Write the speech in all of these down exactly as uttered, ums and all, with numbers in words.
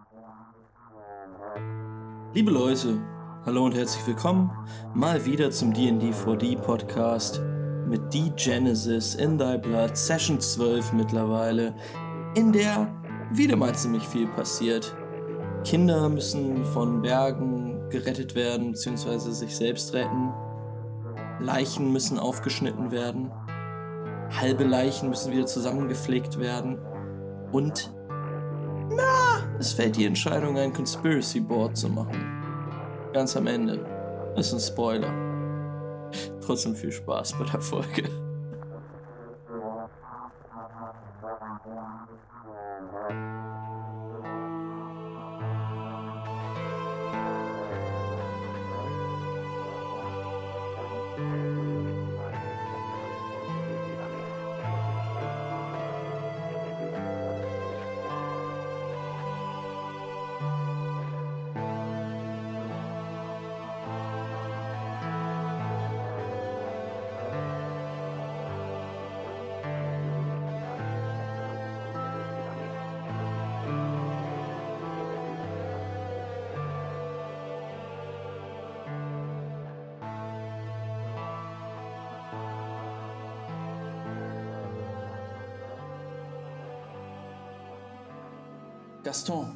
Liebe Leute, hallo und herzlich willkommen mal wieder zum D and D four D Podcast mit D-Genesis in Thy Blood, Session zwölf mittlerweile, in der wieder mal ziemlich viel passiert. Kinder müssen von Bergen gerettet werden bzw. sich selbst retten. Leichen müssen aufgeschnitten werden. Halbe Leichen müssen wieder zusammengepflegt werden. Und na, es fällt die Entscheidung, ein Conspiracy Board zu machen. Ganz am Ende. Das ist ein Spoiler. Trotzdem viel Spaß bei der Folge. Gaston,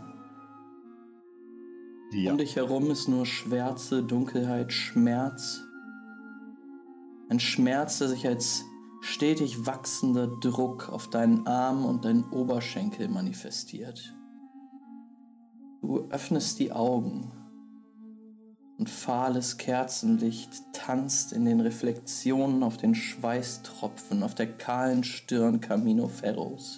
Ja. um dich herum ist nur Schwärze, Dunkelheit, Schmerz. Ein Schmerz, der sich als stetig wachsender Druck auf deinen Arm und deinen Oberschenkel manifestiert. Du öffnest die Augen und fahles Kerzenlicht tanzt in den Reflexionen auf den Schweißtropfen auf der kahlen Stirn Camino Ferros.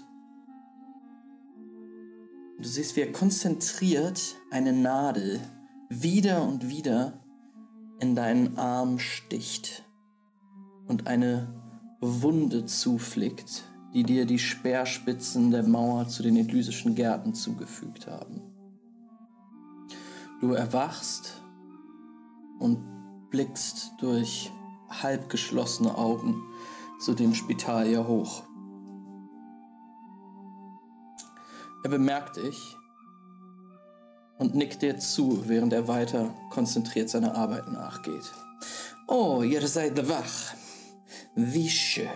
Du siehst, wie er konzentriert eine Nadel wieder und wieder in deinen Arm sticht und eine Wunde zuflickt, die dir die Speerspitzen der Mauer zu den elysischen Gärten zugefügt haben. Du erwachst und blickst durch halb geschlossene Augen zu dem Spitalier hoch. Er bemerkt dich und nickt dir zu, während er weiter konzentriert seiner Arbeit nachgeht. Oh, ihr seid wach. Wie schön.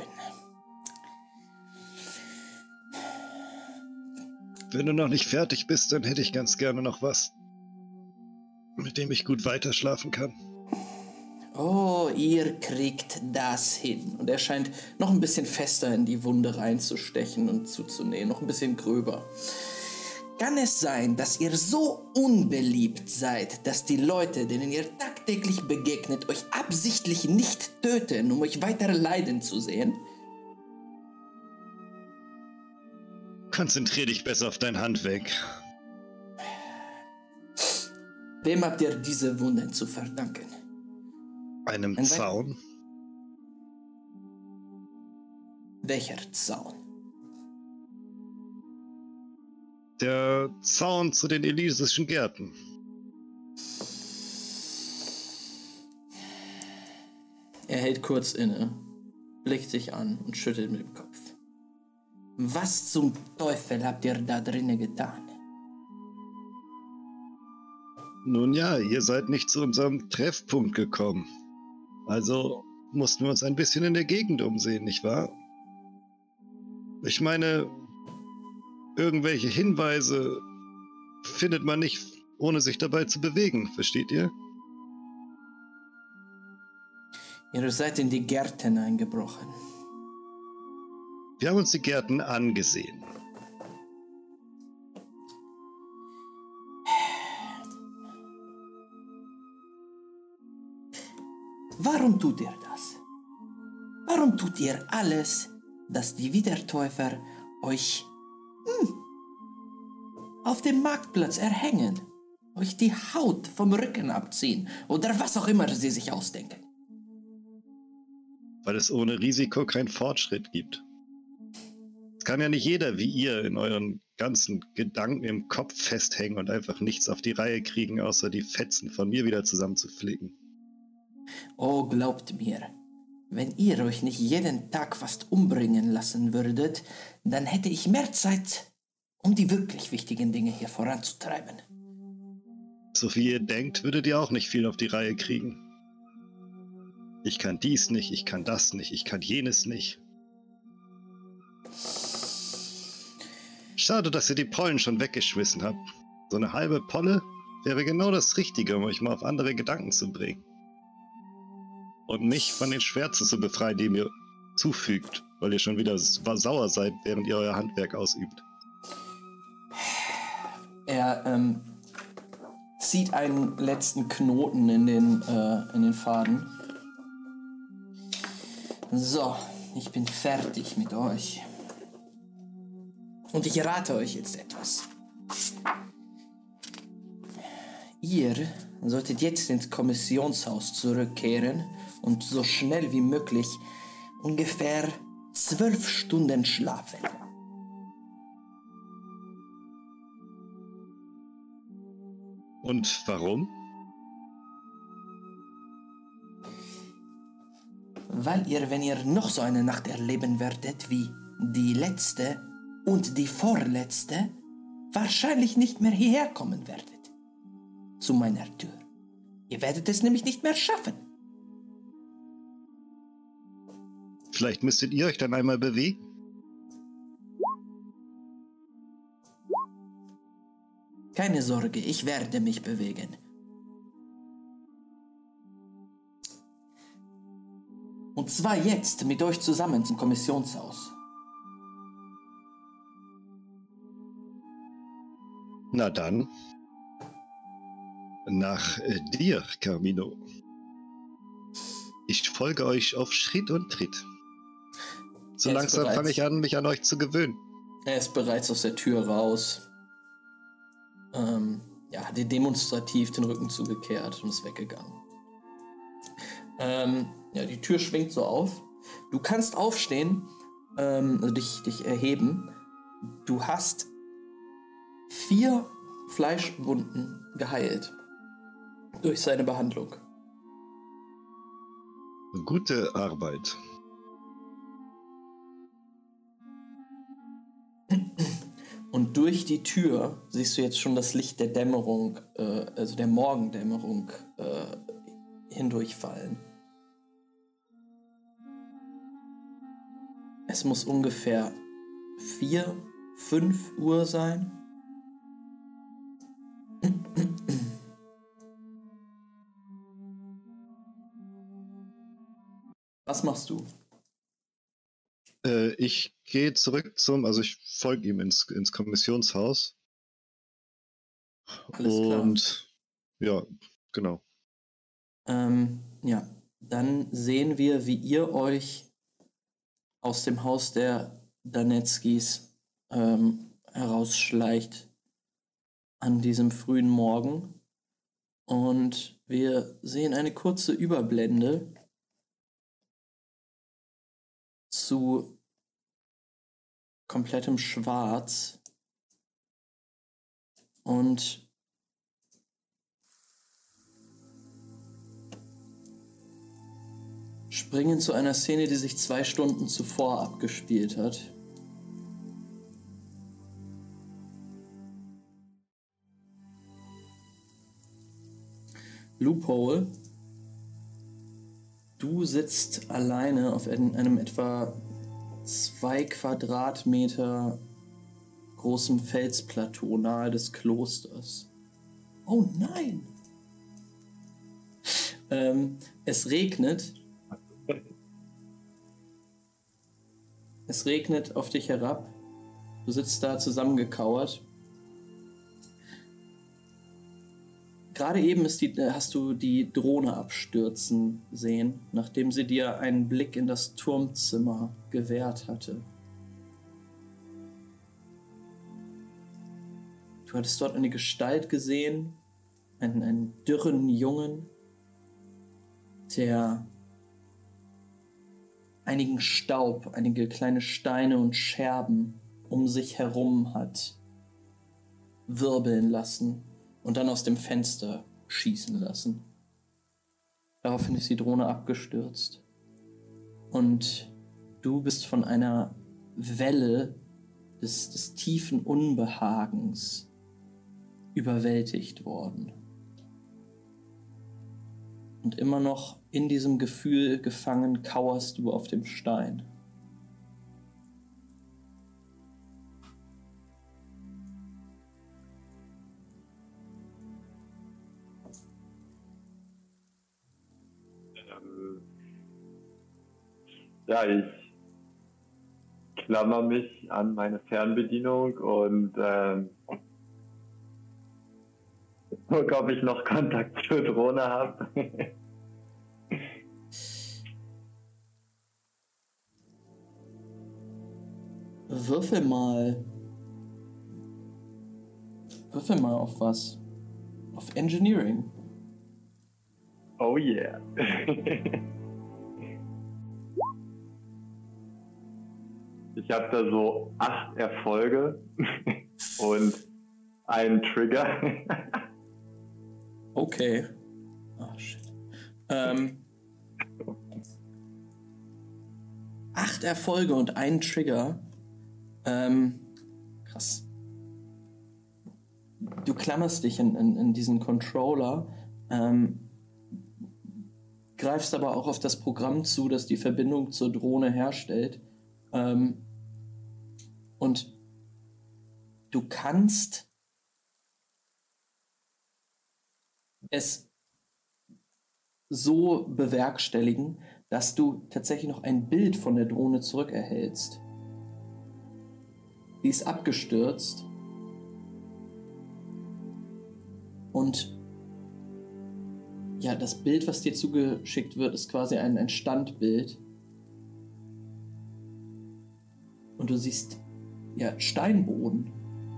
Wenn du noch nicht fertig bist, dann hätte ich ganz gerne noch was, mit dem ich gut weiterschlafen kann. Oh, ihr kriegt das hin. Und er scheint noch ein bisschen fester in die Wunde reinzustechen und zuzunähen, noch ein bisschen gröber. Kann es sein, dass ihr so unbeliebt seid, dass die Leute, denen ihr tagtäglich begegnet, euch absichtlich nicht töten, um euch weiter leiden zu sehen? Konzentrier dich besser auf dein Handwerk. Wem habt ihr diese Wunden zu verdanken? Einem Ein Zaun? Welcher Zaun? Der Zaun zu den elysischen Gärten. Er hält kurz inne, blickt dich an und schüttelt mit dem Kopf. Was zum Teufel habt ihr da drinnen getan? Nun ja, ihr seid nicht zu unserem Treffpunkt gekommen. Also mussten wir uns ein bisschen in der Gegend umsehen, nicht wahr? Ich meine, irgendwelche Hinweise findet man nicht, ohne sich dabei zu bewegen, versteht ihr? Ihr seid in die Gärten eingebrochen. Wir haben uns die Gärten angesehen. Warum tut ihr das? Warum tut ihr alles, dass die Wiedertäufer euch hm, auf dem Marktplatz erhängen, euch die Haut vom Rücken abziehen oder was auch immer sie sich ausdenken? Weil es ohne Risiko keinen Fortschritt gibt. Es kann ja nicht jeder wie ihr in euren ganzen Gedanken im Kopf festhängen und einfach nichts auf die Reihe kriegen, außer die Fetzen von mir wieder zusammenzuflicken. Oh, glaubt mir, wenn ihr euch nicht jeden Tag fast umbringen lassen würdet, dann hätte ich mehr Zeit um die wirklich wichtigen Dinge hier voranzutreiben. So wie ihr denkt, würdet ihr auch nicht viel auf die Reihe kriegen. Ich kann dies nicht, ich kann das nicht, ich kann jenes nicht. Schade, dass ihr die Pollen schon weggeschmissen habt. So eine halbe Polle wäre genau das Richtige, um euch mal auf andere Gedanken zu bringen. Und mich von den Schwärzen zu befreien, die mir zufügt, weil ihr schon wieder sauer seid, während ihr euer Handwerk ausübt. Er ähm, zieht einen letzten Knoten in den, äh, in den Faden. So, ich bin fertig mit euch. Und ich rate euch jetzt etwas. Ihr solltet jetzt ins Kommissionshaus zurückkehren und so schnell wie möglich ungefähr zwölf Stunden schlafen. Und warum? Weil ihr, wenn ihr noch so eine Nacht erleben werdet wie die letzte und die vorletzte, wahrscheinlich nicht mehr hierher kommen werdet. Zu meiner Tür. Ihr werdet es nämlich nicht mehr schaffen. Vielleicht müsstet ihr euch dann einmal bewegen. Keine Sorge, ich werde mich bewegen. Und zwar jetzt mit euch zusammen zum Kommissionshaus. Na dann. Nach äh, dir, Carmino. Ich folge euch auf Schritt und Tritt. So langsam fange ich an, mich an euch zu gewöhnen. Er ist bereits aus der Tür raus. Ähm, ja, hat dir demonstrativ den Rücken zugekehrt und ist weggegangen. Ähm, ja, die Tür schwingt so auf. Du kannst aufstehen, ähm, also dich, dich erheben. Du hast vier Fleischwunden geheilt durch seine Behandlung. Gute Arbeit. Und durch die Tür siehst du jetzt schon das Licht der Dämmerung, äh, also der Morgendämmerung, äh, hindurchfallen. Es muss ungefähr vier, fünf Uhr sein. Was machst du? Äh, ich gehe zurück zum, also ich folge ihm ins, ins Kommissionshaus. Alles klar. Und ja, genau. Ähm, ja, dann sehen wir, wie ihr euch aus dem Haus der Danetskis ähm, herausschleicht an diesem frühen Morgen. Und wir sehen eine kurze Überblende zu komplettem Schwarz und springen zu einer Szene, die sich zwei Stunden zuvor abgespielt hat. Loophole, du sitzt alleine auf einem etwa zwei Quadratmeter großen Felsplateau nahe des Klosters. Oh nein! ähm, es regnet. Es regnet auf dich herab. Du sitzt da zusammengekauert. Gerade eben ist die, hast du die Drohne abstürzen sehen, nachdem sie dir einen Blick in das Turmzimmer gewährt hatte. Du hattest dort eine Gestalt gesehen, einen, einen dürren Jungen, der einigen Staub, einige kleine Steine und Scherben um sich herum hat wirbeln lassen und dann aus dem Fenster schießen lassen. Daraufhin ist die Drohne abgestürzt. Und du bist von einer Welle des, des tiefen Unbehagens überwältigt worden. Und immer noch in diesem Gefühl gefangen kauerst du auf dem Stein. Ähm, ja, ich klammer mich an meine Fernbedienung und ähm, guck, ob ich noch Kontakt zur Drohne habe. Würfel mal. Würfel mal auf was? Auf Engineering. Oh yeah. Ich habe da so acht Erfolge und einen Trigger. Okay. Oh shit. Ähm, acht Erfolge und einen Trigger. Ähm, krass. Du klammerst dich in, in, in diesen Controller, ähm, greifst aber auch auf das Programm zu, das die Verbindung zur Drohne herstellt. Ähm, und du kannst es so bewerkstelligen, dass du tatsächlich noch ein Bild von der Drohne zurückerhältst. Die ist abgestürzt und ja, das Bild, was dir zugeschickt wird, ist quasi ein, ein Standbild. Und du siehst, ja, Steinboden.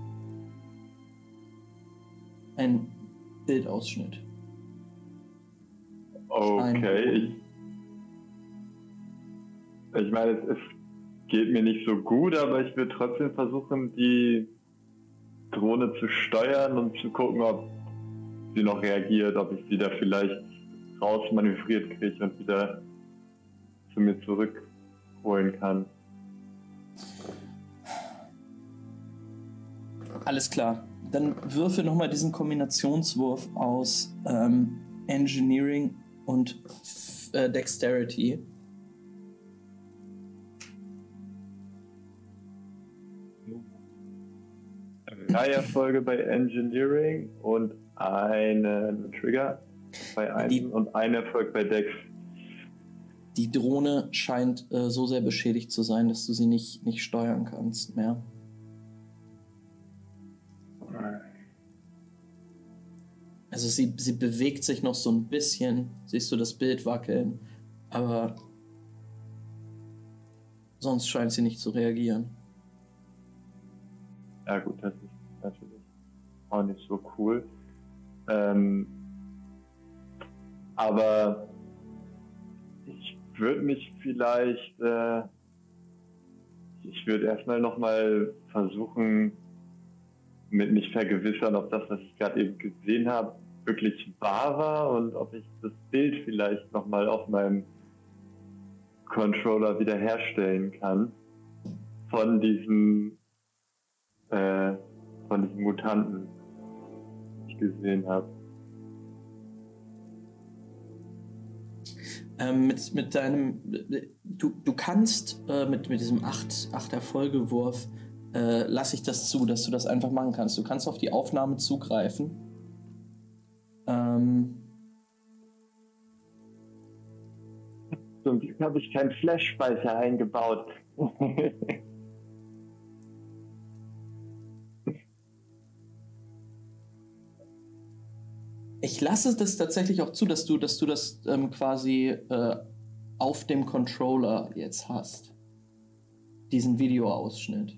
Ein Bildausschnitt. Okay, ich, ich meine, es, es geht mir nicht so gut, aber ich würde trotzdem versuchen, die Drohne zu steuern und zu gucken, ob sie noch reagiert, ob ich sie da vielleicht rausmanövriert kriege und wieder zu mir zurückholen kann. Alles klar. Dann würfe nochmal diesen Kombinationswurf aus ähm, Engineering und äh, Dexterity. Drei Erfolge bei Engineering und einen Trigger bei einem Die- und ein Erfolg bei Dex. Die Drohne scheint äh, so sehr beschädigt zu sein, dass du sie nicht, nicht steuern kannst mehr. Also sie, sie bewegt sich noch so ein bisschen, siehst du das Bild wackeln, aber sonst scheint sie nicht zu reagieren. Ja gut, das ist natürlich auch nicht so cool. Ähm, aber ich würde mich vielleicht, äh, ich würde erstmal nochmal versuchen, mit mich vergewissern, ob das, was ich gerade eben gesehen habe, wirklich wahr war und ob ich das Bild vielleicht nochmal auf meinem Controller wiederherstellen kann von diesen, äh, von diesen Mutanten, die ich gesehen habe. Ähm, mit, mit deinem, du, du kannst äh, mit, mit diesem acht, acht Erfolgewurf äh, lasse ich das zu, dass du das einfach machen kannst. Du kannst auf die Aufnahme zugreifen. Ähm, Zum Glück habe ich keinen Flash-Speicher eingebaut. ich lasse das tatsächlich auch zu, dass du, dass du das ähm, quasi äh, auf dem Controller jetzt hast. Diesen Videoausschnitt.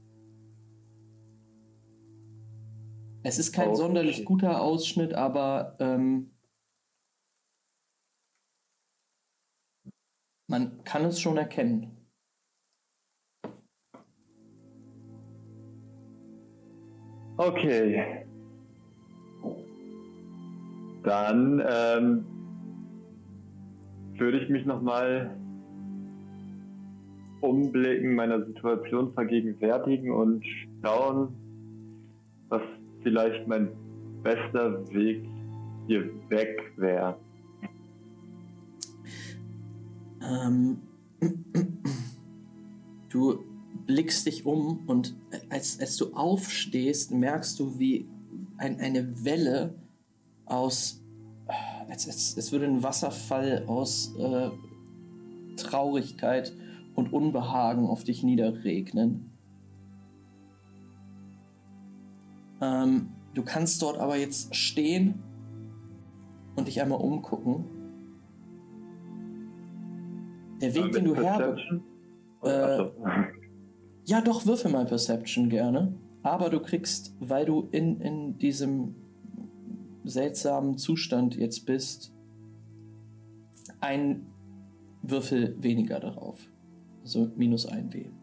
Es ist kein Okay. sonderlich guter Ausschnitt, aber ähm, man kann es schon erkennen. Okay. Dann ähm, würde ich mich nochmal umblicken, meiner Situation vergegenwärtigen und schauen, was vielleicht mein bester Weg hier weg wäre. Ähm, du blickst dich um und als, als du aufstehst, merkst du, wie ein, eine Welle aus, als, als, als würde ein Wasserfall aus äh, Traurigkeit und Unbehagen auf dich niederregnen. Ähm, du kannst dort aber jetzt stehen und dich einmal umgucken. Der Weg, den du herbe... Äh, ja, doch, würfel mal Perception gerne. Aber du kriegst, weil du in, in diesem seltsamen Zustand jetzt bist, ein Würfel weniger darauf. Also minus ein W.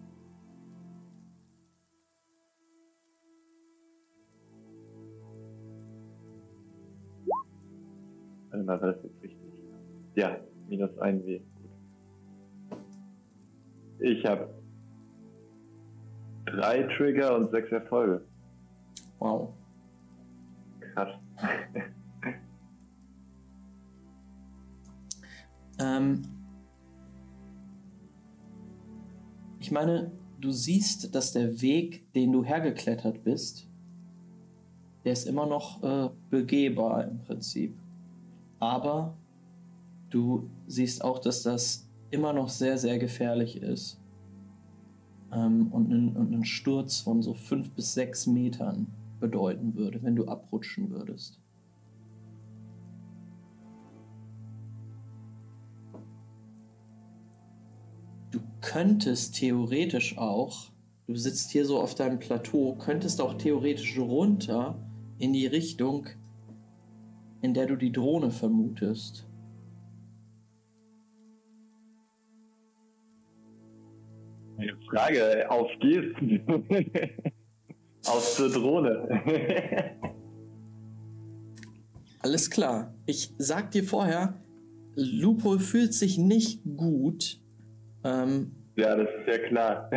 Warte mal, war das jetzt richtig? Ja, minus ein W. Gut. Ich habe drei Trigger und sechs Erfolge. Wow. Krass. ähm, ich meine, du siehst, dass der Weg, den du hergeklettert bist, der ist immer noch äh, begehbar im Prinzip. Aber du siehst auch, dass das immer noch sehr, sehr gefährlich ist. Ähm, und, einen, und einen Sturz von so fünf bis sechs Metern bedeuten würde, wenn du abrutschen würdest. Du könntest theoretisch auch, du sitzt hier so auf deinem Plateau, könntest auch theoretisch runter in die Richtung, in der du die Drohne vermutest. Frage, auf geht's. Auf zur Drohne. Alles klar. Ich sag dir vorher, Lupo fühlt sich nicht gut. Ähm, ja, das ist ja klar.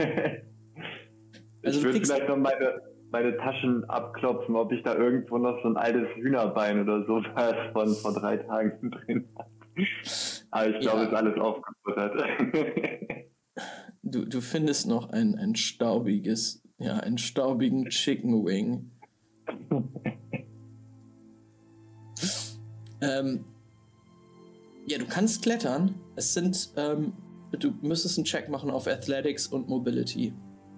Also ich würde vielleicht noch meine, meine Taschen abklopfen, ob ich da irgendwo noch so ein altes Hühnerbein oder so was von vor drei Tagen drin habe. Aber ich glaube, es ja. ist alles aufgefuttert. Du, du findest noch ein, ein staubiges, ja, einen staubigen Chicken Wing. ähm, ja, du kannst klettern. Es sind, ähm, du müsstest einen Check machen auf Athletics und Mobility.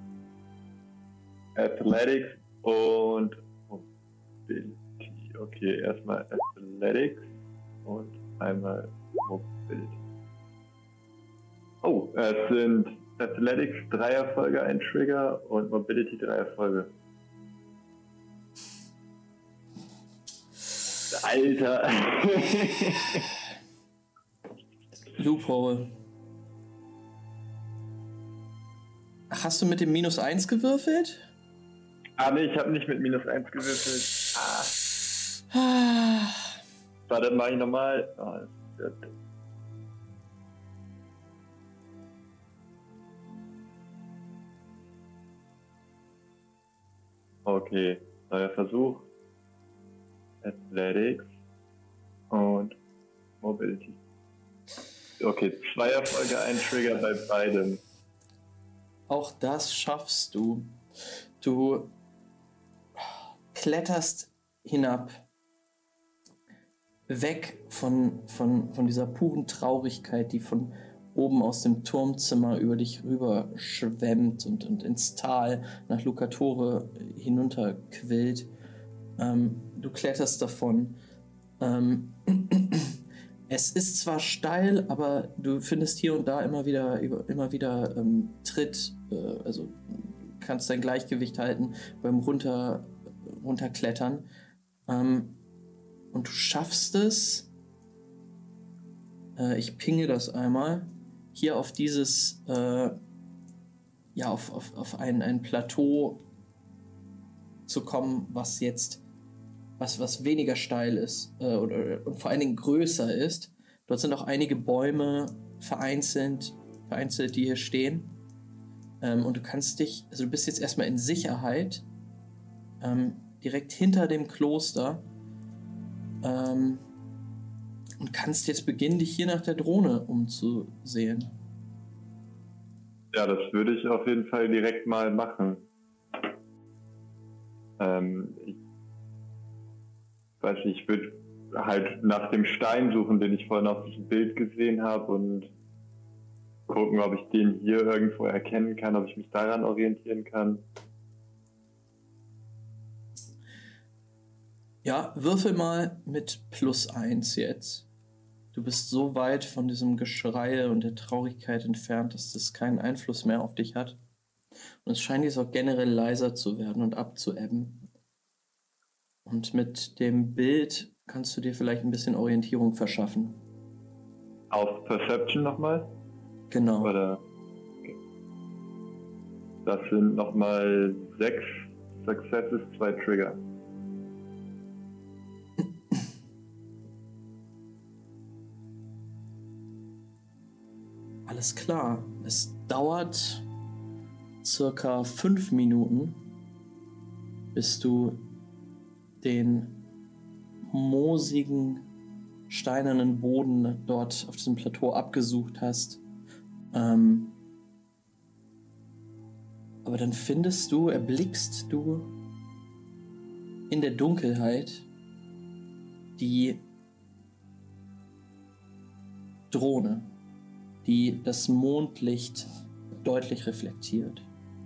Athletics und Mobility. Okay, erstmal Athletics und einmal Mobility. Oh, es sind Athletics drei Erfolge, ein Trigger und Mobility drei Erfolge. Alter! Loophole. Ach, hast du mit dem minus eins gewürfelt? Ah, nee, ich habe nicht mit minus eins gewürfelt. Ah. Warte, mach ich nochmal. Oh, das wird... Okay, neuer Versuch. Athletics und Mobility. Okay, zwei Erfolge, ein Trigger bei beidem. Auch das schaffst du. Du kletterst hinab, weg von, von, von dieser puren Traurigkeit, die von oben aus dem Turmzimmer über dich rüber schwemmt und, und ins Tal nach Lucatore hinunterquillt. Ähm, du kletterst davon. Ähm, es ist zwar steil, aber du findest hier und da immer wieder, immer wieder ähm, Tritt, äh, also kannst dein Gleichgewicht halten beim runter, runterklettern. Ähm, und du schaffst es, äh, ich pinge das einmal, hier auf dieses, äh, ja, auf, auf, auf ein, ein Plateau zu kommen, was jetzt, was, was weniger steil ist äh, oder, und vor allen Dingen größer ist. Dort sind auch einige Bäume vereinzelt vereinzelt, die hier stehen. Ähm, und du kannst dich, also du bist jetzt erstmal in Sicherheit, ähm, direkt hinter dem Kloster. Ähm, und kannst jetzt beginnen, dich hier nach der Drohne umzusehen. Ja, das würde ich auf jeden Fall direkt mal machen. Ähm, ich weiß nicht, ich würde halt nach dem Stein suchen, den ich vorhin auf diesem Bild gesehen habe und gucken, ob ich den hier irgendwo erkennen kann, ob ich mich daran orientieren kann. Ja, würfel mal mit plus eins jetzt. Du bist so weit von diesem Geschrei und der Traurigkeit entfernt, dass das keinen Einfluss mehr auf dich hat. Und es scheint jetzt auch generell leiser zu werden und abzuebben. Und mit dem Bild kannst du dir vielleicht ein bisschen Orientierung verschaffen. Auf Perception nochmal? Genau. Oder? Okay. Das sind nochmal sechs Successes, zwei Trigger. Alles klar. Es dauert circa fünf Minuten, bis du den moosigen, steinernen Boden dort auf diesem Plateau abgesucht hast. Ähm, aber dann findest du, erblickst du in der Dunkelheit die Drohne, die das Mondlicht deutlich reflektiert.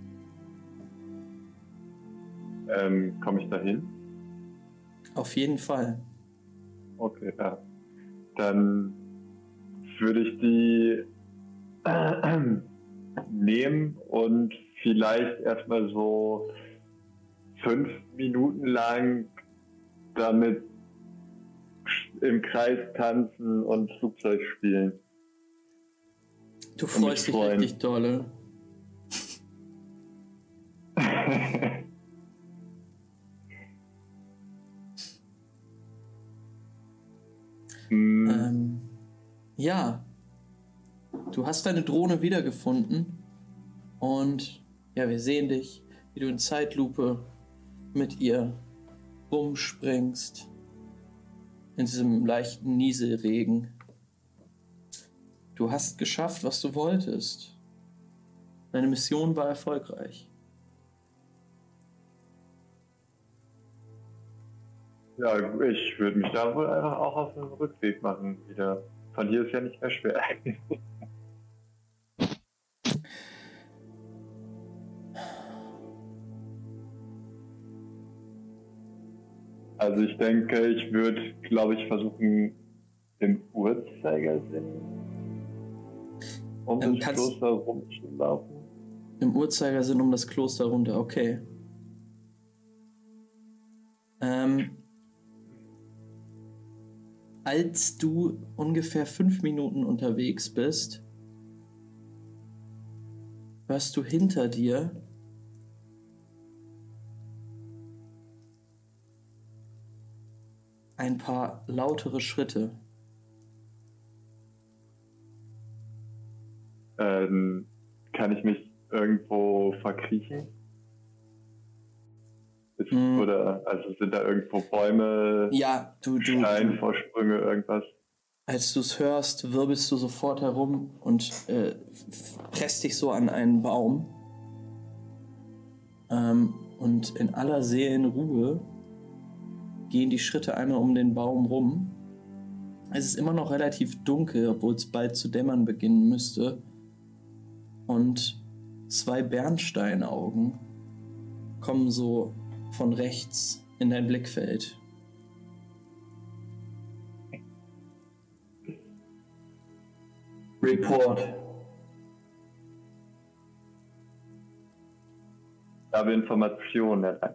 Ähm, komme ich da hin? Auf jeden Fall. Okay, ja. Dann würde ich die äh, nehmen und vielleicht erstmal so fünf Minuten lang damit im Kreis tanzen und Flugzeug spielen. Du freust dich freuen. richtig dolle. hm. ähm, ja, du hast deine Drohne wiedergefunden und ja, wir sehen dich, wie du in Zeitlupe mit ihr rumspringst in diesem leichten Nieselregen. Du hast geschafft, was du wolltest. Deine Mission war erfolgreich. Ja, ich würde mich da wohl einfach auch auf den Rückweg machen wieder. Von hier ist ja nicht mehr schwer. Also ich denke, ich würde, glaube ich, versuchen, im Uhrzeigersinn um Ähm, das kannst- Kloster rumzulaufen. Im Uhrzeigersinn um das Kloster runter, okay. Ähm, als du ungefähr fünf Minuten unterwegs bist, hörst du hinter dir ein paar lautere Schritte. Ähm, kann ich mich irgendwo verkriechen? Ist, Mm. Oder also sind da irgendwo Bäume, Ja, du, du, du Steinvorsprünge, irgendwas? als du es hörst, wirbelst du sofort herum und äh, f- presst dich so an einen Baum. Ähm, und in aller Seelenruhe gehen die Schritte einmal um den Baum rum. Es ist immer noch relativ dunkel, obwohl es bald zu dämmern beginnen müsste. Und zwei Bernsteinaugen kommen so von rechts in dein Blickfeld. Report. Ich habe Informationen erlangt.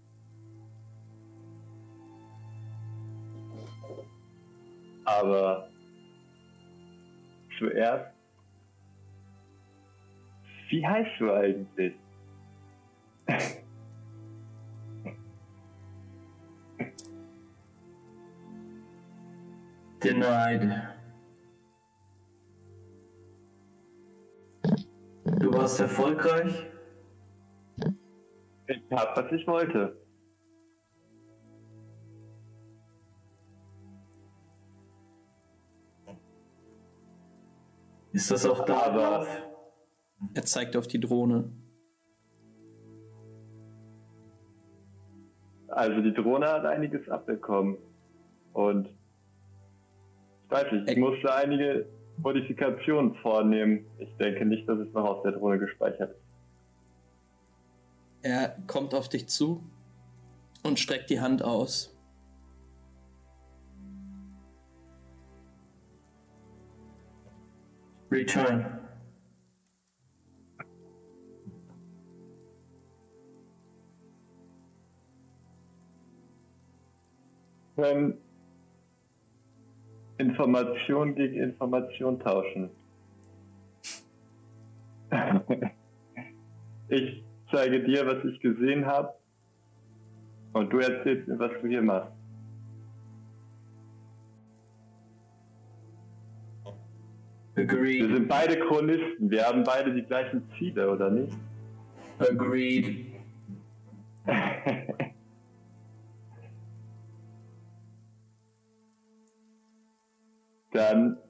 Aber zuerst, wie heißt du eigentlich? Denied. warst erfolgreich? Ich hab, was ich wollte. Ist das auch da? Aber Er zeigt auf die Drohne. also die Drohne hat einiges abbekommen. Und ich weiß nicht, ich Ä- musste einige Modifikationen vornehmen. Ich denke nicht, dass es noch auf der Drohne gespeichert ist. Er kommt auf dich zu und streckt die Hand aus. Return. Können Information gegen Information tauschen. Ich zeige dir, was ich gesehen habe, und du erzählst mir, was du hier machst. Wir Agreed. sind beide Chronisten, wir haben beide die gleichen Ziele, oder nicht? Agreed. Dann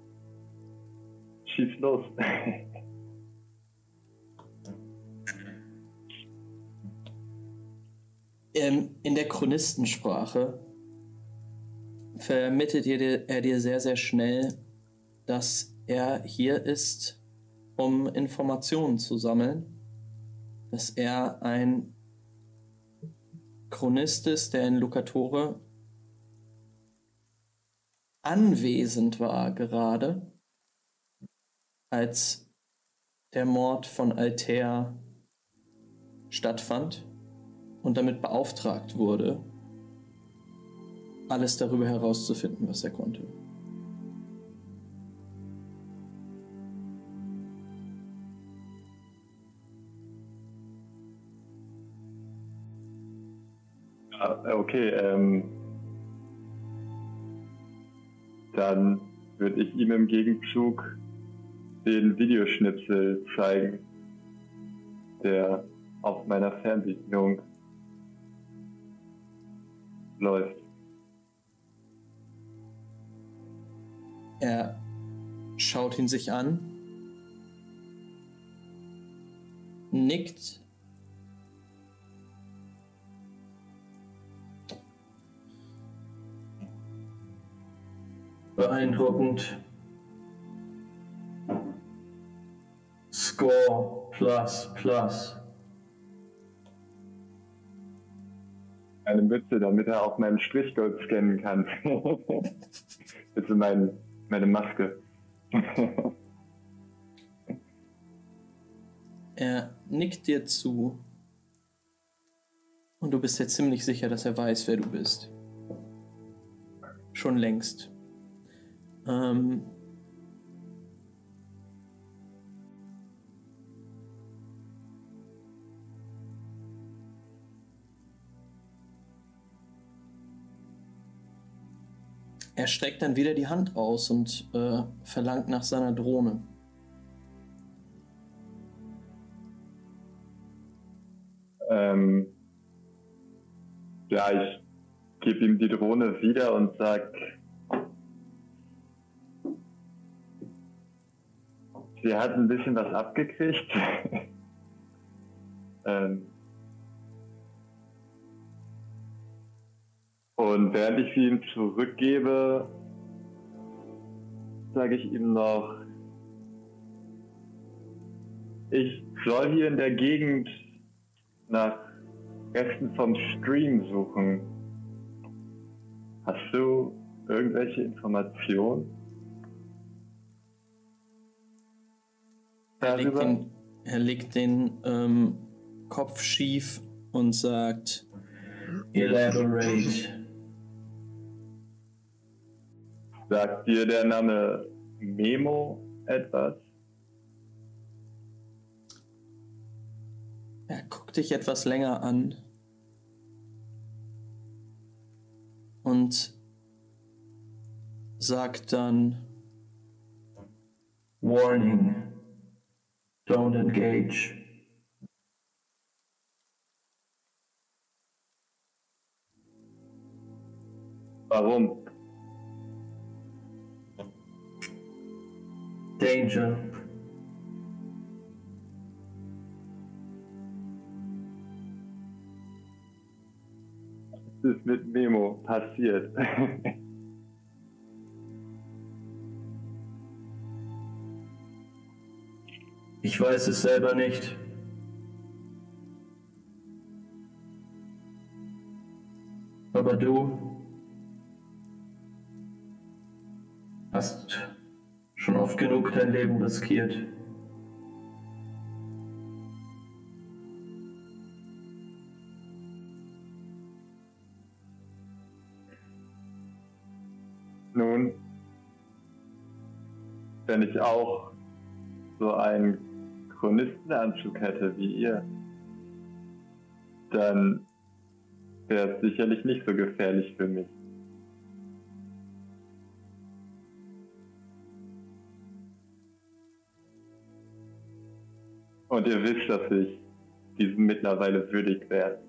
schieß los. Ähm, in der Chronistensprache vermittelt er dir, er dir sehr, sehr schnell, dass er hier ist, um Informationen zu sammeln, dass er ein Chronist ist, der in Lucatore anwesend war gerade, als der Mord von Altair stattfand und damit beauftragt wurde, alles darüber herauszufinden, was er konnte. Ah, okay, ähm, dann würde ich ihm im Gegenzug den Videoschnipsel zeigen, der auf meiner Fernbedienung läuft. Er schaut ihn sich an, nickt beeindruckend. Score plus plus. Eine Mütze, damit er auch meinen Strichcode scannen kann. Bitte mein, meine Maske. Er nickt dir zu und du bist dir ziemlich sicher, dass er weiß, wer du bist. Schon längst. Ähm Er streckt dann wieder die Hand aus und äh, verlangt nach seiner Drohne. Ähm, ja, ich gebe ihm die Drohne wieder und sag, sie hat ein bisschen was abgekriegt. ähm, und während ich sie ihm zurückgebe, sage ich ihm noch, ich soll hier in der Gegend nach Resten vom Stream suchen. Hast du irgendwelche Informationen Er legt darüber? den, er legt den ähm, Kopf schief und sagt, Elaborate. Sagt dir der Name Memo etwas? Er guckt dich etwas länger an und sagt dann, Warning. Don't engage. Warum? Danger. Was ist mit Memo passiert? Ich weiß es selber nicht. Aber du hast schon oft genug dein Leben riskiert. Nun, wenn ich auch so einen Chronistenanzug hätte wie ihr, dann wäre es sicherlich nicht so gefährlich für mich. Und ihr wisst, dass ich diesem mittlerweile würdig werde.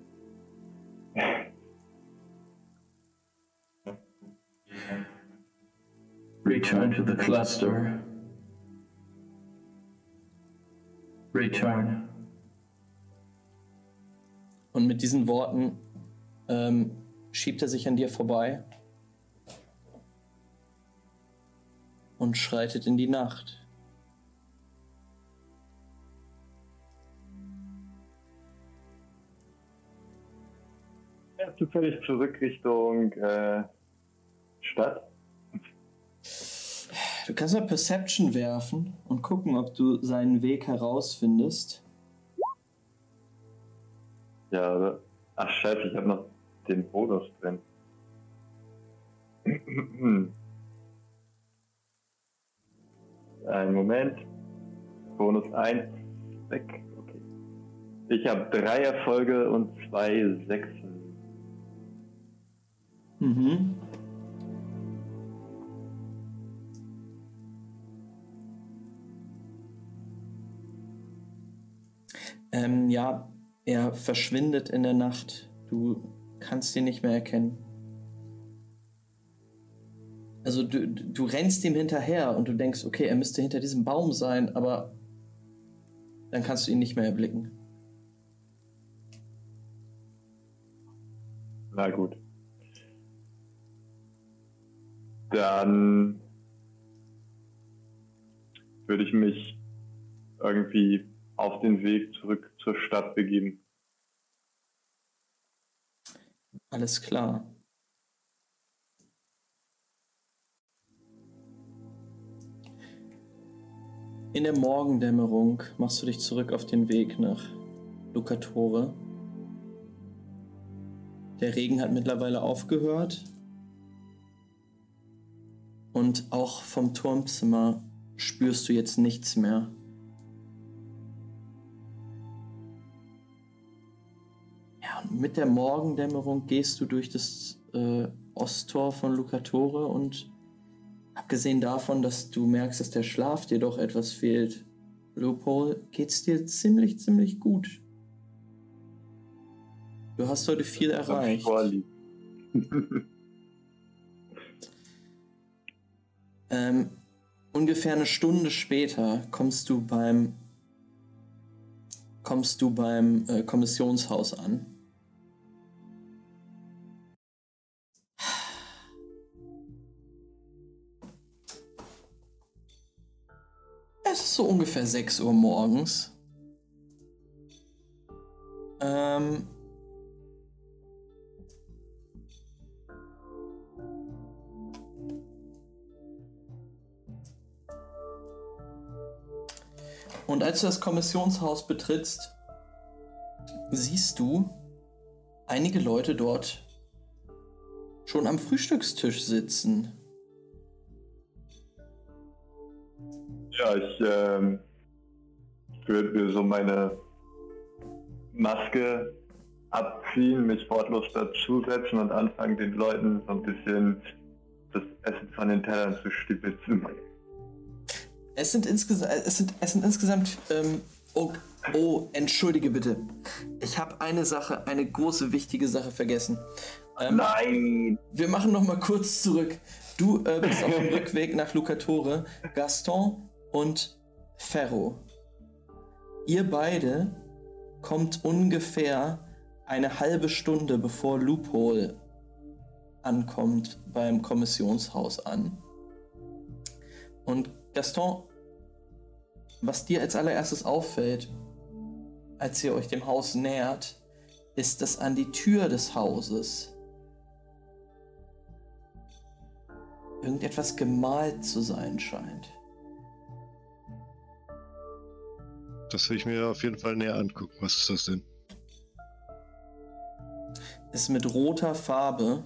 Return to the cluster. Return. Und mit diesen Worten ähm, schiebt er sich an dir vorbei und schreitet in die Nacht. Ja, zufällig zurück Richtung äh, Stadt. Du kannst mal Perception werfen und gucken, ob du seinen Weg herausfindest. Ja, oder? Ach scheiße, ich habe noch den Bonus drin. Einen Moment. Bonus eins weg. Okay. Ich habe drei Erfolge und zwei Sechsen. Mhm. Ähm, ja, er verschwindet in der Nacht. Du kannst ihn nicht mehr erkennen. Also du, du rennst ihm hinterher und du denkst, okay, er müsste hinter diesem Baum sein, aber dann kannst du ihn nicht mehr erblicken. Na gut. Dann würde ich mich irgendwie auf den Weg zurück zur Stadt begeben. Alles klar. In der Morgendämmerung machst du dich zurück auf den Weg nach Lucatore. Der Regen hat mittlerweile aufgehört. Und auch vom Turmzimmer spürst du jetzt nichts mehr. Ja, und mit der Morgendämmerung gehst du durch das äh, Osttor von Lucatore und abgesehen davon, dass du merkst, dass der Schlaf dir doch etwas fehlt, Loophole, geht's dir ziemlich, ziemlich gut. Du hast heute viel erreicht. ähm, ungefähr eine Stunde später kommst du beim kommst du beim äh, Kommissionshaus an. Es ist so ungefähr sechs Uhr morgens. Ähm... Und als du das Kommissionshaus betrittst, siehst du einige Leute dort schon am Frühstückstisch sitzen. Ja, ich ähm, würde mir so meine Maske abziehen, mich wortlos dazusetzen und anfangen, den Leuten so ein bisschen das Essen von den Tellern zu stibitzen. Es sind insgesamt, es sind, es sind insgesamt, ähm, oh, oh, entschuldige bitte. Ich habe eine Sache, eine große, wichtige Sache vergessen. Ähm, Nein! Wir machen noch mal kurz zurück. Du äh, bist auf dem Rückweg nach Lucatore, Gaston und Ferro. Ihr beide kommt ungefähr eine halbe Stunde bevor Loophole ankommt beim Kommissionshaus an. Und Gaston, was dir als allererstes auffällt, als ihr euch dem Haus nähert, ist, dass an die Tür des Hauses irgendetwas gemalt zu sein scheint. Das will ich mir auf jeden Fall näher angucken. Was ist das denn? Ist mit roter Farbe,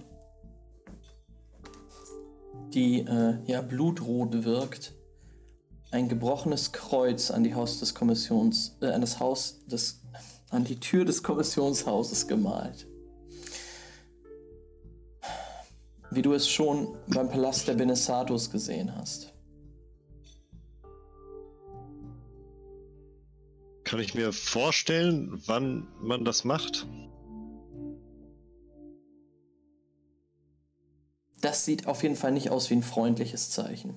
die äh, ja blutrot wirkt, ein gebrochenes Kreuz an die Haus des Kommissions, äh, an das Haus des, an die Tür des Kommissionshauses gemalt. Wie du es schon beim Palast der Benesatos gesehen hast. Kann ich mir vorstellen, wann man das macht? Das sieht auf jeden Fall nicht aus wie ein freundliches Zeichen.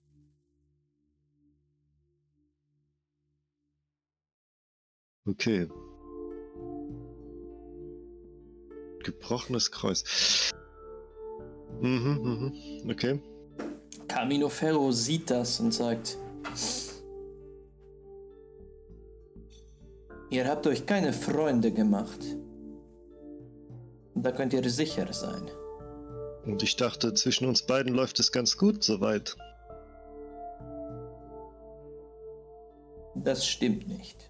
Okay. Gebrochenes Kreuz. Mhm, mhm, okay. Camino Ferro sieht das und sagt: Ihr habt euch keine Freunde gemacht. Da könnt ihr sicher sein. Und ich dachte, zwischen uns beiden läuft es ganz gut soweit. Das stimmt nicht.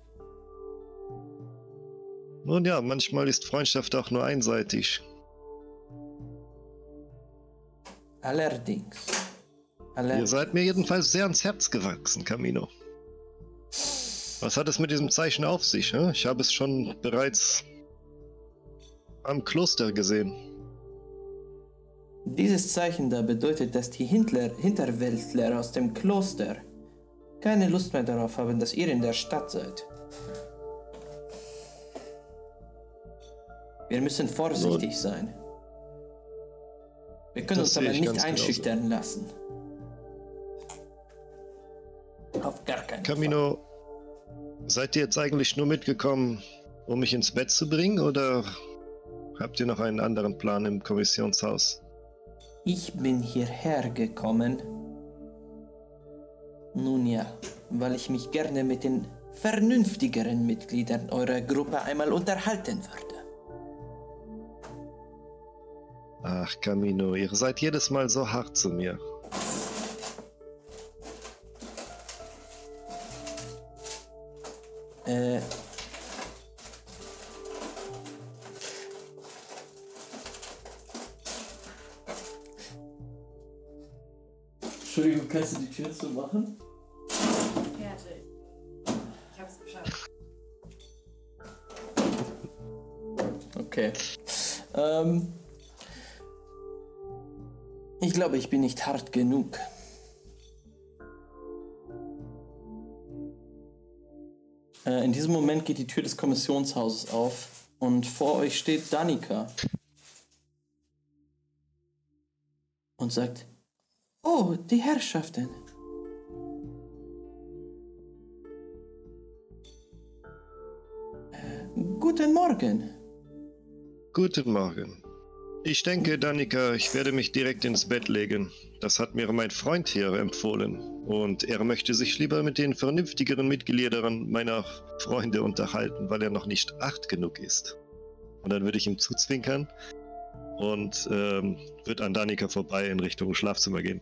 Nun ja, manchmal ist Freundschaft auch nur einseitig. Allerdings. Ihr Allerdings. seid mir jedenfalls sehr ans Herz gewachsen, Camino. Was hat es mit diesem Zeichen auf sich? Hä? Ich habe es schon bereits am Kloster gesehen. Dieses Zeichen da bedeutet, dass die Hintler, Hinterwäldler aus dem Kloster keine Lust mehr darauf haben, dass ihr in der Stadt seid. Wir müssen vorsichtig Nun, sein. Wir können das uns aber sehe ich nicht ganz einschüchtern lassen. Auf gar keinen Camino, seid ihr jetzt eigentlich nur mitgekommen, um mich ins Bett zu bringen, oder habt ihr noch einen anderen Plan im Kommissionshaus? Ich bin hierher gekommen. Nun ja, weil ich mich gerne mit den vernünftigeren Mitgliedern eurer Gruppe einmal unterhalten würde. Ach, Camino, ihr seid jedes Mal so hart zu mir. Äh. Entschuldigung, kannst du die Tür zu machen? Fertig. Ich hab's geschafft. Okay. Ähm. Ich glaube, ich bin nicht hart genug. Äh, in diesem Moment geht die Tür des Kommissionshauses auf und vor euch steht Danica. Und sagt: Oh, die Herrschaften. Äh, guten Morgen. Guten Morgen. Ich denke, Danica, ich werde mich direkt ins Bett legen. Das hat mir mein Freund hier empfohlen. Und er möchte sich lieber mit den vernünftigeren Mitgliedern meiner Freunde unterhalten, weil er noch nicht acht genug ist. Und dann würde ich ihm zuzwinkern und ähm, würde an Danica vorbei in Richtung Schlafzimmer gehen.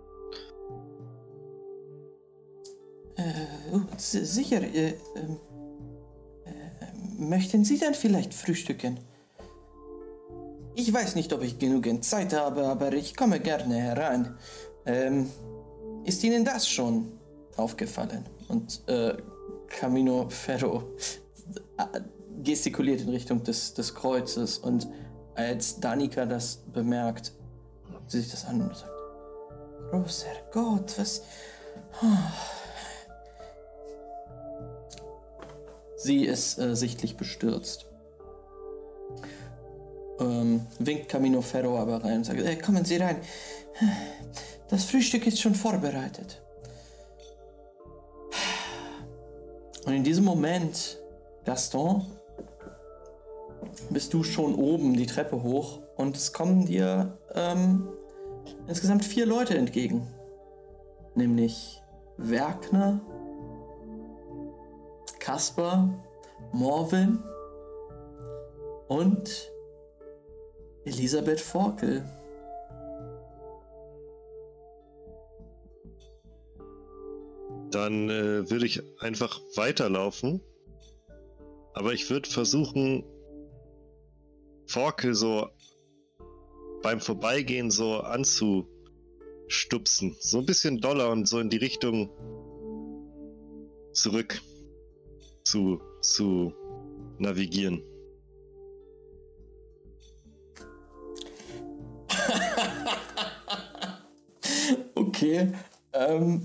Äh, oh, s- sicher. Äh, ähm, äh, möchten Sie dann vielleicht frühstücken? Ich weiß nicht, ob ich genügend Zeit habe, aber ich komme gerne herein. Ähm, ist Ihnen das schon aufgefallen? Und äh, Camino Ferro gestikuliert in Richtung des, des Kreuzes, und als Danica das bemerkt, sie sich das an und sagt: Großer Gott, was... Sie ist äh, sichtlich bestürzt. Ähm, winkt Camino Ferro aber rein und sagt, äh, kommen Sie rein. Das Frühstück ist schon vorbereitet. Und in diesem Moment, Gaston, bist du schon oben die Treppe hoch und es kommen dir ähm, insgesamt vier Leute entgegen. Nämlich Werkner, Kaspar, Morwin und Elisabeth Forkel. Dann äh, würde ich einfach weiterlaufen. Aber ich würde versuchen, Forkel so beim Vorbeigehen so anzustupsen. So ein bisschen doller und so in die Richtung zurück zu, zu navigieren. Okay. Ähm.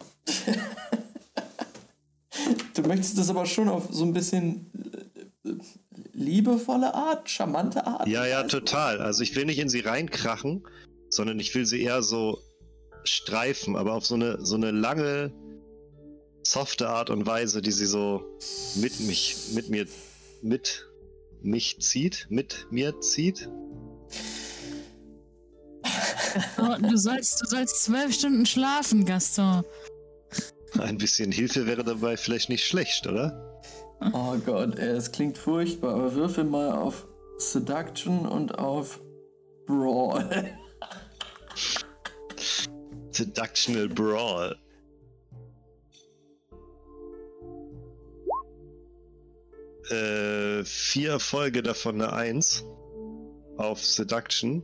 Du möchtest das aber schon auf so ein bisschen äh, liebevolle Art, charmante Art? Ja, ja, total. Also ich will nicht in sie reinkrachen, sondern ich will sie eher so streifen, aber auf so eine, so eine lange, softe Art und Weise, die sie so mit mich, mit mir, mit mich zieht, mit mir zieht. Oh, du sollst, du sollst zwölf Stunden schlafen, Gaston. Ein bisschen Hilfe wäre dabei vielleicht nicht schlecht, oder? Oh Gott, ey, das klingt furchtbar, aber würfel mal auf Seduction und auf Brawl. Seductional Brawl. Äh, vier Erfolge davon eine Eins. Auf Seduction.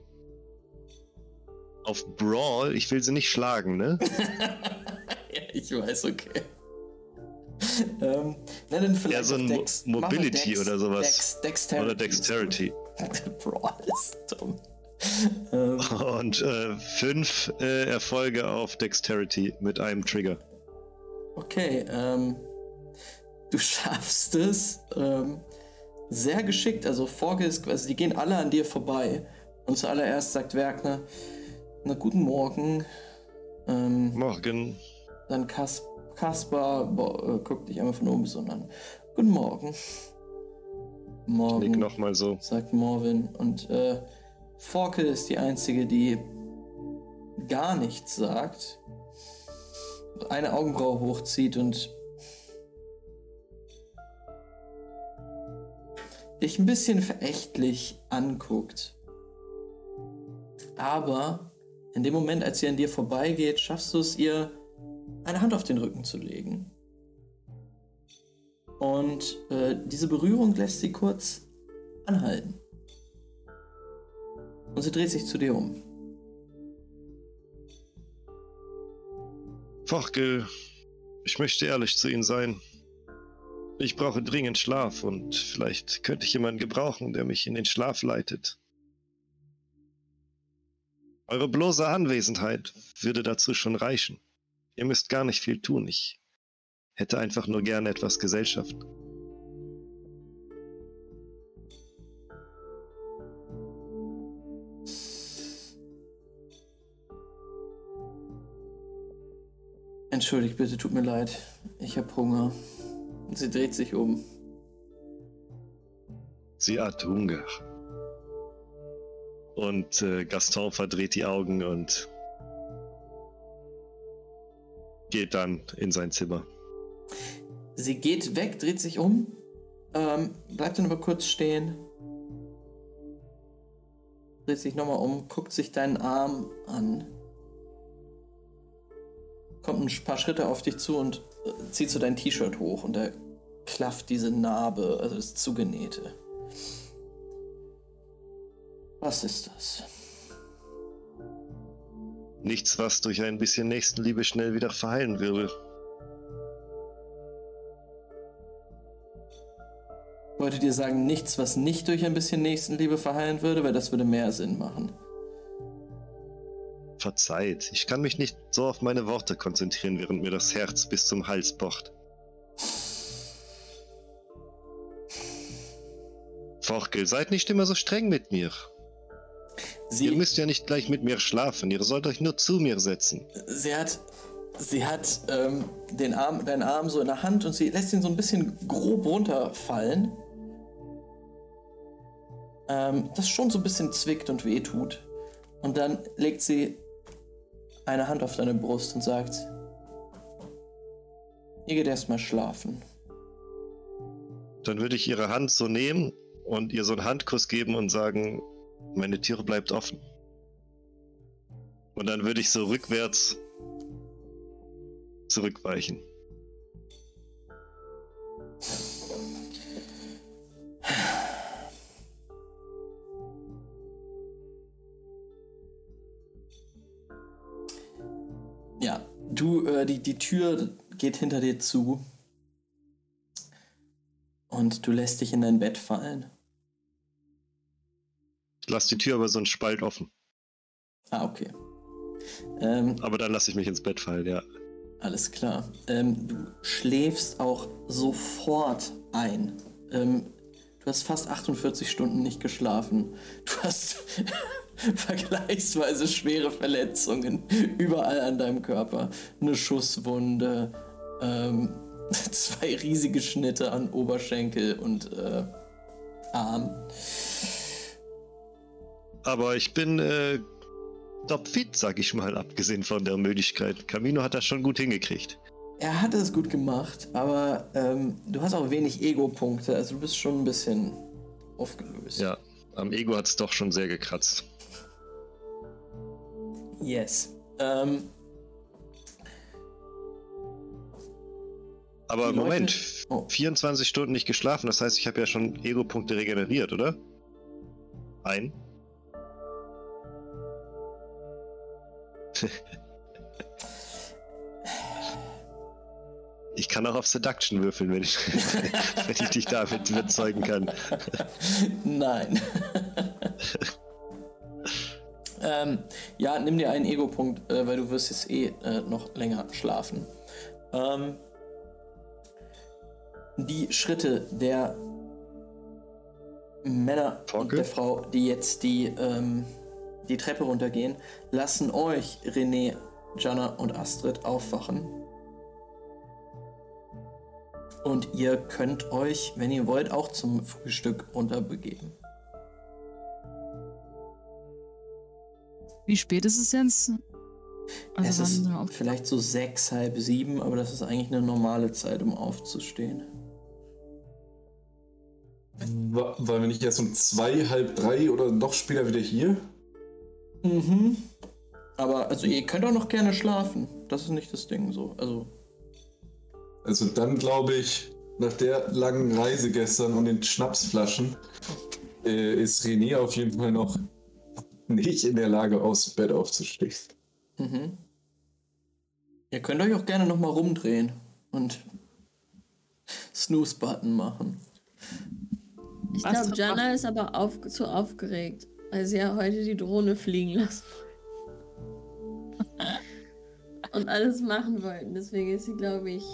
Auf Brawl, ich will sie nicht schlagen, ne? Ja, ich weiß, okay. ähm, na dann vielleicht ja, so ein Dex, Mo Mobility Dex, oder sowas. Dex, Dexterity. Oder Dexterity. Brawl ist dumm. ähm, Und äh, fünf äh, Erfolge auf Dexterity mit einem Trigger. Okay, ähm, du schaffst es ähm, sehr geschickt. Also Forkel ist quasi, die gehen alle an dir vorbei. Und zuallererst sagt Werkner, na guten Morgen. Ähm, Morgen. Dann Kas Kaspar äh, guckt dich einmal von oben bis unten an. Guten Morgen. Morgen. Ich nick nochmal so. Sagt Morwin. Und äh, Forkel ist die einzige, die gar nichts sagt. Eine Augenbraue hochzieht und dich ein bisschen verächtlich anguckt. Aber in dem Moment, als sie an dir vorbeigeht, schaffst du es, ihr eine Hand auf den Rücken zu legen. Und äh, diese Berührung lässt sie kurz anhalten. Und sie dreht sich zu dir um. Forkel, ich möchte ehrlich zu Ihnen sein. Ich brauche dringend Schlaf und vielleicht könnte ich jemanden gebrauchen, der mich in den Schlaf leitet. Eure bloße Anwesenheit würde dazu schon reichen. Ihr müsst gar nicht viel tun. Ich hätte einfach nur gerne etwas Gesellschaft. Entschuldigt bitte, tut mir leid. Ich habe Hunger. Und sie dreht sich um. Sie hat Hunger. Und äh, Gaston verdreht die Augen und geht dann in sein Zimmer. Sie geht weg, dreht sich um, ähm, bleibt dann aber kurz stehen, dreht sich nochmal um, guckt sich deinen Arm an, kommt ein paar Schritte auf dich zu und äh, zieht so dein T-Shirt hoch und er klafft diese Narbe, also das Zugenähte. Was ist das? Nichts, was durch ein bisschen Nächstenliebe schnell wieder verheilen würde. Wolltet ihr sagen, nichts, was nicht durch ein bisschen Nächstenliebe verheilen würde, weil das würde mehr Sinn machen. Verzeiht, ich kann mich nicht so auf meine Worte konzentrieren, während mir das Herz bis zum Hals pocht. Forkel, seid nicht immer so streng mit mir. Sie, Ihr müsst ja nicht gleich mit mir schlafen, ihr sollt euch nur zu mir setzen. sie hat, sie hat ähm, den Arm, deinen Arm so in der Hand und sie lässt ihn so ein bisschen grob runterfallen. Ähm, das schon so ein bisschen zwickt und weh tut. Und dann legt sie eine Hand auf deine Brust und sagt, ihr geht erstmal schlafen. Dann würde ich ihre Hand so nehmen und ihr so einen Handkuss geben und sagen, meine Tür bleibt offen. Und dann würde ich so rückwärts zurückweichen. Ja, du, äh, die, die Tür geht hinter dir zu und du lässt dich in dein Bett fallen. Ich lasse die Tür aber so einen Spalt offen. Ah, okay. Ähm, Aber dann lasse ich mich ins Bett fallen, ja. Alles klar. Ähm, du schläfst auch sofort ein. Ähm, du hast fast achtundvierzig Stunden nicht geschlafen. Du hast vergleichsweise schwere Verletzungen überall an deinem Körper. Eine Schusswunde, ähm, zwei riesige Schnitte an Oberschenkel und äh, Arm. Aber ich bin äh, topfit, sag ich mal, abgesehen von der Müdigkeit. Camino hat das schon gut hingekriegt. Er hat es gut gemacht, aber ähm, du hast auch wenig Ego-Punkte, also du bist schon ein bisschen aufgelöst. Ja, am Ego hat es doch schon sehr gekratzt. Yes. Ähm, Aber Die Leute- Moment, Oh. vierundzwanzig Stunden nicht geschlafen, das heißt, ich habe ja schon Ego-Punkte regeneriert, oder? Ein. Ich kann auch auf Seduction würfeln, wenn ich, wenn ich dich damit überzeugen kann. Nein. ähm, ja, nimm dir einen Ego-Punkt, äh, weil du wirst jetzt eh äh, noch länger schlafen. Ähm, die Schritte der Männer und Forkel? der Frau, die jetzt die, ähm, die Treppe runtergehen, lassen euch, René, Jana und Astrid, aufwachen. Und ihr könnt euch, wenn ihr wollt, auch zum Frühstück runterbegeben. Wie spät ist es jetzt? Also es wann ist sind wir auf- vielleicht so sechs, halb sieben, aber das ist eigentlich eine normale Zeit, um aufzustehen. Wa- Waren wir nicht erst um zwei, halb drei oder noch später wieder hier? Mhm. Aber also ihr könnt auch noch gerne schlafen. Das ist nicht das Ding so. Also Also dann glaube ich, nach der langen Reise gestern und den Schnapsflaschen, äh, ist René auf jeden Fall noch nicht in der Lage, aus dem Bett aufzustehen. mhm. Ihr könnt euch auch gerne noch mal rumdrehen und Snooze-Button machen. Ich Was glaube, macht- Jana ist aber auf, zu aufgeregt, weil sie ja heute die Drohne fliegen lassen. Und alles machen wollten. Deswegen ist sie, glaube ich,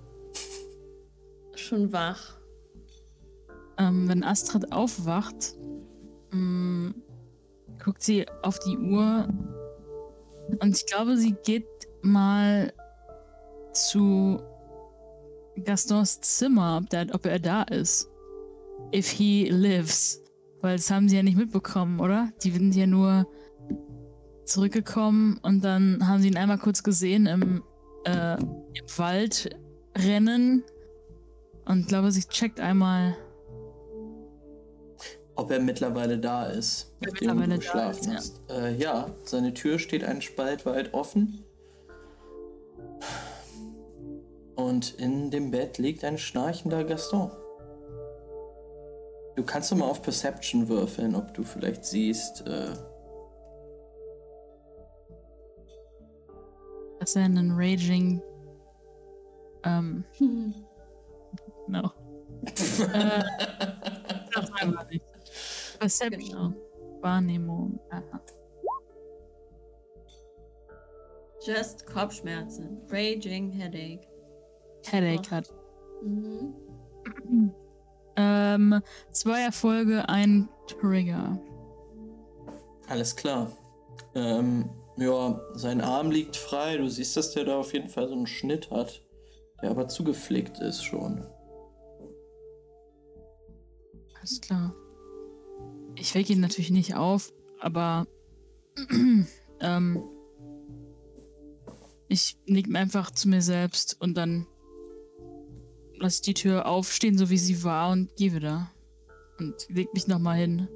schon wach. Ähm, wenn Astrid aufwacht, mh, guckt sie auf die Uhr und ich glaube, sie geht mal zu Gastons Zimmer, ob, der, ob er da ist. If he lives. Weil das haben sie ja nicht mitbekommen, oder? Die sind ja nur zurückgekommen und dann haben sie ihn einmal kurz gesehen im, äh, im Wald rennen. Und ich glaube, sie checkt einmal. Ob er mittlerweile da ist, Ob er nachdem du mittlerweile da geschlafen ist, hast. Äh, ja, seine Tür steht einen Spalt weit offen. Und in dem Bett liegt ein schnarchender Gaston. Du kannst doch mal auf Perception würfeln, ob du vielleicht siehst, äh, Dass er einen Raging. Ähm, no. äh, das einfach nicht. Perception. Genau. Wahrnehmung. Aha. Just Kopfschmerzen. Raging Headache. Headache hat. Mhm. Ähm, zwei Erfolge, ein Trigger. Alles klar. Ähm, ja, sein Arm liegt frei. Du siehst, dass der da auf jeden Fall so einen Schnitt hat, der aber zugepflegt ist schon. Alles klar. Ich wecke ihn natürlich nicht auf, aber ähm, ich leg mir einfach zu mir selbst und dann lasse ich die Tür aufstehen, so wie sie war, und gehe wieder. Und leg mich nochmal hin.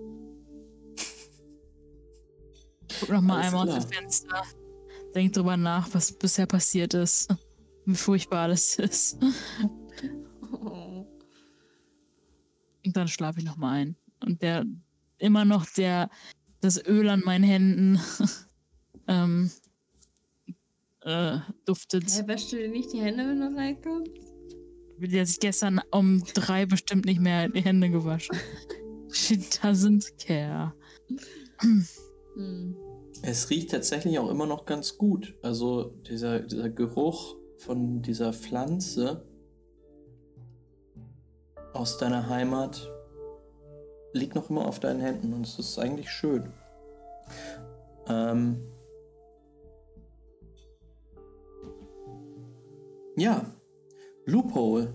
Guck nochmal einmal aus dem Fenster. Denk drüber nach, was bisher passiert ist. Wie furchtbar alles ist. Oh. Und dann schlafe ich nochmal ein. Und der, immer noch der, das Öl an meinen Händen ähm, äh, duftet. Hey, wäschst du dir nicht die Hände, wenn du reinkommst? Der hat sich gestern um drei bestimmt nicht mehr die Hände gewaschen. She doesn't care. Hm. Es riecht tatsächlich auch immer noch ganz gut. Also dieser, dieser Geruch von dieser Pflanze aus deiner Heimat liegt noch immer auf deinen Händen und es ist eigentlich schön. Ähm ja, Loophole.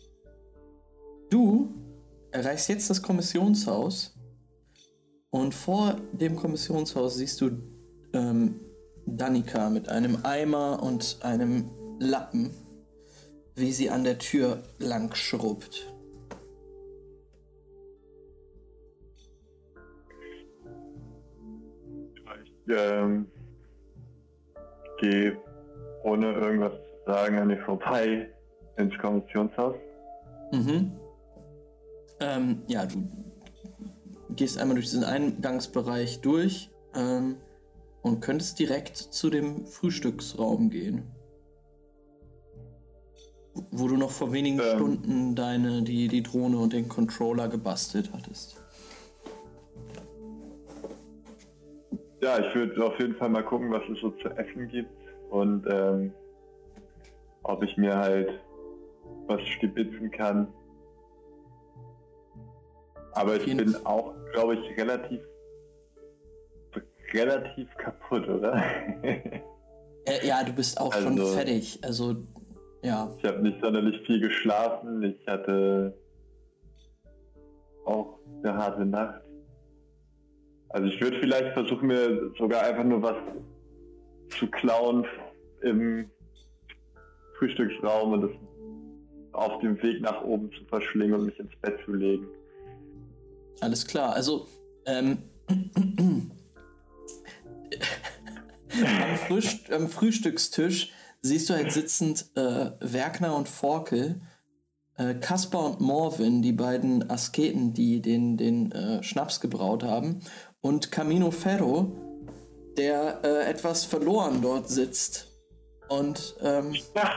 Du erreichst jetzt das Kommissionshaus und vor dem Kommissionshaus siehst du ähm, Danica mit einem Eimer und einem Lappen, wie sie an der Tür lang schrubbt. Ich ähm, gehe ohne irgendwas zu sagen an ihr vorbei ins Kommissionshaus. Mhm. Ähm, ja, du gehst einmal durch diesen Eingangsbereich durch ähm, und könntest direkt zu dem Frühstücksraum gehen. Wo du noch vor wenigen Ähm. Stunden deine, die, die Drohne und den Controller gebastelt hattest. Ja, ich würde auf jeden Fall mal gucken, was es so zu essen gibt und ähm, ob ich mir halt was stibitzen kann. Aber ich bin auch, glaube ich, relativ relativ kaputt, oder? Äh, ja, du bist auch schon Also- fertig. Also, ja. Ich habe nicht sonderlich viel geschlafen. Ich hatte auch eine harte Nacht. Also ich würde vielleicht versuchen, mir sogar einfach nur was zu klauen im Frühstücksraum und das auf dem Weg nach oben zu verschlingen und mich ins Bett zu legen. Alles klar, also ähm, am, Frühst am Frühstückstisch siehst du halt sitzend äh, Werkner und Forkel, äh, Kaspar und Morwin, die beiden Asketen, die den, den äh, Schnaps gebraut haben, und Camino Ferro, der äh, etwas verloren dort sitzt. Und ähm,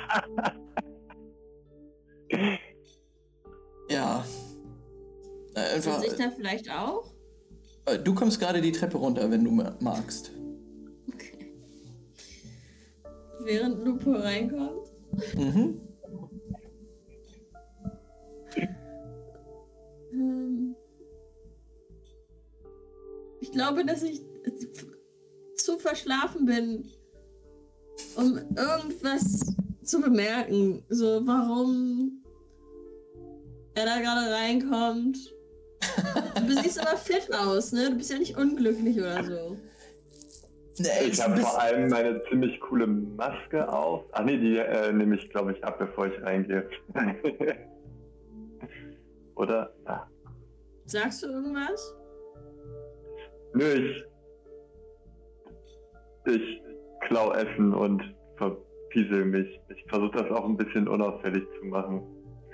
ja. Äh, einfach, Sitze ich da vielleicht auch? äh, du kommst gerade die Treppe runter, wenn du ma- magst. Okay. Während Lupo reinkommt? Mhm. Ähm, ich glaube, dass ich zu verschlafen bin, um irgendwas zu bemerken. So, warum er da gerade reinkommt. Du siehst aber fit aus, ne? Du bist ja nicht unglücklich oder so. Nee, Ich ist ein habe bisschen- vor allem meine ziemlich coole Maske auf. Ach nee, die äh, nehme ich, glaube ich, ab, bevor ich reingehe. Oder? Ah. Sagst du irgendwas? Nö, ich. Ich klau Essen und verpiesel mich. Ich versuche das auch ein bisschen unauffällig zu machen.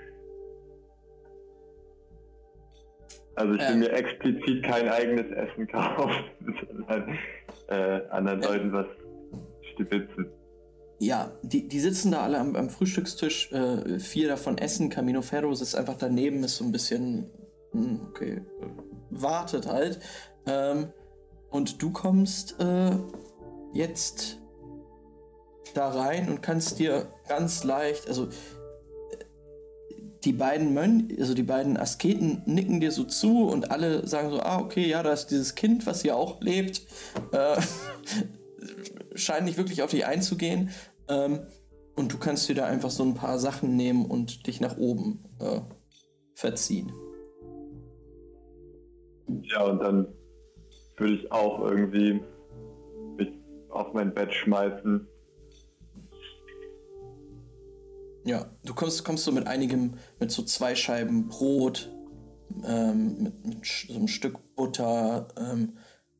Also ich will Ähm. mir explizit kein eigenes Essen kaufen, sondern äh, anderen Leuten was stibitzen. Ja, die, die sitzen da alle am, am Frühstückstisch, äh, vier davon essen, Camino Ferro sitzt einfach daneben, ist so ein bisschen, hm, okay, äh, wartet halt. Ähm, und du kommst äh, jetzt da rein und kannst dir ganz leicht, also äh, die beiden Mön also die beiden Asketen nicken dir so zu und alle sagen so, ah, okay, ja, da ist dieses Kind, was hier auch lebt, äh, scheint nicht wirklich auf dich einzugehen. Ähm, und du kannst dir da einfach so ein paar Sachen nehmen und dich nach oben äh, verziehen. Ja, und dann würde ich auch irgendwie mich auf mein Bett schmeißen. Ja, du kommst, kommst so mit einigem, mit so zwei Scheiben Brot, ähm, mit, mit so einem Stück Butter, ähm,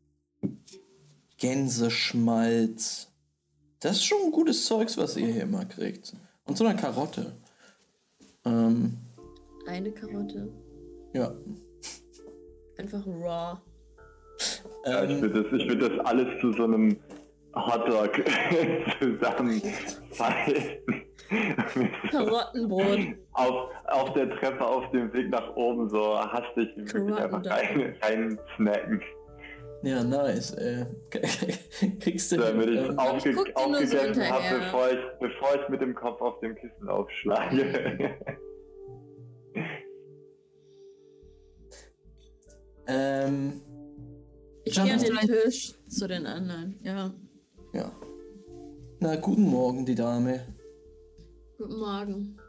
Gänseschmalz. Das ist schon ein gutes Zeugs, was ihr hier immer kriegt. Und so eine Karotte. Ähm, Eine Karotte. ja. Einfach raw. Ja, ich Ähm, würde das, ich würd das alles zu so einem Hotdog zusammenfalten. Karottenbrot. auf, auf der Treppe auf dem Weg nach oben so hastig wie möglich einfach rein, rein snacken. ja, nice. Äh, kriegst du Damit ich ähm, aufge Ich guck dir nur so aufgegessen habe, hinterher. bevor ich, bevor ich mit dem Kopf auf dem Kissen aufschlage. ähm, Ich John, gehe an hast den du ein- Tisch zu den anderen. Ja. ja. Na, guten Morgen, die Dame. Guten Morgen.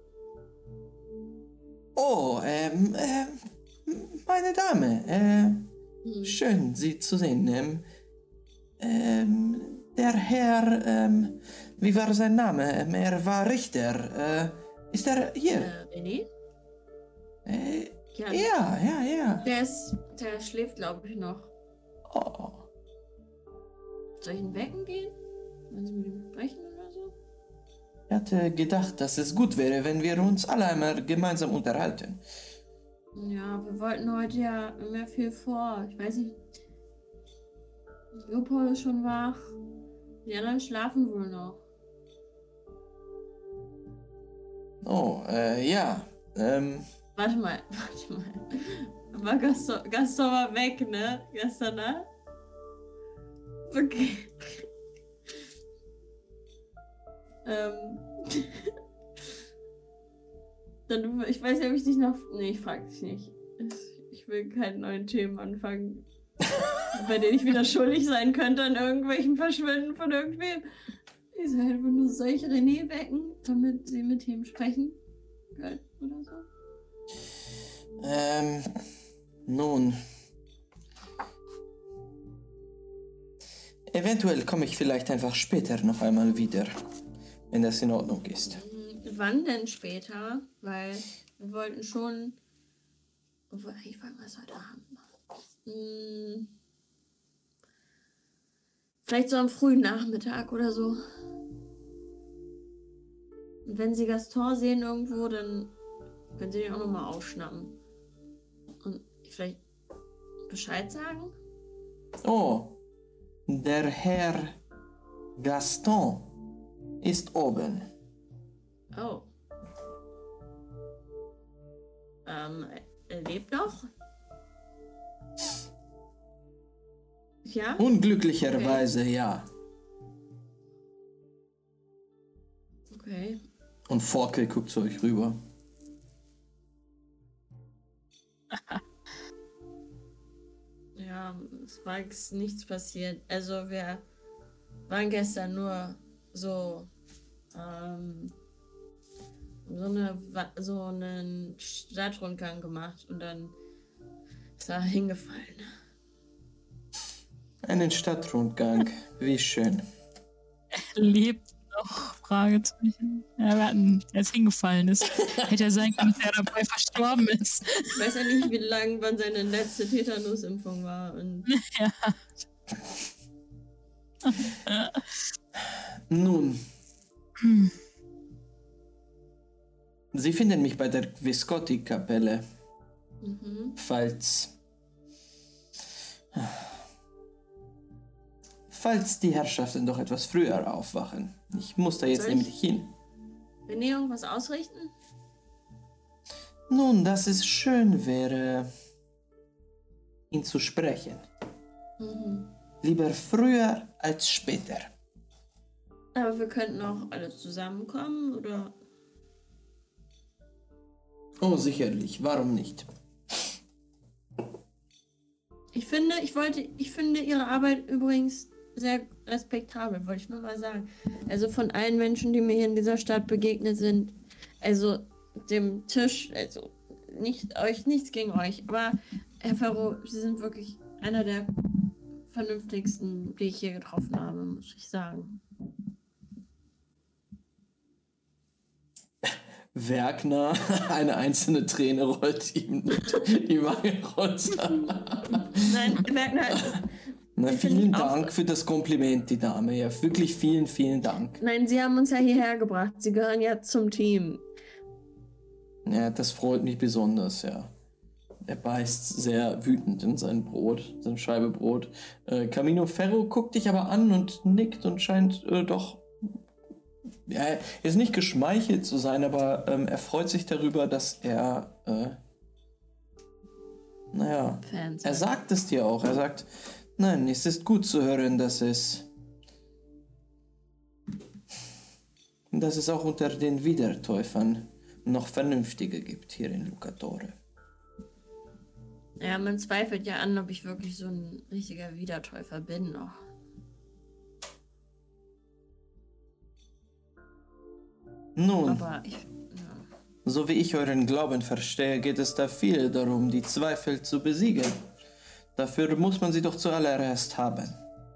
Oh, ähm, ähm, meine Dame, äh, Hm. schön, Sie zu sehen. Ähm, ähm, der Herr, ähm, wie war sein Name? Ähm, er war Richter. Äh, ist er hier? Äh, René? Äh, Ja. ja, ja, ja. Der ist, der schläft, glaube ich, noch. Oh, Soll ich ihn wecken gehen? Wollen Sie mit ihm sprechen oder so? ich hatte gedacht, dass es gut wäre, wenn wir uns alle einmal gemeinsam unterhalten. Ja, wir wollten heute ja immer viel vor. Ich weiß nicht. Leopold ist schon wach. Die anderen schlafen wohl noch. Oh, äh, ja. Ähm, Warte mal, warte mal. War Gaston, Gaston war weg, ne? Gestern, ne? Okay. ähm. Dann, ich weiß nicht, ob ich dich noch. Nee, ich frag dich nicht. Ich will keine neuen Themen anfangen, bei denen ich wieder schuldig sein könnte an irgendwelchen Verschwinden von irgendwem. Ich soll einfach nur solche René wecken, damit sie mit ihm sprechen können oder so. ähm, nun. Eventuell komme ich vielleicht einfach später noch einmal wieder, wenn das in Ordnung ist. Hm, wann denn später? Weil wir wollten schon. Obwohl, ich fange was heute Abend machen. Hm, vielleicht so am frühen Nachmittag oder so. Und wenn Sie Gaston sehen irgendwo, dann können Sie den auch nochmal aufschnappen. Und vielleicht Bescheid sagen? Oh, der Herr Gaston ist oben. Oh. Ähm, er lebt noch? Ja? Unglücklicherweise ja. Okay. Und Forkel guckt zu euch rüber. Ja, es war jetzt nichts passiert. Also wir waren gestern nur so ähm, so eine Wa- so einen Stadtrundgang gemacht und dann ist er hingefallen. Einen Stadtrundgang. Wie schön. Lebt noch? Fragezeichen. Ja, wir hatten, er ist hingefallen ist. Hätte ja sein können, dass er dabei verstorben ist. Ich weiß ja nicht, wie lang wann seine letzte Tetanusimpfung war. Und Ja. Nun, Hm. Sie finden mich bei der Viscotti-Kapelle, mhm. falls... Falls die Herrschaften doch etwas früher aufwachen. Ich muss da jetzt Soll ich- nämlich hin. Wenn ihr irgendwas ausrichten? Nun, dass es schön wäre, ihn zu sprechen. Mhm. Lieber früher als später. Aber wir könnten auch alle zusammenkommen, oder? Oh, sicherlich. Warum nicht? Ich finde, ich wollte, ich finde ihre Arbeit übrigens sehr respektabel, wollte ich nur mal sagen. Also von allen Menschen, die mir hier in dieser Stadt begegnet sind, also dem Tisch, also nicht euch, nichts gegen euch, aber Herr Ferro, Sie sind wirklich einer der vernünftigsten, die ich hier getroffen habe, muss ich sagen. Werkner, eine einzelne Träne rollt ihm die Wange runter. Nein, Werkner ist... Na, Ich vielen finde auch- Dank für das Kompliment, die Dame. Ja, wirklich vielen, vielen Dank. Nein, Sie haben uns ja hierher gebracht. Sie gehören ja zum Team. Ja, das freut mich besonders, ja. Er beißt sehr wütend in sein Brot, seine Scheibe Brot. Äh, Camino Ferro guckt dich aber an und nickt und scheint äh, doch... Ja, er ist nicht geschmeichelt zu sein, aber ähm, er freut sich darüber, dass er... Äh, naja, Fans. er sagt es dir auch. Er sagt, nein, es ist gut zu hören, dass es... dass es auch unter den Wiedertäufern noch Vernünftige gibt hier in Lucatore. Ja, man zweifelt ja an, ob ich wirklich so ein richtiger Wiedertäufer bin noch. Nun, Aber ich... Ja. so wie ich euren Glauben verstehe, geht es da viel darum, die Zweifel zu besiegen. Dafür muss man sie doch zuallererst haben.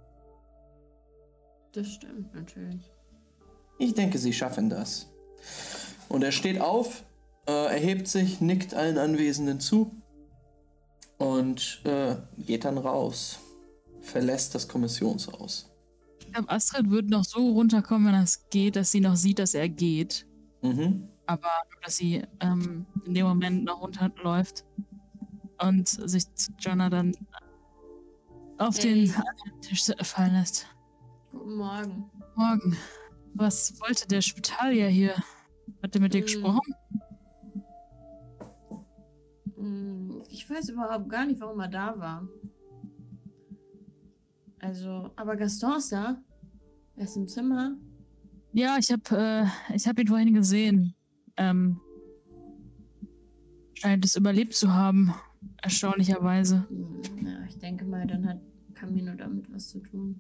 Das stimmt natürlich. Ich denke, sie schaffen das. Und er steht auf, äh, erhebt sich, nickt allen Anwesenden zu und äh, geht dann raus. Verlässt das Kommissionshaus. Ich glaube, Astrid wird noch so runterkommen, wenn es geht, dass sie noch sieht, dass er geht. Mhm. Aber nur, dass sie ähm, in dem Moment noch runterläuft und sich zu Jonathan auf Hey. den Tisch fallen lässt. Guten Morgen. Morgen. Was wollte der Spitalier hier? Hat er mit dir Hm. gesprochen? Hm, Ich weiß überhaupt gar nicht, warum er da war. Also, aber Gaston ist da. Er ist im Zimmer. Ja, ich habe äh, ich hab ihn vorhin gesehen. Ähm, scheint es überlebt zu haben. Erstaunlicherweise. Hm, Ja, ich denke mal, dann hat Camino damit was zu tun.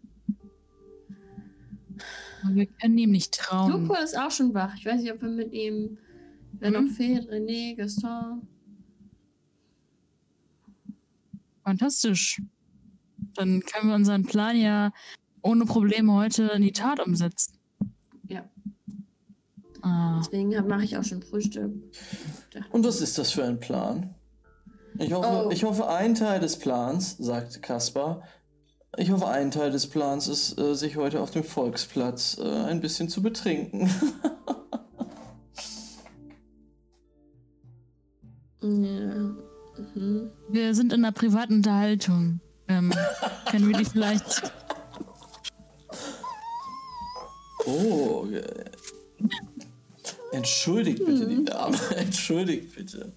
Aber wir können ihm nicht trauen. Lupo ist auch schon wach. Ich weiß nicht, ob wir mit ihm... Wer Mhm. noch fehlt? René, Gaston. Fantastisch. Dann können wir unseren Plan ja ohne Probleme heute in die Tat umsetzen. Ja. Ah, Deswegen mache ich auch schon Frühstück. Und was ist das für ein Plan? Ich hoffe, Oh. ich hoffe, ein Teil des Plans, sagt Kaspar, ich hoffe, ein Teil des Plans ist, äh, sich heute auf dem Volksplatz äh, ein bisschen zu betrinken. Ja. Mhm. wir sind in einer privaten Unterhaltung. Ähm, können wir die vielleicht... Oh. äh, Entschuldigt bitte die Dame. Entschuldigt bitte.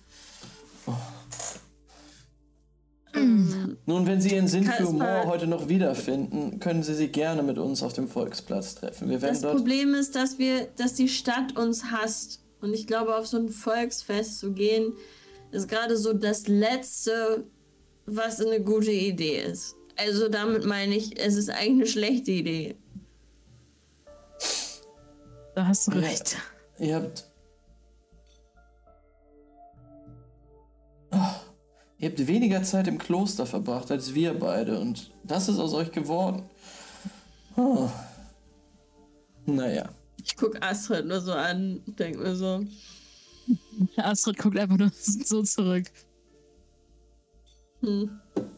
Ähm, Nun, wenn Sie Ihren Sinn für Kaspar- Humor heute noch wiederfinden, können Sie sie gerne mit uns auf dem Volksplatz treffen. Wir werden Das dort... Problem ist, dass wir, dass die Stadt uns hasst. Und ich glaube, auf so ein Volksfest zu gehen, ist gerade so das Letzte, was eine gute Idee ist. Also damit meine ich, es ist eigentlich eine schlechte Idee. Da hast du Ja. recht. Ihr habt... Oh, ihr habt weniger Zeit im Kloster verbracht als wir beide und das ist aus euch geworden. Oh. Naja. Ich gucke Astrid nur so an und denke mir so, Astrid guckt einfach nur so zurück. hm.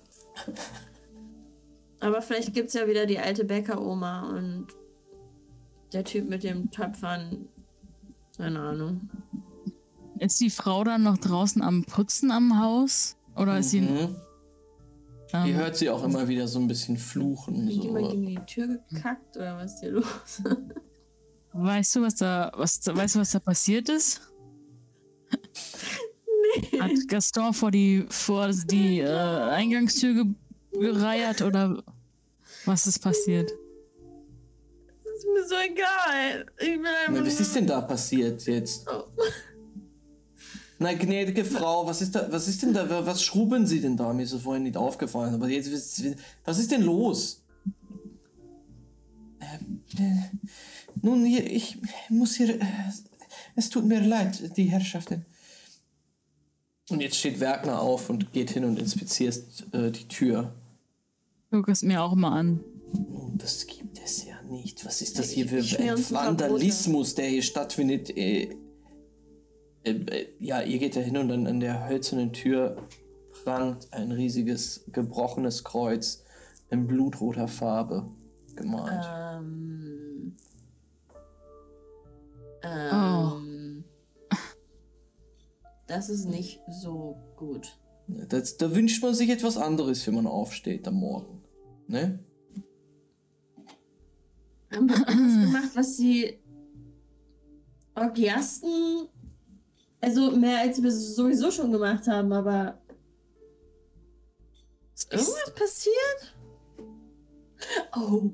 Aber vielleicht gibt es ja wieder die alte Bäckeroma und der Typ mit dem Töpfern. Keine Ahnung. Ist die Frau dann noch draußen am Putzen am Haus? Oder ist sie... Mhm. Ähm, Ihr hört sie auch immer wieder so ein bisschen fluchen. Hat jemand So. gegen die Tür gekackt oder was ist hier los? Weißt du, was da, was, da- weißt du, was da passiert ist? Nee. Hat Gaston vor die, vor die äh, Eingangstür ge gereiert oder was ist passiert? Das ist mir so egal. Ich will einfach Was nur- ist denn da passiert jetzt? Oh. Nein, gnädige Frau, was ist da, was ist denn da, was schrubben Sie denn da? Mir ist das vorhin nicht aufgefallen, aber jetzt, was ist denn los? Ähm, äh, nun, hier, ich muss hier, äh, es tut mir leid, die Herrschaften. Und jetzt steht Werkner auf und geht hin und inspiziert äh, die Tür. Guck es mir auch mal an. Oh, das gibt es ja nicht. Was ist das Ich- hier für ich schwör ein uns ein paar Vandalismus, der hier stattfindet? Äh, äh, äh, ja, ihr geht da hin und an, an der hölzernen Tür prangt ein riesiges, gebrochenes Kreuz in blutroter Farbe gemalt. Ähm. Oh. Ähm. Das ist nicht so gut. Das, da wünscht man sich etwas anderes, wenn man aufsteht am Morgen. Ne? Haben wir alles gemacht, was die Orgiasten. Also mehr als wir sowieso schon gemacht haben, aber. Ist irgendwas passiert? Oh.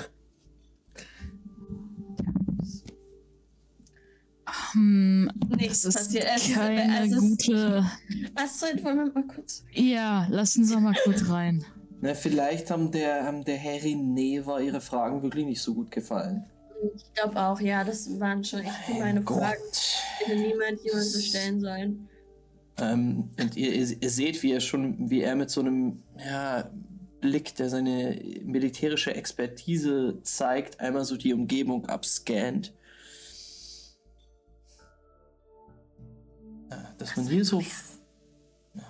Hm, Nichts das ist passiert. Es ist- keine es ist- gute... Astrid, wollen wir mal kurz. Ja, lass uns doch mal kurz rein. Na, vielleicht haben der, haben der Harry Neva ihre Fragen wirklich nicht so gut gefallen. Ich glaube auch, ja, das waren schon echt für meine Gott. Fragen. Hätte niemand jemand so stellen sollen. Ähm, und ihr, ihr, ihr seht, wie er schon, wie er mit so einem ja, Blick, der seine militärische Expertise zeigt, einmal so die Umgebung abscannt. Ja, dass man hier so. Ja.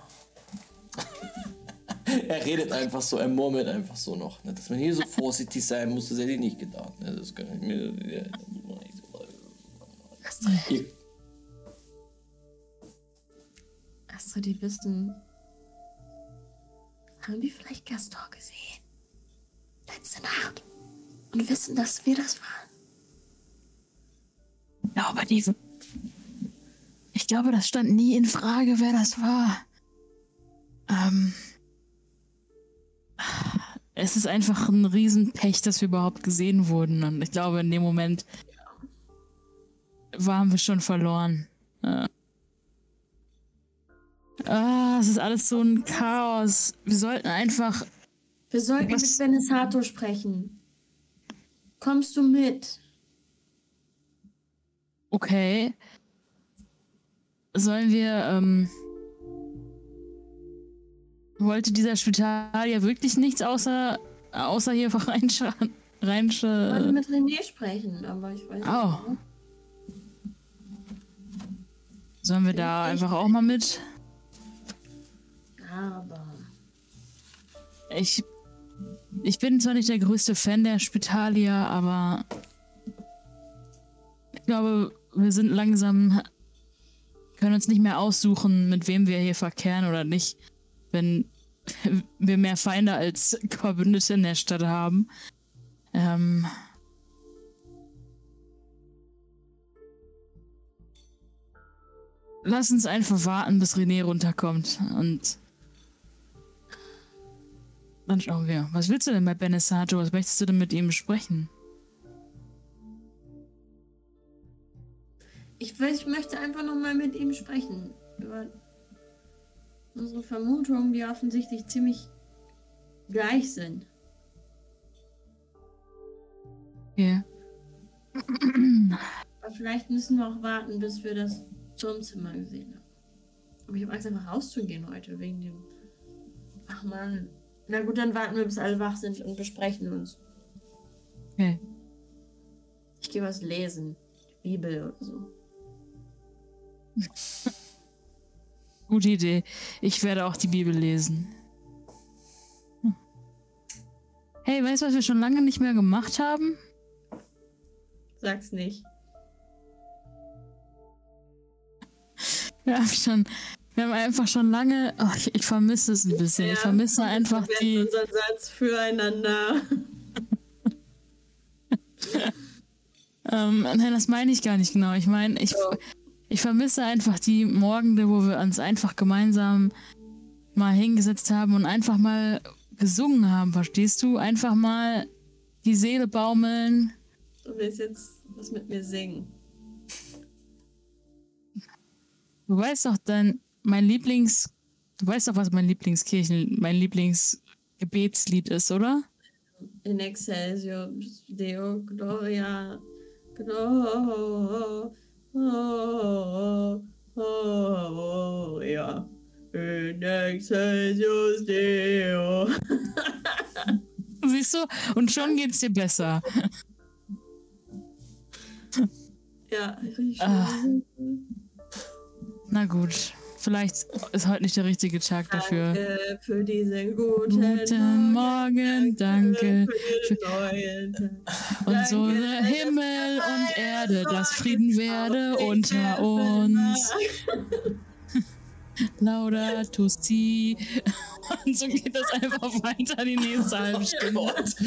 Er redet einfach so, er murmelt einfach so noch. Ne? Dass man hier so vorsichtig sein muss, das hätte ich nicht gedacht. Ne? Das kann ich mir. Ja, das muss man nicht so. Ihr, Astrid, die wissen. Haben die vielleicht Gaston gesehen? Letzte Nacht. Und wissen, dass wir das waren. Ja, aber die... Ich glaube, das stand nie in Frage, wer das war. Ähm... Es ist einfach ein Riesenpech, dass wir überhaupt gesehen wurden. Und ich glaube, in dem Moment waren wir schon verloren. Äh. Ah, es ist alles so ein Chaos. Wir sollten einfach... Wir sollten Was? mit Benesato sprechen. Kommst du mit? Okay. Sollen wir, ähm... Wollte dieser Spitalier wirklich nichts außer, außer hier reinschauen? Ich wollte Reinsche... mit René sprechen, aber ich weiß Oh. nicht. Sollen wir da einfach auch mal mit? Aber. Ich... Ich bin zwar nicht der größte Fan der Spitalier, aber... Ich glaube, wir sind langsam... Können uns nicht mehr aussuchen, mit wem wir hier verkehren oder nicht. Wenn wir mehr Feinde als Verbündete in der Stadt haben. Ähm... Lass uns einfach warten, bis René runterkommt und dann schauen wir. Was willst du denn bei Benesato? Was möchtest du denn mit ihm besprechen? Ich, will, ich möchte einfach noch mal mit ihm sprechen. Über unsere Vermutungen, die offensichtlich ziemlich gleich sind. Okay. Aber vielleicht müssen wir auch warten, bis wir das Turmzimmer gesehen haben. Aber ich habe Angst, einfach rauszugehen heute, wegen dem... Ach man. Na gut, dann warten wir, bis alle wach sind und besprechen uns. Okay. Ich gehe was lesen. Die Bibel oder so. Gute Idee. Ich werde auch die Bibel lesen. Hm. Hey, weißt du, was wir schon lange nicht mehr gemacht haben? Sag's nicht. Wir haben schon... Wir haben einfach schon lange... Oh, ich, ich vermisse es ein bisschen. Ja, ich vermisse einfach wir die... werden unseren Satz füreinander. Ähm, nein, das meine ich gar nicht genau. Ich meine, ich, Oh. ich vermisse einfach die Morgende, wo wir uns einfach gemeinsam mal hingesetzt haben und einfach mal gesungen haben, verstehst du? Einfach mal die Seele baumeln. Du willst jetzt was mit mir singen. Du weißt doch dann, mein Lieblings... Du weißt doch, was mein Lieblingskirchen, mein Lieblingsgebetslied ist, oder? In excelsior Deo Gloria Gloria in excelsior Deo. Siehst du? Und schon geht's dir besser. Ja, ich Ah. Na gut. Vielleicht ist heute nicht der richtige Tag dafür. Danke für diesen guten, Guten Morgen, danke. für den neuen Tag. Und so Danke, der Himmel und Erde, dass Frieden werde unter uns. Laudato si. Und so geht das einfach weiter die nächste halbe Stunde.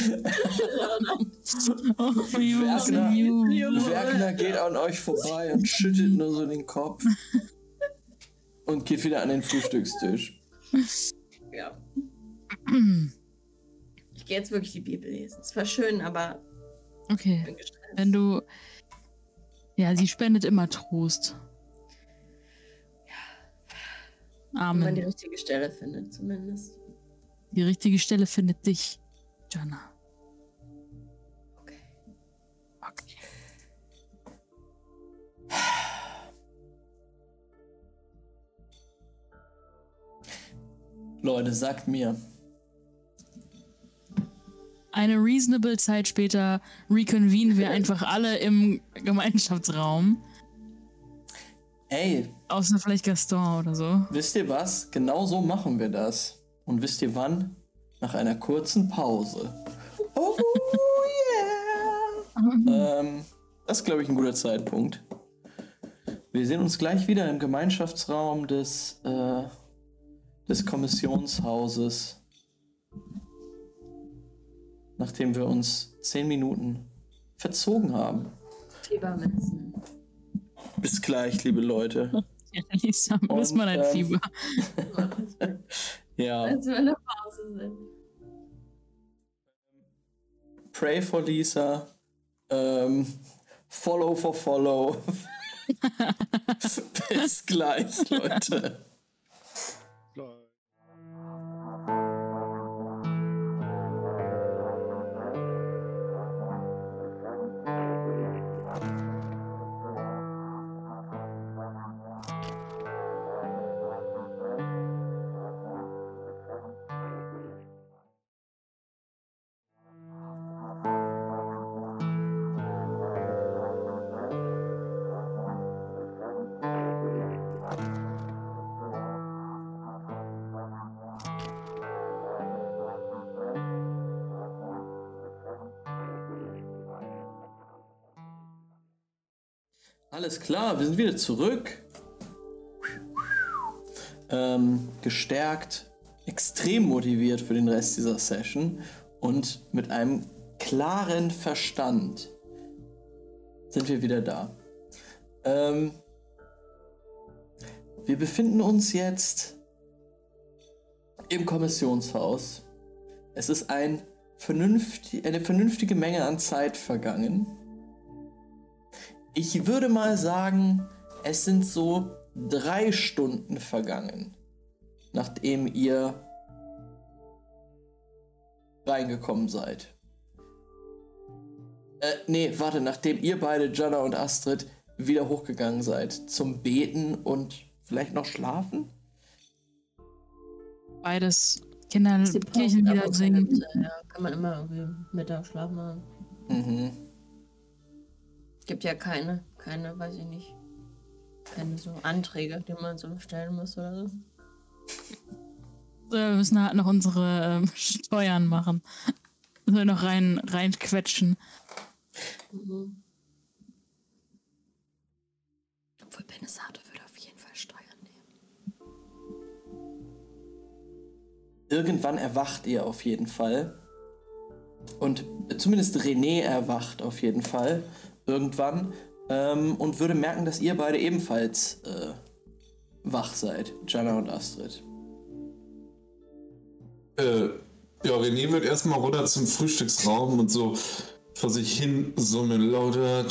Oh, Werkner, Junge. Werkner geht an euch vorbei und schüttelt nur so den Kopf. Und geht wieder an den Frühstückstisch. Ja. Ich gehe jetzt wirklich die Bibel lesen. Es war schön, aber ich Okay, bin gestresst. wenn du... Ja, sie spendet immer Trost. Wenn man die Amen. richtige Stelle findet, zumindest. Die richtige Stelle findet dich, Jana. Okay. Okay. Leute, sagt mir, Eine reasonable Zeit später reconvenen wir einfach alle im Gemeinschaftsraum. ey, Außer vielleicht Gaston oder so. wisst ihr was? Genau so machen wir das. Und wisst ihr wann? Nach einer kurzen Pause. Oh yeah! ähm, das ist, glaube ich, ein guter Zeitpunkt. Wir sehen uns gleich wieder im Gemeinschaftsraum des, äh, des Kommissionshauses. Nachdem wir uns zehn Minuten verzogen haben. Fiebermessen. Bis gleich, liebe Leute. Ja, Lisa, muss Und, man ein ähm, Fieber. Ja, Als wir in der Pause sind. pray for Lisa. Ähm, follow for follow. Bis gleich, Leute. Alles klar, wir sind wieder zurück. Ähm, gestärkt, extrem motiviert für den Rest dieser Session und mit einem klaren Verstand sind wir wieder da. Ähm, wir befinden uns jetzt im Kommissionshaus. Es ist ein vernünfti- eine vernünftige Menge an Zeit vergangen. Ich würde mal sagen, es sind so drei Stunden vergangen, nachdem ihr reingekommen seid. Äh, nee, warte, nachdem ihr beide, Jana und Astrid, wieder hochgegangen seid zum Beten und vielleicht noch schlafen? Beides. Kinder, Sie brauchen Kirchenlieder aber singen. keine- Ja, kann man immer irgendwie Mittagsschlaf machen. Mhm. Gibt ja keine, keine, weiß ich nicht. Keine so Anträge, die man so stellen muss oder so. Wir müssen halt noch unsere ähm, Steuern machen. Müssen wir noch rein, reinquetschen. Mhm. Obwohl Benesato würde auf jeden Fall Steuern nehmen. Irgendwann erwacht ihr auf jeden Fall. Und zumindest René erwacht auf jeden Fall. Irgendwann. Ähm, und würde merken, dass ihr beide ebenfalls äh, wach seid. Jana und Astrid. Äh, ja, René wird erstmal runter zum Frühstücksraum und so vor sich hin summen, lauter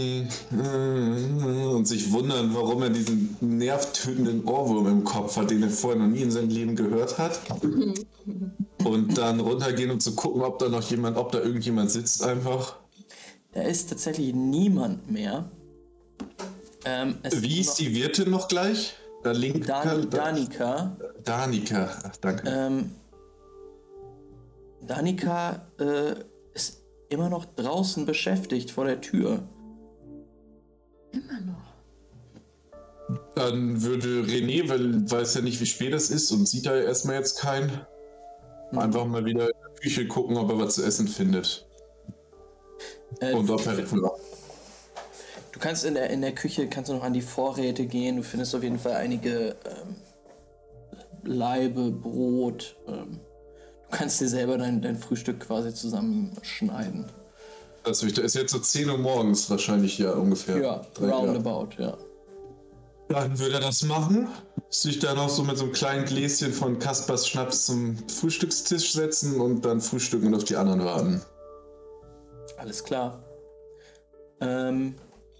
und sich wundern, warum er diesen nervtötenden Ohrwurm im Kopf hat, den er vorher noch nie in seinem Leben gehört hat. Und dann runtergehen, um zu gucken, ob da noch jemand, ob da irgendjemand sitzt einfach. Da ist tatsächlich niemand mehr. Ähm, es Wie ist die Wirtin noch gleich? Da linkt Dan Danica. Danica, ach danke. Ähm, Danica äh, ist immer noch draußen beschäftigt vor der Tür. Immer noch. Dann würde René, weil weiß ja nicht, wie spät es ist und sieht da erstmal jetzt keinen, mhm. einfach mal wieder in der Küche gucken, ob er was zu essen findet. Äh, und ob er... Du kannst in der, in der Küche kannst du noch an die Vorräte gehen. Du findest auf jeden Fall einige ähm, Laibe, Brot. Ähm, du kannst dir selber dein, dein Frühstück quasi zusammenschneiden. Das ist jetzt so zehn Uhr morgens wahrscheinlich, ja, ungefähr. Ja, roundabout, ja. Dann würde er das machen. Sich dann noch so mit so einem kleinen Gläschen von Kaspers Schnaps zum Frühstückstisch setzen und dann frühstücken und auf die anderen warten. Alles klar. Ähm...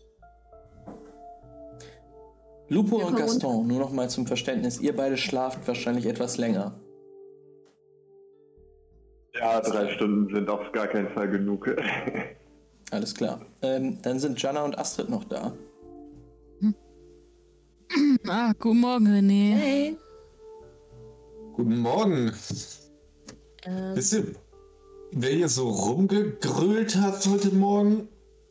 Lupo und Gaston, nur noch mal zum Verständnis, ihr beide schlaft wahrscheinlich etwas länger. Ja, drei Stunden sind auf gar keinen Fall genug. Alles klar. Ähm, dann sind Jana und Astrid noch da. Hm. Ah, guten Morgen, René. Hey. Guten Morgen. Ähm. Wisst ihr, wer hier so rumgegrölt hat heute Morgen?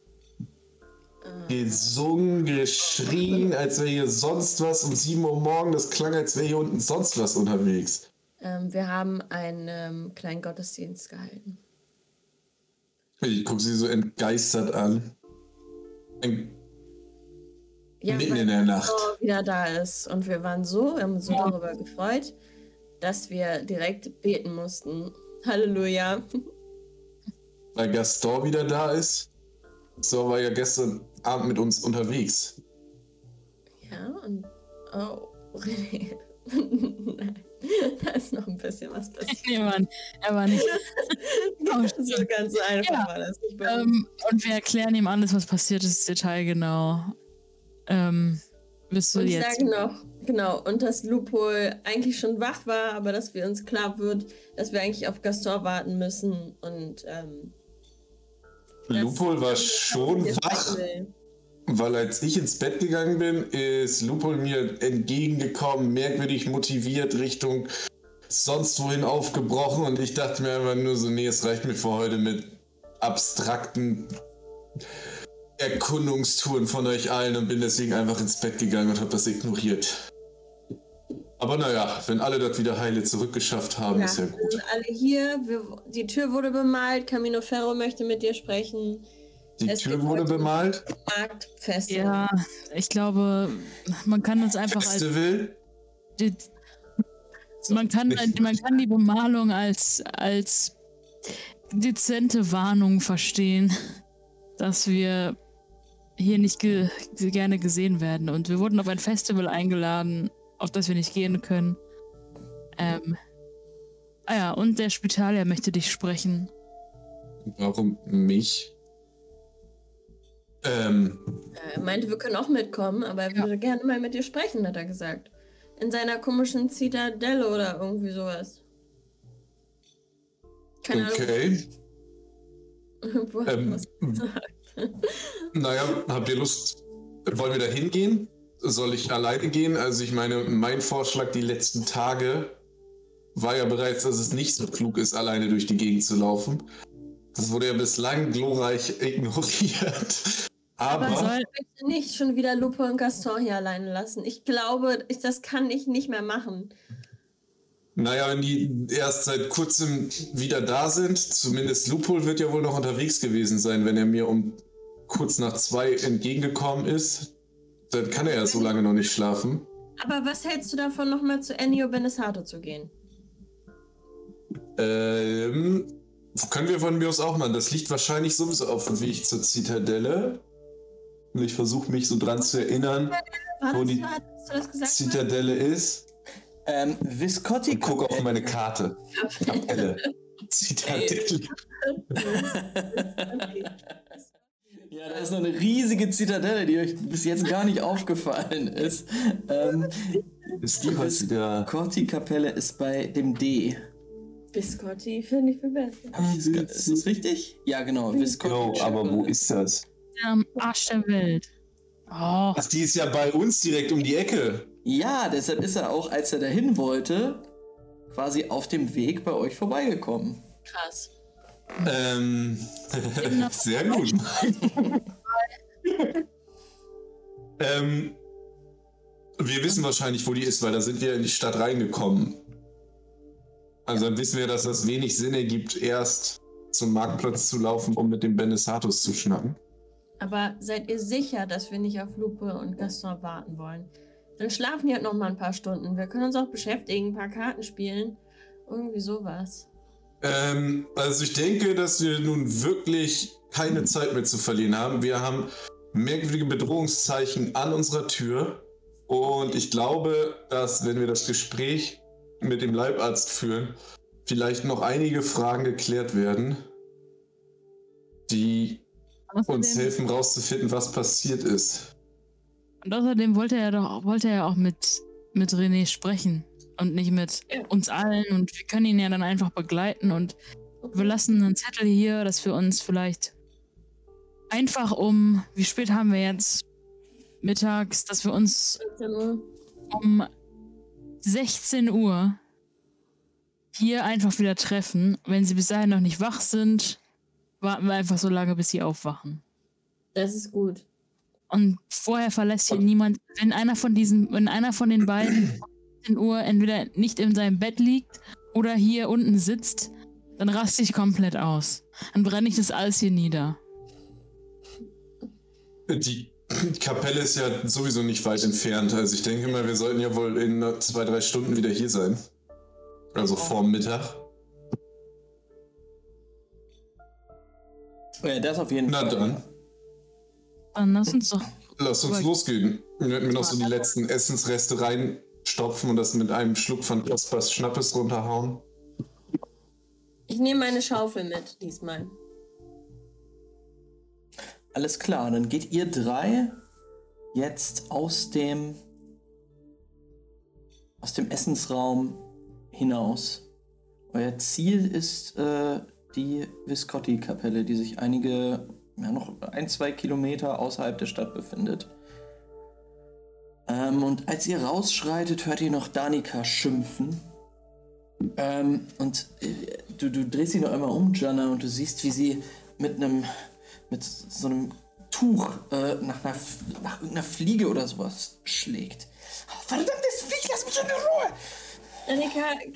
Gesungen, geschrien, als wäre hier sonst was um sieben Uhr morgens. Das klang, als wäre hier unten sonst was unterwegs. Ähm, wir haben einen ähm, kleinen Gottesdienst gehalten. Ich gucke sie so entgeistert an. Ein Ja, mitten weil in der Nacht. Gaston wieder da ist. Und wir waren so, wir haben uns so darüber gefreut, dass wir direkt beten mussten. Halleluja. Weil Gaston wieder da ist. So war ja gestern Abend mit uns unterwegs. Ja, und... Oh, René. Da ist noch ein bisschen was passiert. Nee, Mann, er war nicht... Oh, so ganz einfach ja. war das nicht. Ähm, und wir erklären ihm alles, was passiert ist, detailgenau. Ähm, willst du und jetzt... sagen noch, genau, und dass Lupo eigentlich schon wach war, aber dass wir uns klar wird, dass wir eigentlich auf Gaston warten müssen und... Ähm, Lupol war schon wach, weil als ich ins Bett gegangen bin, ist Lupol mir entgegengekommen, merkwürdig motiviert Richtung sonst wohin aufgebrochen und ich dachte mir einfach nur so, nee, es reicht mir für heute mit abstrakten Erkundungstouren von euch allen und bin deswegen einfach ins Bett gegangen und habe das ignoriert. Aber naja, wenn alle das wieder heile zurückgeschafft haben, ja, ist ja gut. Wir sind alle hier, wir, die Tür wurde bemalt, Camino Ferro möchte mit dir sprechen. Die es Tür wurde bemalt? Marktfest. Ja, ich glaube, man kann uns einfach Festival? als... Die, man, kann, man kann die Bemalung als, als dezente Warnung verstehen, dass wir hier nicht ge gerne gesehen werden. Und wir wurden auf ein Festival eingeladen, auf das wir nicht gehen können. Ähm, ah ja, und der Spitalier möchte dich sprechen. Warum mich? Ähm. Er meinte, wir können auch mitkommen, aber er ja. würde gerne mal mit dir sprechen, hat er gesagt. In seiner komischen Zitadelle oder irgendwie sowas. Keine okay. Ahnung. Wo hat ähm, was gesagt? Naja, habt ihr Lust? Wollen wir da hingehen? Soll ich alleine gehen? Also ich meine, mein Vorschlag die letzten Tage war ja bereits, dass es nicht so klug ist, alleine durch die Gegend zu laufen. Das wurde ja bislang glorreich ignoriert. Aber, Aber soll bitte nicht schon wieder Lupo und Gaston hier alleine lassen. Ich glaube, ich, das kann ich nicht mehr machen. Naja, wenn die erst seit kurzem wieder da sind, zumindest Lupol wird ja wohl noch unterwegs gewesen sein, wenn er mir um kurz nach zwei entgegengekommen ist. Dann kann er ja so lange noch nicht schlafen. Aber was hältst du davon, nochmal zu Ennio Benesato zu gehen? Ähm, können wir von mir aus auch machen. Das liegt wahrscheinlich sowieso auf dem Weg zur Zitadelle. Und ich versuche mich so dran zu erinnern, War wo das, die hast du das gesagt? Zitadelle ist. Ähm, Viscotti. Ich gucke auf meine Karte. Kapelle. Zitadelle. ist noch eine riesige Zitadelle, die euch bis jetzt gar nicht aufgefallen ist. Ähm, Ist die die was wieder. Visconti-Kapelle ist bei dem D. Biscotti finde ich viel besser. Ist, ist das richtig? Ja, genau. Visconti. Jo, aber wo ist das? Am Arsch der Welt. Oh, Ach, die ist ja bei uns direkt um die Ecke. Ja, deshalb ist er auch, als er dahin wollte, quasi auf dem Weg bei euch vorbeigekommen. Krass. Ähm, sehr gut. ähm, wir wissen wahrscheinlich, wo die ist, weil da sind wir in die Stadt reingekommen. Also dann wissen wir, dass das wenig Sinn ergibt, erst zum Marktplatz zu laufen, um mit dem Benesatus zu schnacken. Aber seid ihr sicher, dass wir nicht auf Lupe und Gaston warten wollen? Dann schlafen wir halt noch mal ein paar Stunden. Wir können uns auch beschäftigen, ein paar Karten spielen. Irgendwie sowas. Ähm, also ich denke, dass wir nun wirklich keine Zeit mehr zu verlieren haben. Wir haben merkwürdige Bedrohungszeichen an unserer Tür. Und ich glaube, dass, wenn wir das Gespräch mit dem Leibarzt führen, vielleicht noch einige Fragen geklärt werden, die uns außerdem, helfen rauszufinden, was passiert ist. und außerdem wollte er doch wollte er auch mit, mit René sprechen und nicht mit Ja. uns allen. Und wir können ihn ja dann einfach begleiten und wir lassen einen Zettel hier, dass wir uns vielleicht einfach um, wie spät haben wir jetzt? Mittags, dass wir uns fünfzehn Uhr. um sechzehn Uhr hier einfach wieder treffen. Wenn sie bis dahin noch nicht wach sind, warten wir einfach so lange, bis sie aufwachen. Das ist gut. Und vorher verlässt hier niemand, wenn einer von diesen, wenn einer von den beiden um sechzehn Uhr entweder nicht in seinem Bett liegt oder hier unten sitzt, dann raste ich komplett aus. Dann brenne ich das alles hier nieder. Die Kapelle ist ja sowieso nicht weit entfernt. Also ich denke mal, wir sollten ja wohl in zwei, drei Stunden wieder hier sein. Also vorm Mittag. Ja, das auf jeden Na Fall. dann, Dann lass uns doch. lass uns Aber- losgehen. Wir werden wir noch so die letzten Essensreste reinstopfen und das mit einem Schluck von Kaspers Schnappes runterhauen. Ich nehme meine Schaufel mit diesmal. Alles klar, dann geht ihr drei jetzt aus dem aus dem Essensraum hinaus. Euer Ziel ist äh, die Visconti-Kapelle, die sich einige, ja, noch ein, zwei Kilometer außerhalb der Stadt befindet. Ähm, und als ihr rausschreitet, hört ihr noch Danica schimpfen. Ähm, und äh, du, du drehst dich noch einmal um, Jana, und du siehst, wie sie mit einem mit so einem Tuch äh, nach, einer, nach irgendeiner Fliege oder sowas schlägt. Oh, verdammtes Viech, lass mich in Ruhe! Annika,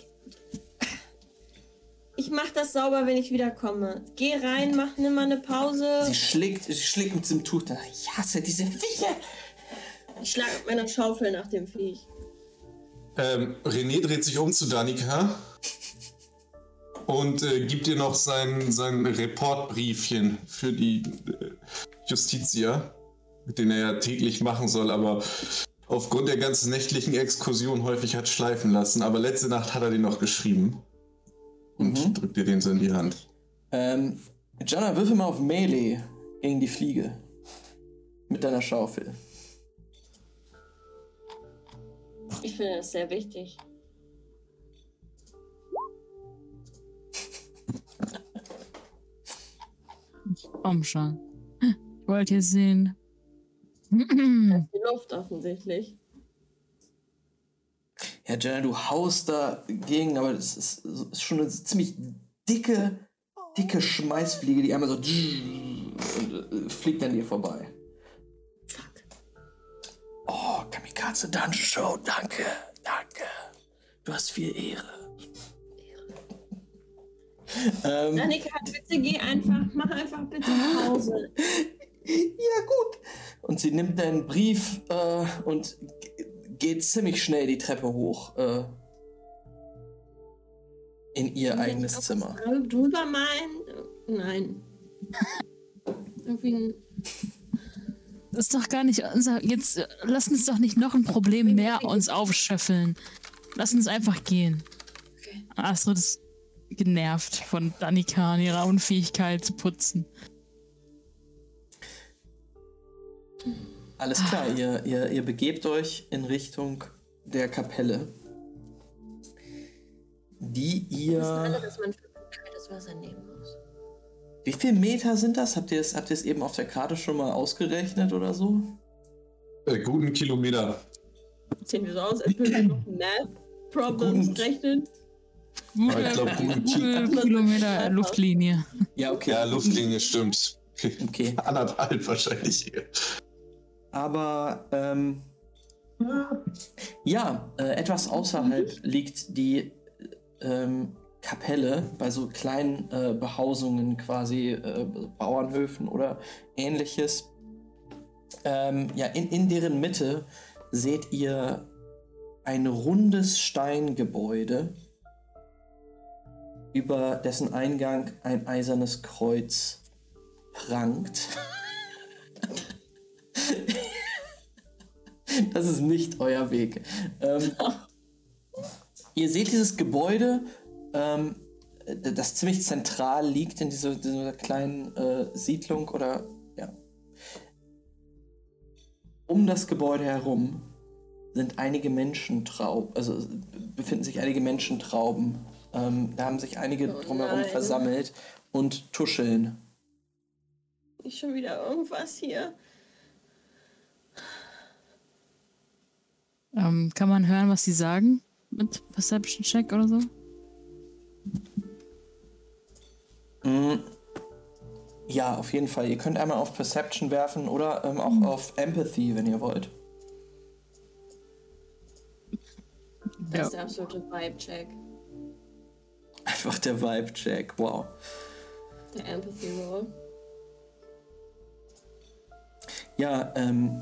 ich mach das sauber, wenn ich wiederkomme. Geh rein, mach nimm mal eine Pause. Sie schlägt, sie schlägt mit diesem Tuch da. Ich hasse diese Viecher! Ich schlag mit meiner Schaufel nach dem Viech. Ähm, René dreht sich um zu Danica und äh, gibt ihr noch sein, sein Reportbriefchen für die äh, Justitia, den er ja täglich machen soll, aber aufgrund der ganzen nächtlichen Exkursion häufig hat schleifen lassen. Aber letzte Nacht hat er den noch geschrieben und Mhm. drückt ihr den so in die Hand. Ähm, Jana, würfel mal auf Melee gegen die Fliege. Mit deiner Schaufel. Ich finde das sehr wichtig. Komm schon. Ich wollte hier sehen. Die Luft offensichtlich. Ja, Jana, du haust dagegen, aber das ist, ist schon eine ziemlich dicke, dicke Schmeißfliege, die einmal so und äh, fliegt an dir vorbei. Fuck. Oh, Kamikaze Dungeon Show, danke, danke. Du hast viel Ehre. ähm, Annika, bitte geh einfach, mach einfach bitte Pause. ja, gut. Und sie nimmt deinen Brief äh, und g- geht ziemlich schnell die Treppe hoch äh, in ihr eigenes Zimmer. Drüber malen? Nein. Irgendwie ein Das ist doch gar nicht unser. Jetzt äh, lass uns doch nicht noch ein Problem mehr uns aufschöffeln. Lass uns einfach gehen. Okay. Astrid ist genervt von Danica und ihrer Unfähigkeit zu putzen. Alles klar, ihr, ihr, ihr begebt euch in Richtung der Kapelle, die Wir wissen alle, ihr... dass man für kaltes Wasser nehmen muss. Wie viele Meter sind das? Habt ihr es habt ihr es eben auf der Karte schon mal ausgerechnet oder so? Äh, guten Kilometer. Sehen wir so aus, als würden wir noch Math-Problems Guten- rechnen. Aber ich glaube, guten Ki- Gute Kilometer Luftlinie. Ja, okay. ja, Luftlinie stimmt. Okay. Anderthalb wahrscheinlich. Aber ähm, ja, äh, etwas außerhalb liegt die ähm, Kapelle bei so kleinen äh, Behausungen, quasi äh, Bauernhöfen oder ähnliches. Ähm, ja, in, in deren Mitte seht ihr ein rundes Steingebäude, über dessen Eingang ein eisernes Kreuz prangt. Das ist nicht euer Weg. Ähm, ihr seht dieses Gebäude, ähm, das ziemlich zentral liegt in dieser, dieser kleinen äh, Siedlung oder ja. Um das Gebäude herum sind einige Menschentrauben, also befinden sich einige Menschentrauben. Ähm, da haben sich einige Oh drumherum nein. versammelt und tuscheln. Nicht schon wieder irgendwas hier. Ähm, kann man hören, was sie sagen? Mit Perception Check oder so? Mm. Ja, auf jeden Fall. Ihr könnt einmal auf Perception werfen oder ähm, auch auf Empathy, wenn ihr wollt. Das Ja. ist der absolute Vibe-Check. Einfach der Vibe-Check, wow. Der Empathy-Roll. Ja, ähm...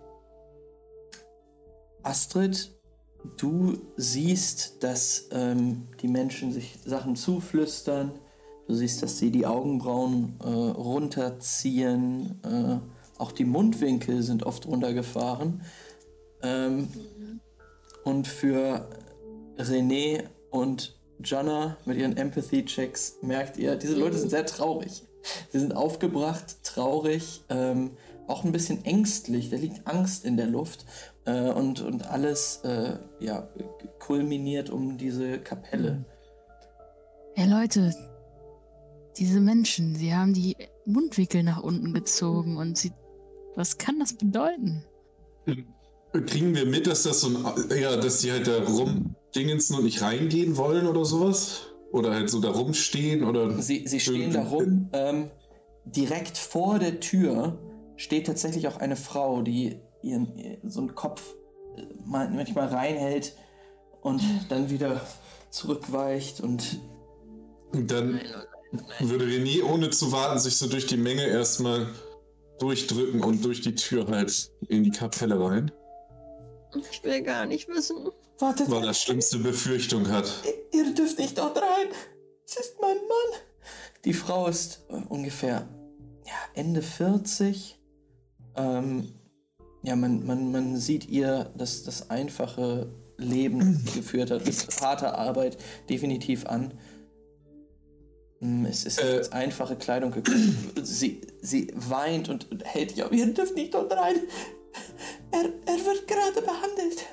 Astrid, du siehst, dass ähm, die Menschen sich Sachen zuflüstern. Du siehst, dass sie die Augenbrauen äh, runterziehen. Äh, auch die Mundwinkel sind oft runtergefahren. Ähm, und für René und Jana mit ihren Empathy-Checks merkt ihr, diese Leute sind sehr traurig. Sie sind aufgebracht, traurig, ähm, auch ein bisschen ängstlich. Da liegt Angst in der Luft. Äh, und, und alles äh, ja, kulminiert um diese Kapelle. Hey Leute, diese Menschen, sie haben die Mundwinkel nach unten gezogen und sie. Was kann das bedeuten? Kriegen wir mit, dass das so ein, ja, dass die halt da rumdingensen und nicht reingehen wollen oder sowas? Oder halt so da rumstehen oder. Sie, sie stehen da rum. Ähm, direkt vor der Tür steht tatsächlich auch eine Frau, die ihren, so einen Kopf äh, manchmal reinhält und dann wieder zurückweicht und Und dann würde René, ohne zu warten, sich so durch die Menge erstmal durchdrücken und durch die Tür halt in die Kapelle rein. Ich will gar nicht wissen. wartet, Weil er schlimmste Befürchtung hat. ihr dürft nicht dort rein. Es ist mein Mann. Die Frau ist äh, ungefähr ja, Ende vierzig. Ähm, ja, man, man, man sieht ihr das, das einfache Leben, das sie geführt hat, mit harter Arbeit definitiv an. Mm, Es ist Äh. als einfache Kleidung gekommen. Sie, sie weint und, und hält sich auf. Ihr dürft nicht dort rein. Er, er wird gerade behandelt.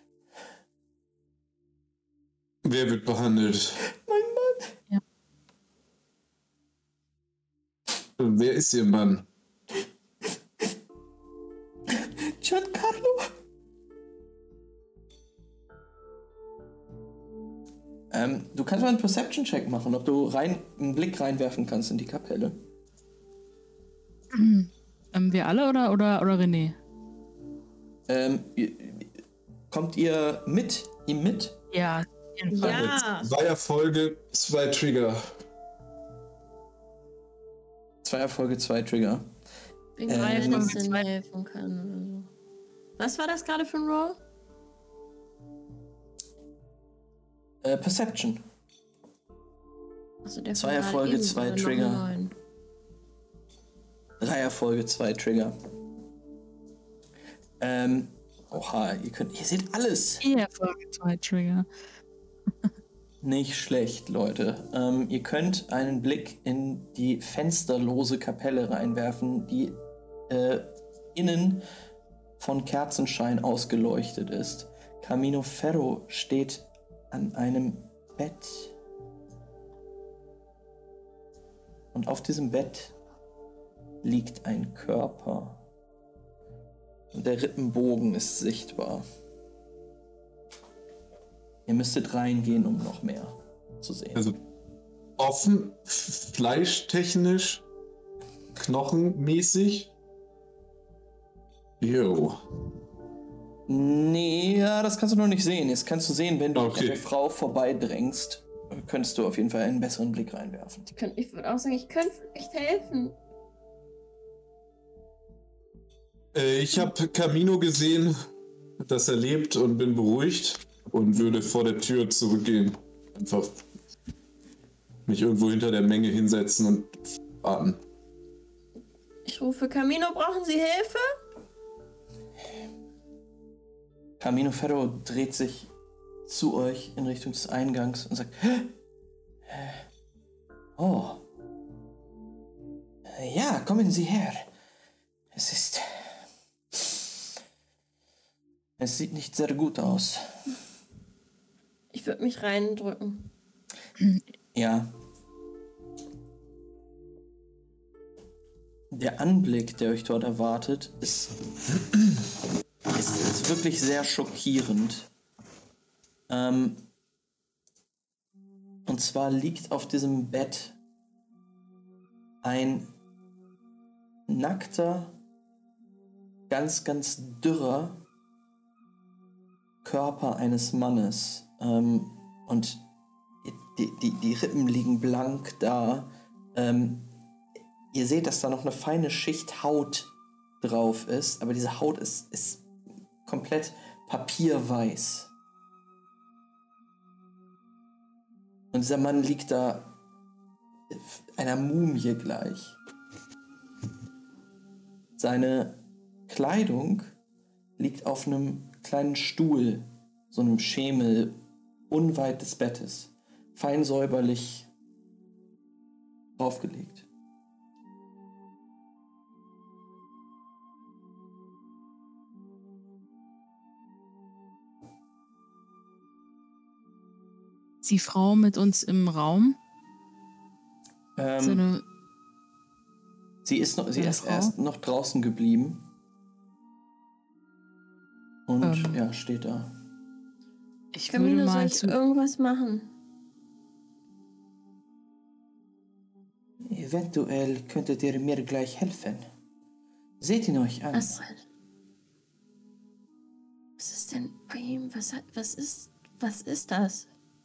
Wer wird behandelt? Mein Mann. Wer ist ihr Mann? Giancarlo. Ähm, du kannst mal einen Perception-Check machen, ob du rein, einen Blick reinwerfen kannst in die Kapelle. Ähm, wir alle oder, oder, oder René? Ähm, ihr- kommt ihr mit ihm mit? Ja, auf jeden Fall. Ja. Zwei Erfolge, zwei Trigger. Zwei Erfolge, zwei Trigger. Bin Ähm, gerade, wenn es zwei- denn helfen kann oder so. Was war das gerade für ein Roll? Äh, Perception. Also der Zwei von gerade Erfolge, eben zwei war noch Trigger. eine neun. Drei Erfolge, zwei Trigger. Ähm, oha, ihr könnt, ihr seht alles. Vier Erfolge, zwei Trigger. Nicht schlecht, Leute. Ähm, ihr könnt einen Blick in die fensterlose Kapelle reinwerfen, die äh, innen von Kerzenschein ausgeleuchtet ist. Camino Ferro steht an einem Bett. Und auf diesem Bett liegt ein Körper. Und der Rippenbogen ist sichtbar. Ihr müsstet reingehen, um noch mehr zu sehen. Also offen, fleischtechnisch, knochenmäßig. Jo. Nee, ja, das kannst du noch nicht sehen. Jetzt kannst du sehen, wenn du Okay. an der Frau vorbeidrängst, könntest du auf jeden Fall einen besseren Blick reinwerfen. Ich, könnt- ich würde auch sagen, ich könnte vielleicht helfen. Äh, ich habe Camino gesehen, dass er lebt und bin beruhigt und würde vor der Tür zurückgehen. Einfach mich irgendwo hinter der Menge hinsetzen und warten. Ich rufe Camino, brauchen Sie Hilfe? Camino Ferro dreht sich zu euch in Richtung des Eingangs und sagt: "Hä? Oh. Ja, kommen Sie her. Es ist... Es sieht nicht sehr gut aus." Ich würde mich reindrücken. Ja. Der Anblick, der euch dort erwartet, ist, ist, ist wirklich sehr schockierend. Ähm, und zwar liegt auf diesem Bett ein nackter, ganz, ganz dürrer Körper eines Mannes. Ähm, und die, die, die Rippen liegen blank da. Ähm, ihr seht, dass da noch eine feine Schicht Haut drauf ist, aber diese Haut ist, ist komplett papierweiß. Und dieser Mann liegt da einer Mumie gleich. Seine Kleidung liegt auf einem kleinen Stuhl, so einem Schemel, unweit des Bettes, fein säuberlich draufgelegt. Ist die Frau mit uns im Raum? Ähm, So eine, sie ist, noch, sie eine ist Frau? erst noch draußen geblieben. Und Ähm. ja, steht da. ich würde Camino, soll mal ich zu. irgendwas machen? Eventuell könntet ihr mir gleich helfen. Seht ihn euch an. Astrid. Was ist denn bei ihm? Was hat, was ist, was ist das?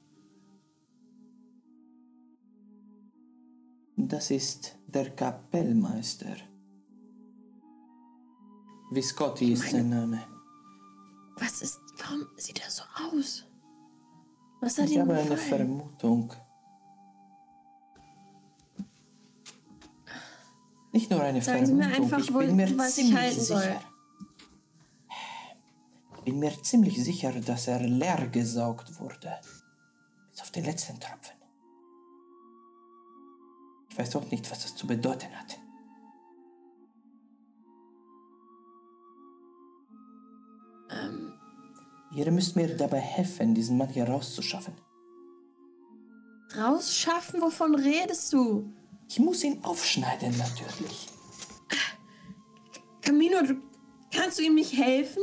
Das ist der Kapellmeister. Viscotti ist sein Name. Was ist, warum sieht er so aus? Was hat Ich ihm habe eine gefallen? Vermutung. Nicht nur eine Sagen Sie mir Vermutung, einfach, ich wo- bin mir was ich ziemlich halten soll. sicher. Ich bin mir ziemlich sicher, dass er leer gesaugt wurde. Bis auf den letzten Tropfen. Ich weiß auch nicht, was das zu bedeuten hat. Ähm, Ihr müsst mir dabei helfen, diesen Mann hier rauszuschaffen. rausschaffen? Wovon redest du? Ich muss ihn aufschneiden, natürlich. Camino, du, kannst du ihm nicht helfen?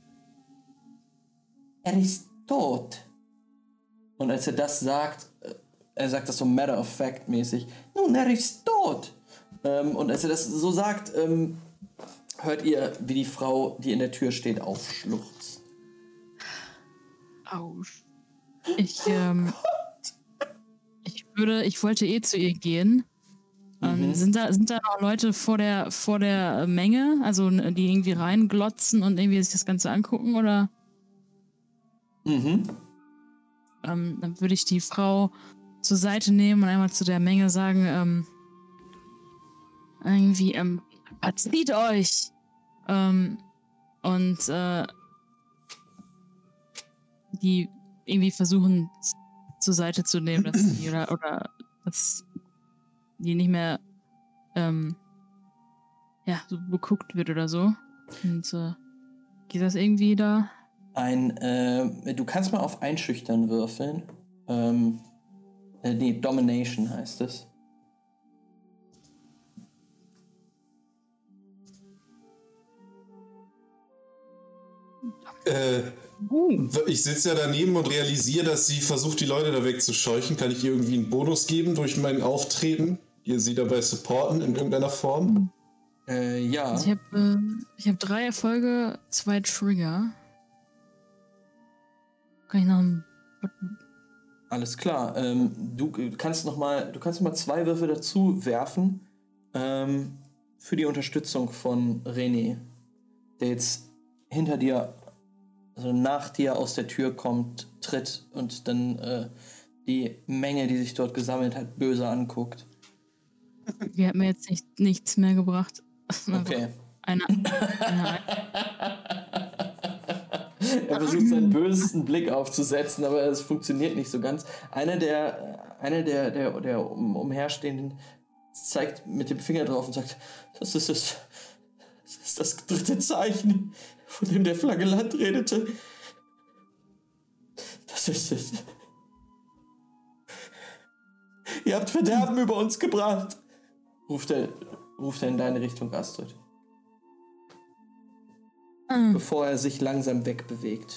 Er ist tot. Und als er das sagt, äh, er sagt das so matter of fact mäßig, nun, er ist tot. Ähm, und als er das so sagt, ähm, hört ihr, wie die Frau, die in der Tür steht, aufschluchzt. Autsch. Ich, ähm, ich würde, ich wollte eh zu ihr gehen. Ähm, Mhm. sind, da, sind da noch Leute vor der, vor der Menge, also die irgendwie reinglotzen und irgendwie sich das Ganze angucken, oder? Mhm. Ähm, dann würde ich die Frau zur Seite nehmen und einmal zu der Menge sagen, ähm, irgendwie, ähm, verzieht euch! Ähm, und, äh, die irgendwie versuchen z- zur Seite zu nehmen, dass die, oder, oder, dass die nicht mehr, ähm, ja, so beguckt wird oder so. Und äh, geht das irgendwie da? Ein, äh, du kannst mal auf Einschüchtern würfeln. Ähm, äh, nee, Domination heißt es. Äh, Uh. ich sitze ja daneben und realisiere, dass sie versucht, die Leute da wegzuscheuchen. Kann ich ihr irgendwie einen Bonus geben durch mein Auftreten? Ihr sie dabei supporten in irgendeiner Form? Äh, ja. Also ich habe äh, ich hab drei Erfolge, zwei Trigger. Kann ich noch einen... Alles klar. Ähm, du kannst noch mal, du kannst noch mal zwei Würfe dazu werfen ähm, für die Unterstützung von René, der jetzt hinter dir, also nach dir aus der Tür kommt, tritt und dann äh, die Menge, die sich dort gesammelt hat, böse anguckt. Die hat mir jetzt nicht, nichts mehr gebracht. Okay. Einer. Einer. Er versucht seinen bösesten Blick aufzusetzen, aber es funktioniert nicht so ganz. Einer der, einer der, der, der um, Umherstehenden zeigt mit dem Finger drauf und sagt, das ist das, das ist das dritte Zeichen, von dem der Flagellant redete. Das ist es. Ihr habt Verderben über uns gebracht, ruft er, ruft er in deine Richtung, Astrid. Bevor er sich langsam wegbewegt.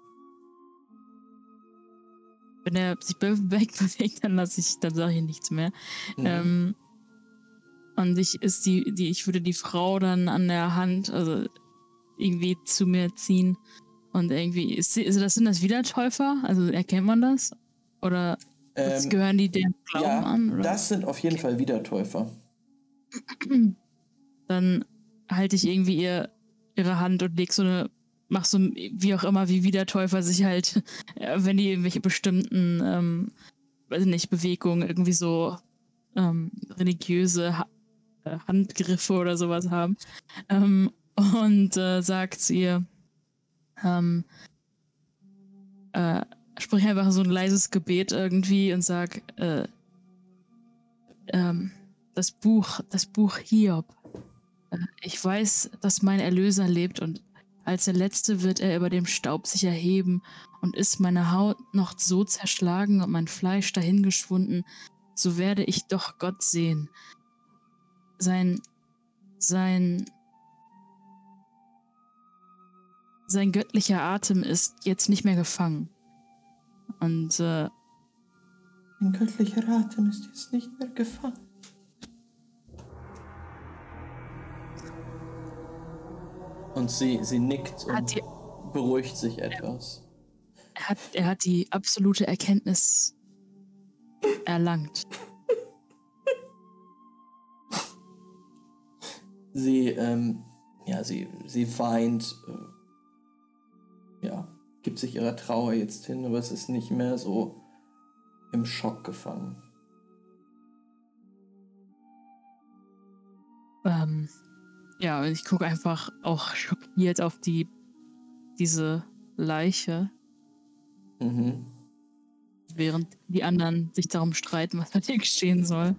Wenn er sich wegbewegt, dann lasse ich, dann sage ich nichts mehr. Mhm. Ähm, und ich ist die, die, ich würde die Frau dann an der Hand, also irgendwie zu mir ziehen und irgendwie, ist, also das sind das Wiedertäufer? Also erkennt man das? Oder ähm, gehören die dem Glauben ja, an? Oder? Das sind auf jeden Fall Wiedertäufer. Dann halte ich irgendwie ihr ihre Hand und leg so eine, mach so, wie auch immer, wie Wiedertäufer sich halt, wenn die irgendwelche bestimmten, ähm, weiß nicht, Bewegungen, irgendwie so ähm, religiöse ha- Handgriffe oder sowas haben. Ähm, und äh, sagt zu ihr, ähm, äh, sprich einfach so ein leises Gebet irgendwie und sag, äh, ähm, das Buch, das Buch Hiob. Ich weiß, dass mein Erlöser lebt und als der Letzte wird er über dem Staub sich erheben und ist meine Haut noch so zerschlagen und mein Fleisch dahingeschwunden, so werde ich doch Gott sehen. Sein, sein, sein göttlicher Atem ist jetzt nicht mehr gefangen. Und, äh, Ein göttlicher Atem ist jetzt nicht mehr gefangen. Und sie, sie nickt und die, beruhigt sich etwas. Er hat, er hat die absolute Erkenntnis erlangt. Sie, ähm, ja, sie, sie weint, äh, ja, gibt sich ihrer Trauer jetzt hin, aber es ist nicht mehr so im Schock gefangen. Ähm, ja, ich gucke einfach auch schockiert auf die, diese Leiche. Mhm. Während die anderen sich darum streiten, was mit ihr geschehen soll.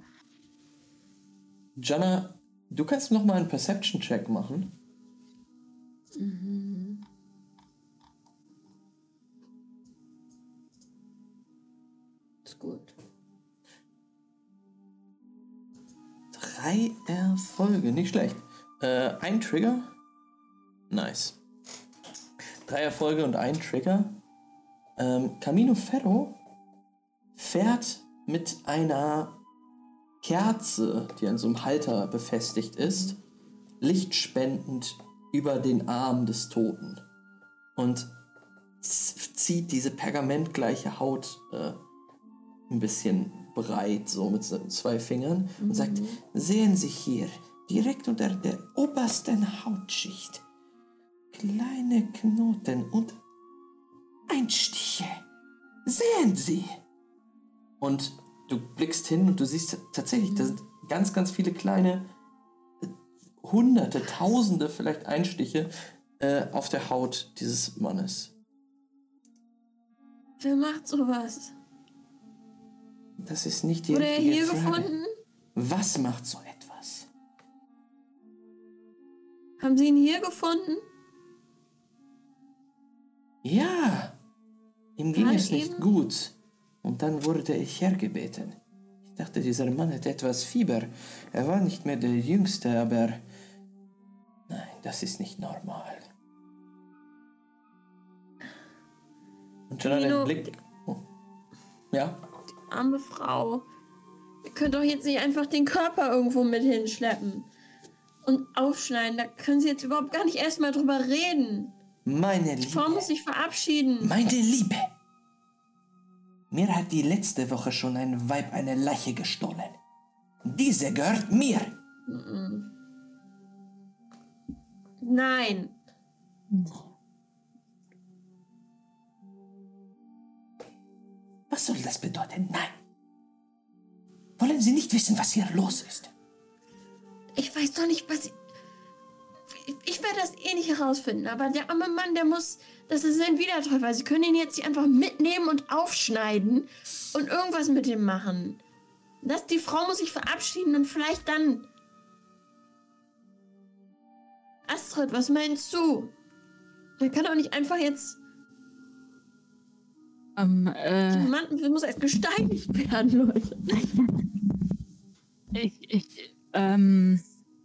Jana, du kannst noch mal einen Perception-Check machen. Mhm. Ist gut. Drei Erfolge, nicht schlecht. Äh, ein Trigger. Nice. Drei Erfolge und ein Trigger. Ähm, Camino Ferro fährt mit einer Kerze, die an so einem Halter befestigt ist, lichtspendend über den Arm des Toten und zieht diese pergamentgleiche Haut äh, ein bisschen breit, so mit so zwei Fingern, mhm. und sagt, sehen Sie hier, direkt unter der obersten Hautschicht, kleine Knoten und Einstiche. Sehen Sie! Und du blickst hin und du siehst tatsächlich, da sind ganz, ganz viele kleine, hunderte, tausende vielleicht Einstiche äh, auf der Haut dieses Mannes. Wer macht sowas? Das ist nicht die Wurde er richtige hier Frage. gefunden? Was macht so etwas? Haben Sie ihn hier gefunden? Ja, ihm ging Gerade es nicht eben? gut. Und dann wurde ich hergebeten. Ich dachte, dieser Mann hätte etwas Fieber. Er war nicht mehr der Jüngste, aber... Nein, das ist nicht normal. Und schon Nino, einen Blick... Oh. Ja? Arme Frau. Ihr könnt doch jetzt nicht einfach den Körper irgendwo mit hinschleppen und aufschneiden. Da können Sie jetzt überhaupt gar nicht erstmal drüber reden. Meine Die Frau Liebe. muss sich verabschieden. Meine Liebe. Mir hat die letzte Woche schon ein Weib eine Leiche gestohlen. Diese gehört mir. Nein. Was soll das bedeuten? Nein. Wollen Sie nicht wissen, was hier los ist? Ich weiß doch nicht, was ich... Ich, ich werde das eh nicht herausfinden, aber der arme Mann, der muss... Das ist ein Wiedertäufer. Sie können ihn jetzt hier einfach mitnehmen und aufschneiden und irgendwas mit ihm machen. Das, die Frau muss sich verabschieden und vielleicht dann... Astrid, was meinst du? Der kann doch nicht einfach jetzt... Ähm, äh, Mann, der muss erst gesteinigt werden, Leute. ich, ich, ähm,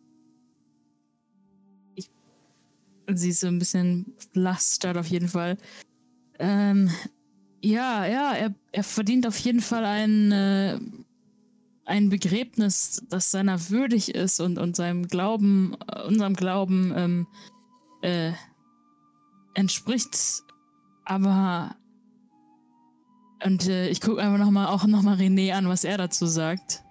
ich, sie ist so ein bisschen flustert auf jeden Fall. Ähm, ja, ja, er, er verdient auf jeden Fall ein, äh, ein Begräbnis, das seiner würdig ist und, und seinem Glauben, äh, unserem Glauben, ähm, äh, entspricht. Aber Und äh, ich gucke einfach noch mal, auch nochmal René an, was er dazu sagt.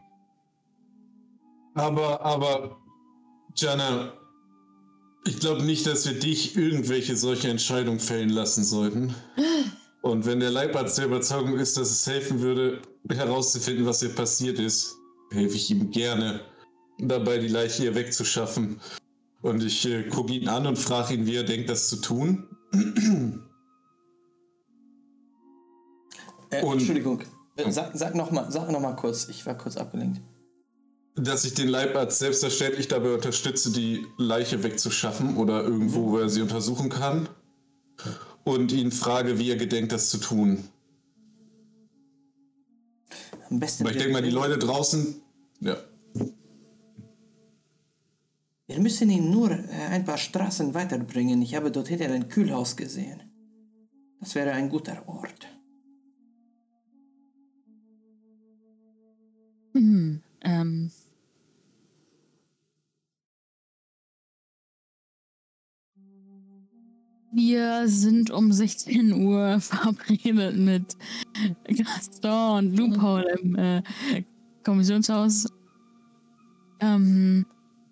Aber, aber, Jana, ich glaube nicht, dass wir dich irgendwelche solche Entscheidungen fällen lassen sollten. Und wenn der Leibarzt der Überzeugung ist, dass es helfen würde, herauszufinden, was hier passiert ist, helfe ich ihm gerne dabei, die Leiche hier wegzuschaffen. Und ich äh, gucke ihn an und frage ihn, wie er denkt, das zu tun. Äh, Und- Entschuldigung, äh, sag, sag nochmal sag noch mal kurz, ich war kurz abgelenkt. Dass ich den Leibarzt selbstverständlich dabei unterstütze, die Leiche wegzuschaffen oder irgendwo, wo er sie untersuchen kann. Und ihn frage, wie er gedenkt, das zu tun. Am besten Aber ich denke mal, die Leute draußen, ja. Wir müssen ihn nur äh, ein paar Straßen weiterbringen. Ich habe dort hinter ein Kühlhaus gesehen. Das wäre ein guter Ort. Hm, ähm. Wir sind um sechzehn Uhr verabredet mit Gaston und Loophole im äh, Kommissionshaus. Ähm,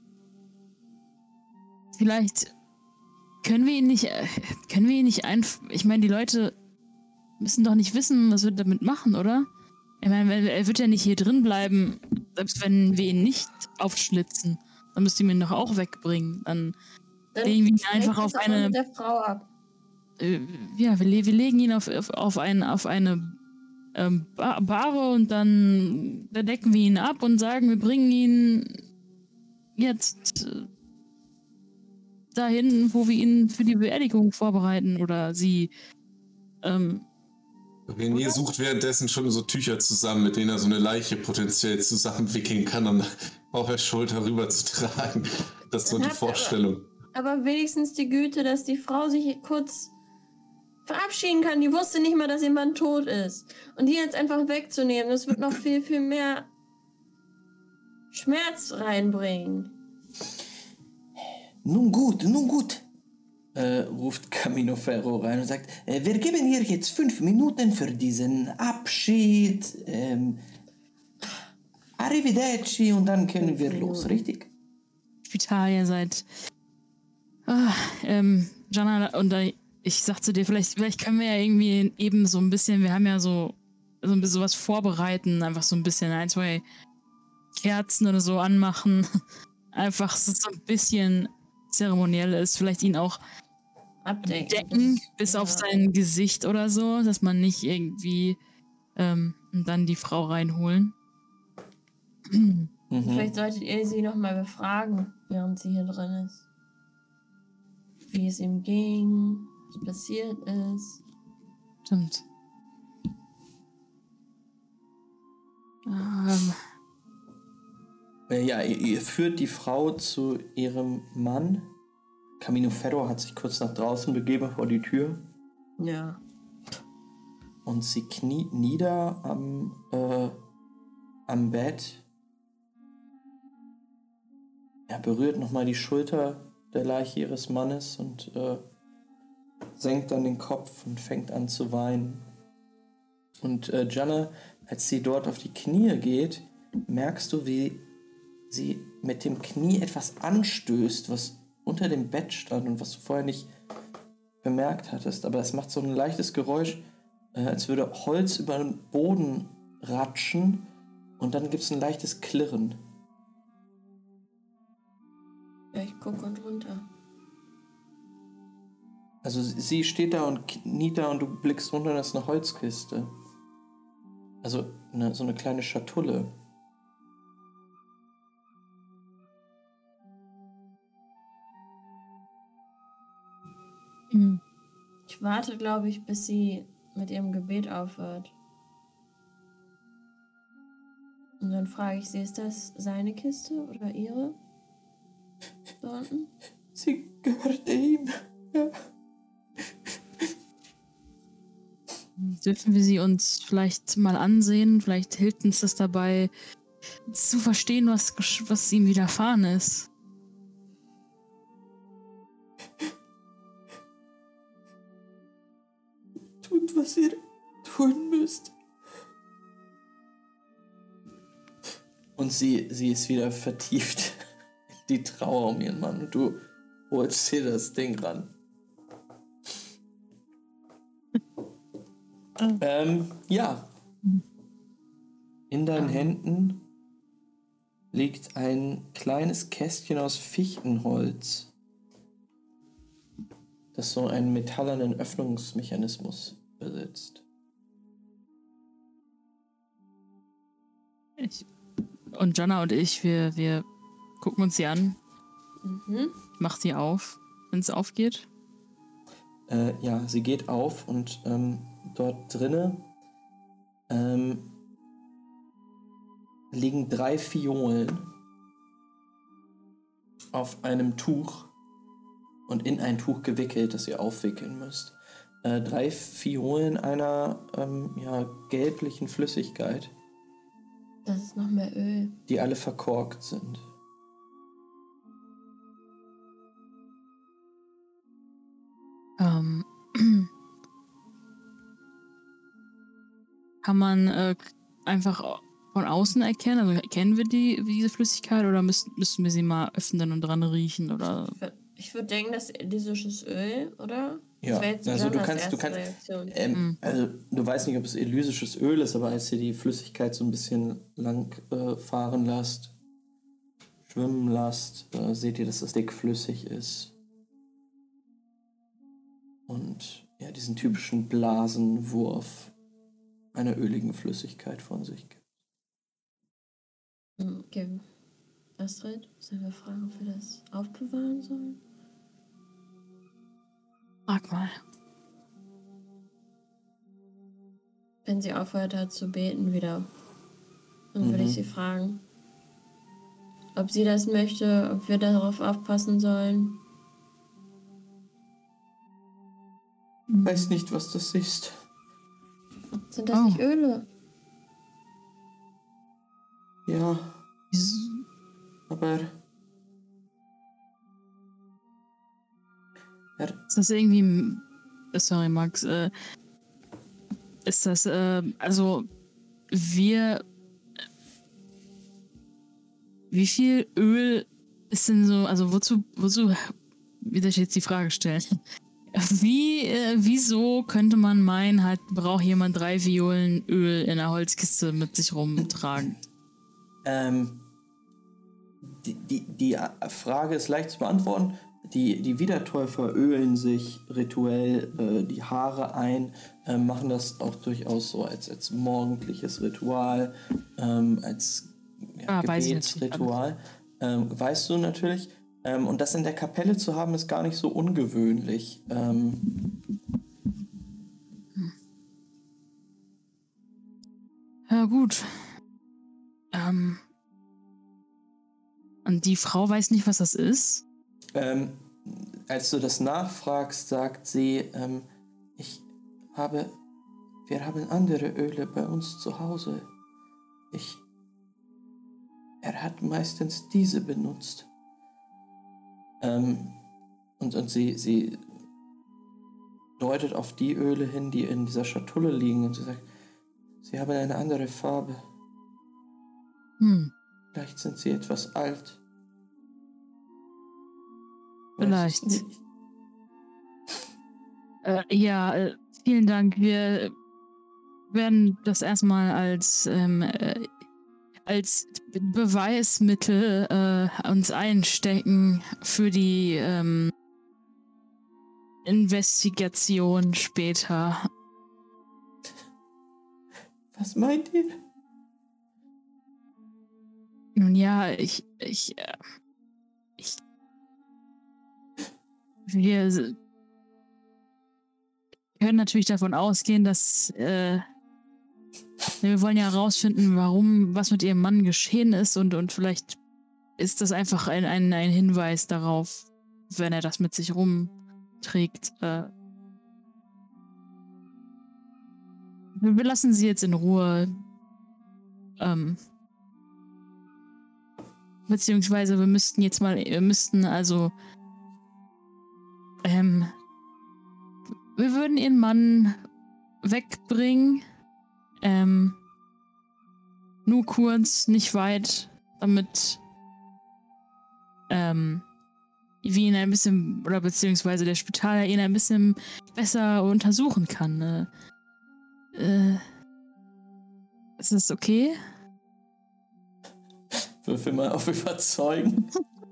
vielleicht können wir ihn nicht, äh, können wir ihn nicht einfach, ich meine, die Leute müssen doch nicht wissen, was wir damit machen, oder? Ich meine, er wird ja nicht hier drin bleiben, selbst wenn wir ihn nicht aufschlitzen. Dann müsst ihr ihn doch auch wegbringen. Dann Dann legen wir ihn sprecht einfach das auf doch mal eine, mit der Frau ab. äh, ja, wir, le wir legen ihn auf, auf, auf, ein, auf eine ähm, ba Bahre und dann da decken wir ihn ab und sagen, wir bringen ihn jetzt äh, dahin, wo wir ihn für die Beerdigung vorbereiten oder sie. Ähm, René sucht währenddessen schon so Tücher zusammen, mit denen er so eine Leiche potenziell zusammenwickeln kann, um auf der Schulter rüber zu tragen. Das ist so die Hat aber- Vorstellung. Aber wenigstens die Güte, dass die Frau sich kurz verabschieden kann. Die wusste nicht mal, dass ihr Mann tot ist. Und die jetzt einfach wegzunehmen, das wird noch viel, viel mehr Schmerz reinbringen. Nun gut, nun gut, äh, ruft Camino Ferro rein und sagt, äh, wir geben ihr jetzt fünf Minuten für diesen Abschied. Ähm, Arrivederci und dann können wir los, richtig? Spital, ihr seid. Ah, ähm, Jana, und äh, ich sag zu dir, vielleicht, vielleicht können wir ja irgendwie eben so ein bisschen, wir haben ja so, so ein bisschen sowas vorbereiten, einfach so ein bisschen ein, zwei Kerzen oder so anmachen. Einfach, dass es so ein bisschen zeremoniell ist. Vielleicht ihn auch Abdecken. decken, bis Ja. auf sein Gesicht oder so, dass man nicht irgendwie ähm, dann die Frau reinholen. Mhm. Vielleicht solltet ihr sie nochmal befragen, während sie hier drin ist. wie es ihm ging, was passiert ist. Stimmt. Ähm, Äh, Ja, ihr, ihr führt die Frau zu ihrem Mann. Camino Ferro hat sich kurz nach draußen begeben vor die Tür Ja. und sie kniet nieder am, äh, am Bett. Er berührt nochmal die Schulter der Leiche ihres Mannes und äh, senkt dann den Kopf und fängt an zu weinen. Und äh, Janna, als sie dort auf die Knie geht, merkst du, wie sie mit dem Knie etwas anstößt, was unter dem Bett stand und was du vorher nicht bemerkt hattest. Aber es macht so ein leichtes Geräusch, äh, als würde Holz über den Boden ratschen und dann gibt es ein leichtes Klirren. Ja, ich gucke und runter. Also sie steht da und kniet da und du blickst runter und das ist eine Holzkiste. Also eine, so eine kleine Schatulle. hm. Ich warte, glaube ich, bis sie mit ihrem Gebet aufhört. Und dann frage ich sie, ist das seine Kiste oder ihre? Da unten? Sie gehört ihm. Ja. Dürfen wir sie uns vielleicht mal ansehen? Vielleicht hilft uns das dabei, zu verstehen, was, gesch- was ihm widerfahren ist. Tut, was ihr tun müsst. Und sie, sie ist wieder vertieft in die Trauer um ihren Mann. Und du holst dir das Ding ran. ähm, ja. In deinen Händen liegt ein kleines Kästchen aus Fichtenholz, das so einen metallenen Öffnungsmechanismus besitzt. Ich, und Jana und ich, wir, wir gucken uns sie an. Mhm. Mach sie auf, wenn es aufgeht. Äh, ja, sie geht auf und ähm, dort drinne ähm, liegen drei Fiolen auf einem Tuch und in ein Tuch gewickelt, das ihr aufwickeln müsst. Äh, drei Fiolen einer ähm, ja, gelblichen Flüssigkeit, Das ist noch mehr Öl. die alle verkorkt sind. Ähm, kann man äh, einfach von außen erkennen? Also erkennen wir die, diese Flüssigkeit oder müssen, müssen wir sie mal öffnen und dran riechen? Oder? Ich würd- Ich würde denken, das ist elysisches Öl, oder? Ja, Das wäre jetzt also du Jonas kannst, du erste kannst, Reaktion. ähm, Mhm. also du weißt nicht, ob es elysisches Öl ist, aber als ihr die Flüssigkeit so ein bisschen lang äh, fahren lasst, schwimmen lasst, äh, seht ihr, dass das dickflüssig ist. Und ja, diesen typischen Blasenwurf einer öligen Flüssigkeit von sich gibt. Hm, Okay. Astrid, sollen wir fragen, ob wir das aufbewahren sollen? Frag mal. Wenn sie aufhört hat zu beten wieder, dann würde Mhm. ich sie fragen, ob sie das möchte, ob wir darauf aufpassen sollen. Ich weiß nicht, was das ist. Sind das Oh. nicht Öle? Ja, Wieso- aber ja, Ist das irgendwie. Sorry, Max. Äh, ist das. Äh, also, wir. Wie viel Öl ist denn so. Also, wozu. wozu wie soll ich jetzt die Frage stellen? Wie. Äh, wieso könnte man meinen, halt, braucht jemand drei Violen Öl in einer Holzkiste mit sich rumtragen? Ähm, die, die, die Frage ist leicht zu beantworten. Die, die Wiedertäufer ölen sich rituell äh, die Haare ein, äh, machen das auch durchaus so als, als morgendliches Ritual, ähm, als ja, Ah, weiß ich natürlich Gebetsritual. Ähm, weißt du natürlich. Ähm, und das in der Kapelle zu haben, ist gar nicht so ungewöhnlich. Ähm, Ja, gut. Ähm. Und die Frau weiß nicht, was das ist? ähm, als du das nachfragst, sagt sie, ähm, ich habe, wir haben andere Öle bei uns zu Hause. Ich, er hat meistens diese benutzt. Ähm, und, und sie, sie deutet auf die Öle hin, die in dieser Schatulle liegen und sie sagt, sie haben eine andere Farbe. Hm, Vielleicht sind sie etwas alt. vielleicht. Weiß es nicht. Äh, ja, äh, vielen Dank. Wir werden das erstmal als, ähm, äh, als Be- Beweismittel äh, uns einstecken für die ähm, Investigation später. Was meint ihr? Nun ja, ich, ich, äh, ich, wir s- können natürlich davon ausgehen, dass, äh, wir wollen ja herausfinden, warum, was mit ihrem Mann geschehen ist und, und vielleicht ist das einfach ein, ein, ein Hinweis darauf, wenn er das mit sich rumträgt. Äh, wir wir lassen sie jetzt in Ruhe. Ähm, beziehungsweise wir müssten jetzt mal, wir müssten also, ähm, wir würden ihren Mann wegbringen. Ähm, nur kurz, nicht weit, damit ähm, wir ihn ein bisschen, oder beziehungsweise der Spitaler ihn ein bisschen besser untersuchen kann. Ne? Äh, ist das okay? Würfel mal auf Überzeugen.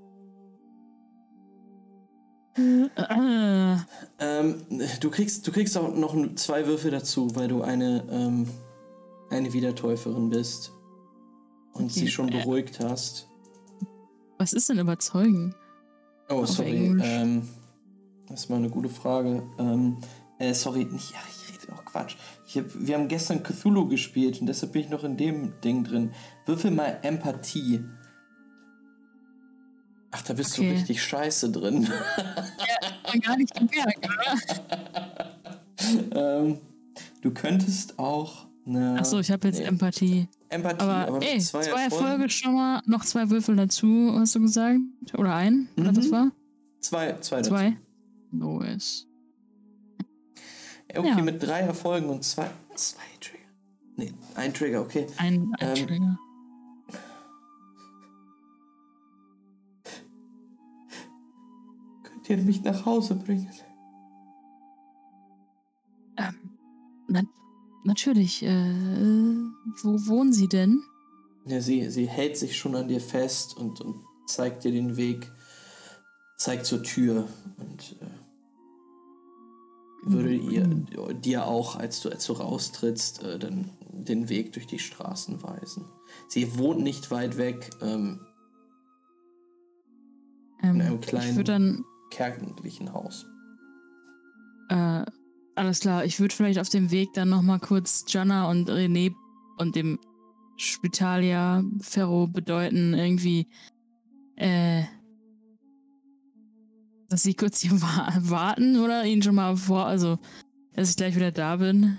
Äh, ähm, du kriegst, du kriegst auch noch zwei Würfel dazu, weil du eine, ähm, eine Wiedertäuferin bist und Okay. sie schon beruhigt hast. was ist denn überzeugen? Oh, Auf sorry. Englisch. Ähm, das ist mal eine gute Frage. Ähm, äh, sorry, nicht. Ja, ich rede auch Quatsch. Ich hab, wir haben gestern Cthulhu gespielt und deshalb bin ich noch in dem Ding drin. Würfel mal Empathie. Ach, da bist Okay. du richtig scheiße drin. Man gar nicht gemerkt, oder? ähm, du könntest auch eine. Achso, ich habe jetzt nee, Empathie. Empathie, Aber, aber mit ey, zwei, zwei Erfolgen. Erfolge schon mal, noch zwei Würfel dazu, hast du gesagt? Oder ein? Oder Mhm. was war? Zwei, zwei dazu. Zwei? Nice. Ja, okay, Ja. mit drei Erfolgen und zwei. Zwei Trigger. Nee, ein Trigger, okay. Ein, ein Ähm, Trigger. Könnt ihr mich nach Hause bringen? Ähm, na, natürlich. Äh, wo wohnen Sie denn? Ja, sie, sie hält sich schon an dir fest und, und zeigt dir den Weg, zeigt zur Tür und äh, würde ihr, dir auch, als du, als du raustrittst, äh, dann den Weg durch die Straßen weisen. Sie wohnt nicht weit weg, ähm, Ähm, in einem ich kleinen, würde dann. kärglichen Haus. Äh, alles klar, ich würde vielleicht auf dem Weg dann nochmal kurz Jana und René und dem Spitalia Ferro bedeuten, irgendwie, äh, dass sie kurz hier wa warten oder ihnen schon mal vor, also, dass ich gleich wieder da bin.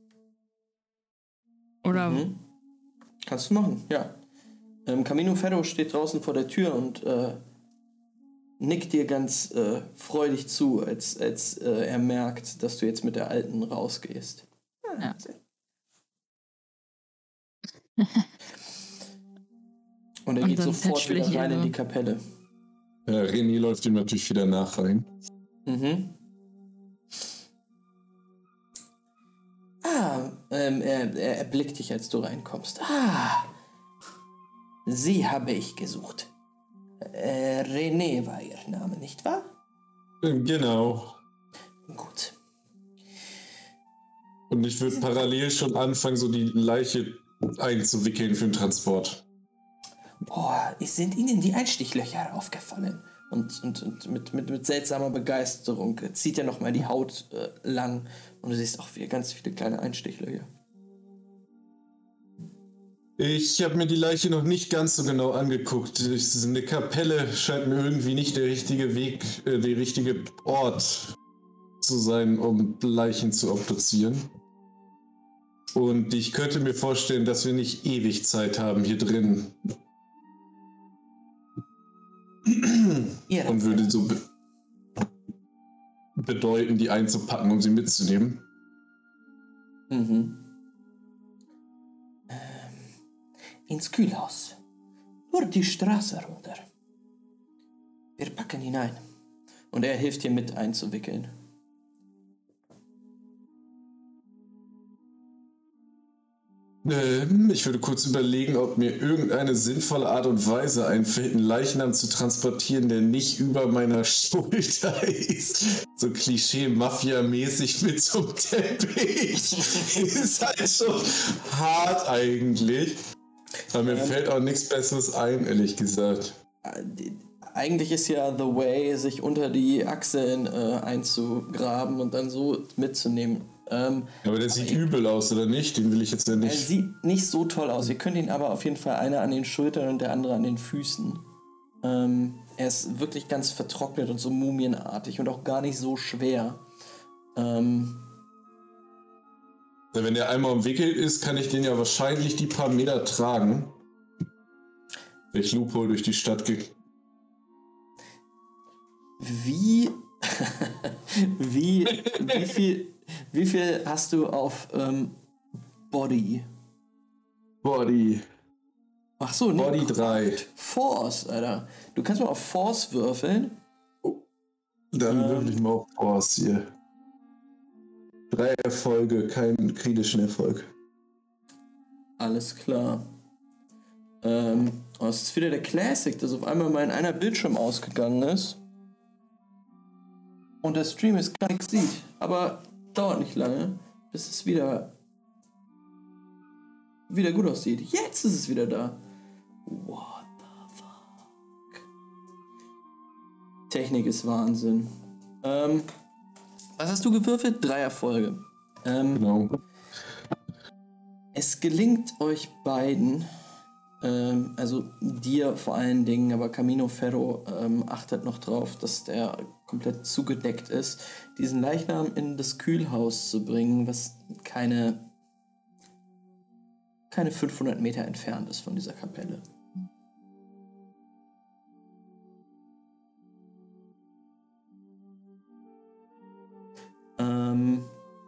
Oder, Mhm. Kannst du machen, ja. Ähm, Camino Ferro steht draußen vor der Tür und äh, nickt dir ganz äh, freudig zu, als, als äh, er merkt, dass du jetzt mit der Alten rausgehst. Ja. Und er Und geht dann sofort tätschel wieder ich rein in ihre- die Kapelle. Ja, René läuft ihm natürlich wieder nach rein. Mhm. Ah, ähm, er, er erblickt dich, als du reinkommst. Ah, sie habe ich gesucht. Äh, René war ihr Name, nicht wahr? Ähm, Genau. Gut. Und ich würde parallel schon anfangen, so die Leiche einzuwickeln für den Transport. Oh, sind Ihnen die Einstichlöcher aufgefallen? und, und, und mit, mit, mit seltsamer Begeisterung zieht er nochmal die Haut äh, lang und du siehst auch wieder ganz viele kleine Einstichler hier. Ich habe mir die Leiche noch nicht ganz so genau angeguckt. Eine Kapelle scheint mir irgendwie nicht der richtige Weg, äh, der richtige Ort zu sein, um Leichen zu obduzieren. Und ich könnte mir vorstellen, dass wir nicht ewig Zeit haben hier drin. Ja, Und würde so be bedeuten, die einzupacken, um sie mitzunehmen. Mhm. Ähm, ins Kühlhaus. Nur die Straße runter. Wir packen ihn ein. Und er hilft dir mit einzuwickeln. Ähm, ich würde kurz überlegen, ob mir irgendeine sinnvolle Art und Weise einfällt, einen Leichnam zu transportieren, der nicht über meiner Schulter ist. So Klischee-Mafia-mäßig mit so einem Teppich. Ist halt schon hart eigentlich. Aber mir Ähm, fällt auch nichts Besseres ein, ehrlich gesagt. Eigentlich ist ja the way, sich unter die Achseln äh, einzugraben und dann so mitzunehmen. Ähm, Aber der sieht übel aus, oder nicht? Den will ich jetzt ja er nicht. sieht nicht so toll aus. Ihr könnt ihn aber auf jeden Fall einer an den Schultern und der andere an den Füßen. Ähm, er ist wirklich ganz vertrocknet und so mumienartig und auch gar nicht so schwer. Ähm, Wenn der einmal umwickelt ist, kann ich den ja wahrscheinlich die paar Meter tragen. Wenn ich Lupo durch die Stadt gehe. Wie, wie, wie viel, wie viel hast du auf ähm, Body? Body. Ach so, nee, Body drei. Force, Alter. Du kannst mal auf Force würfeln. Dann Ähm. würfel ich mal auf Force hier. Drei Erfolge, keinen kritischen Erfolg. Alles klar. Ähm, oh, es ist wieder der Classic, dass auf einmal mal in einer Bildschirm ausgegangen ist. Und der Stream ist gar nichts sieht. Aber dauert nicht lange, bis es wieder wieder gut aussieht. Jetzt ist es wieder da. What the fuck? Technik ist Wahnsinn. Ähm, was hast du gewürfelt? Drei Erfolge. Ähm, Genau. Es gelingt euch beiden, ähm, also dir vor allen Dingen, aber Camino Ferro ähm, achtet noch drauf, dass der komplett zugedeckt ist, diesen Leichnam in das Kühlhaus zu bringen, was keine, keine fünfhundert Meter entfernt ist von dieser Kapelle. Ähm...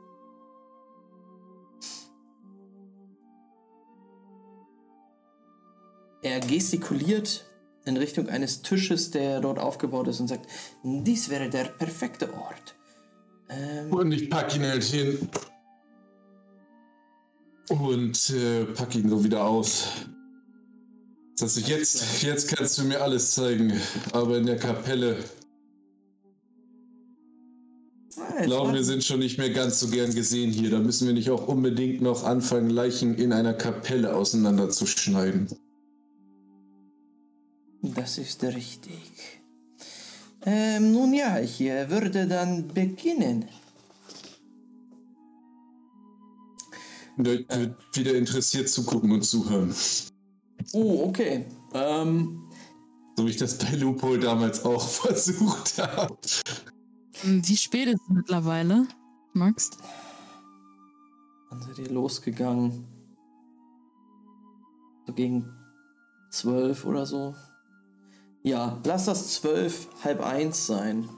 Er gestikuliert in Richtung eines Tisches, der dort aufgebaut ist und sagt, dies wäre der perfekte Ort. Ähm, Und ich pack ihn halt hin. Und äh, pack ihn so wieder aus. Das heißt, jetzt, jetzt kannst du mir alles zeigen. Aber in der Kapelle, ah, ich glaube, wir sind schon nicht mehr ganz so gern gesehen hier. Da müssen wir nicht auch unbedingt noch anfangen, Leichen in einer Kapelle auseinanderzuschneiden. Das ist richtig. Ähm, nun ja, ich äh, würde dann beginnen. Ich wird wieder interessiert zugucken und zuhören. Oh, okay. Ähm, So wie ich das bei Lupo damals auch versucht habe. Wie spät ist es mittlerweile, Max? Wann seid ihr losgegangen? So gegen zwölf oder so? Ja, lass das zwölf, halb eins sein.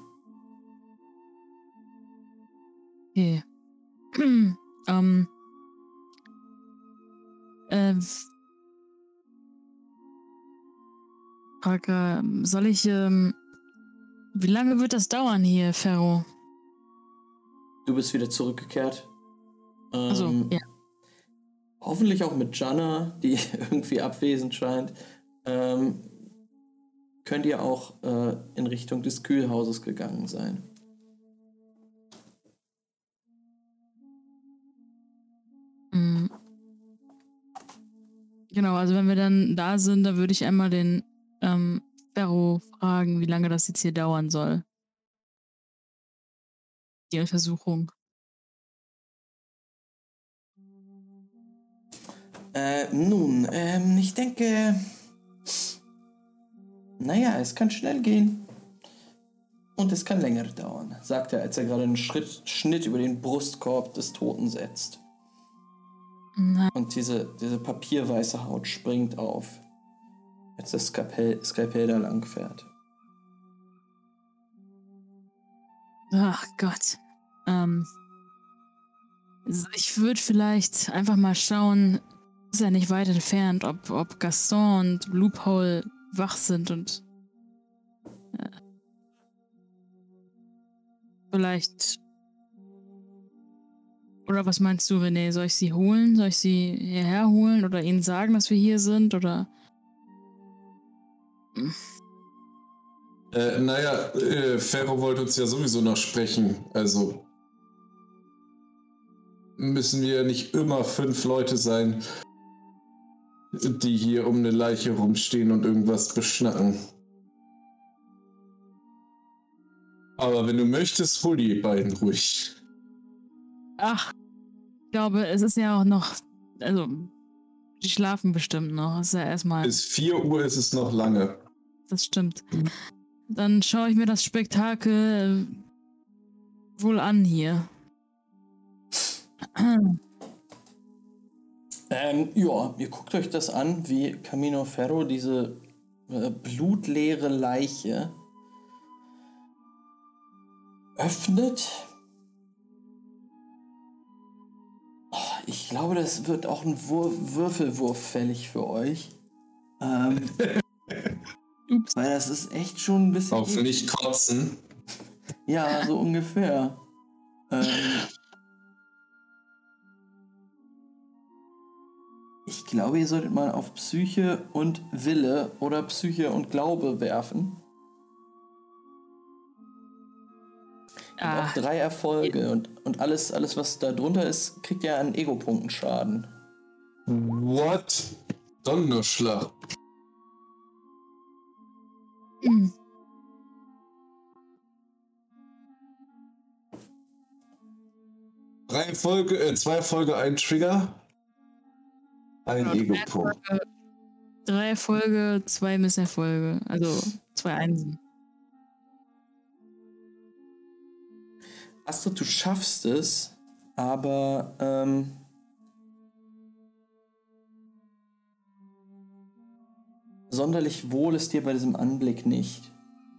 Okay. ähm. Äh. Frage, soll ich, ähm. Wie lange wird das dauern hier, Ferro? Du bist wieder zurückgekehrt. Ähm, Also, ja. Hoffentlich auch mit Jana, die irgendwie abwesend scheint. Ähm, könnt ihr auch äh, in Richtung des Kühlhauses gegangen sein. Mhm. Genau, also wenn wir dann da sind, dann würde ich einmal den ähm, Sparrow fragen, wie lange das jetzt hier dauern soll. Die Untersuchung. Äh, nun, ähm, ich denke... Naja, es kann schnell gehen. Und es kann länger dauern, sagt er, als er gerade einen Schritt, Schnitt über den Brustkorb des Toten setzt. Na, Und diese, diese papierweiße Haut springt auf, als das Skalpell, Skalpell da lang fährt. ach Gott. Ähm, also ich würde vielleicht einfach mal schauen, ist ja nicht weit entfernt, ob, ob Gaston und Loophole wach sind und äh, vielleicht. Oder was meinst du, René? Soll ich sie holen? Soll ich sie hierher holen oder ihnen sagen, dass wir hier sind? Oder. Äh, naja, äh, Ferro wollte uns ja sowieso noch sprechen. Also müssen wir ja nicht immer fünf Leute sein, die hier um eine Leiche rumstehen und irgendwas beschnacken. Aber wenn du möchtest, hol die beiden ruhig. Ach, ich glaube, es ist ja auch noch. Also, die schlafen bestimmt noch. Es ist ja erstmal. Bis vier Uhr ist es noch lange. Das stimmt. Dann schaue ich mir das Spektakel äh, wohl an hier. Ähm, ja, ihr guckt euch das an, wie Camino Ferro diese äh, blutleere Leiche öffnet. Oh, ich glaube, das wird auch ein Wur- Würfelwurf fällig für euch. Ähm, Ups. Weil das ist echt schon ein bisschen... Auf nicht kotzen. Ja, so ungefähr. Ähm, ich glaube, ihr solltet mal auf Psyche und Wille oder Psyche und Glaube werfen. Und Ah, auch drei Erfolge und, und alles, alles, was da drunter ist, kriegt ja an Ego-Punkten Schaden. What? Donnerschlag. hm. Drei Folge, äh, zwei Erfolge, ein Trigger. Ein Ja, Ego-Punkt. Drei Erfolge, zwei Misserfolge. Also zwei Einsen. Astrid, du schaffst es, aber ähm, sonderlich wohl ist dir bei diesem Anblick nicht.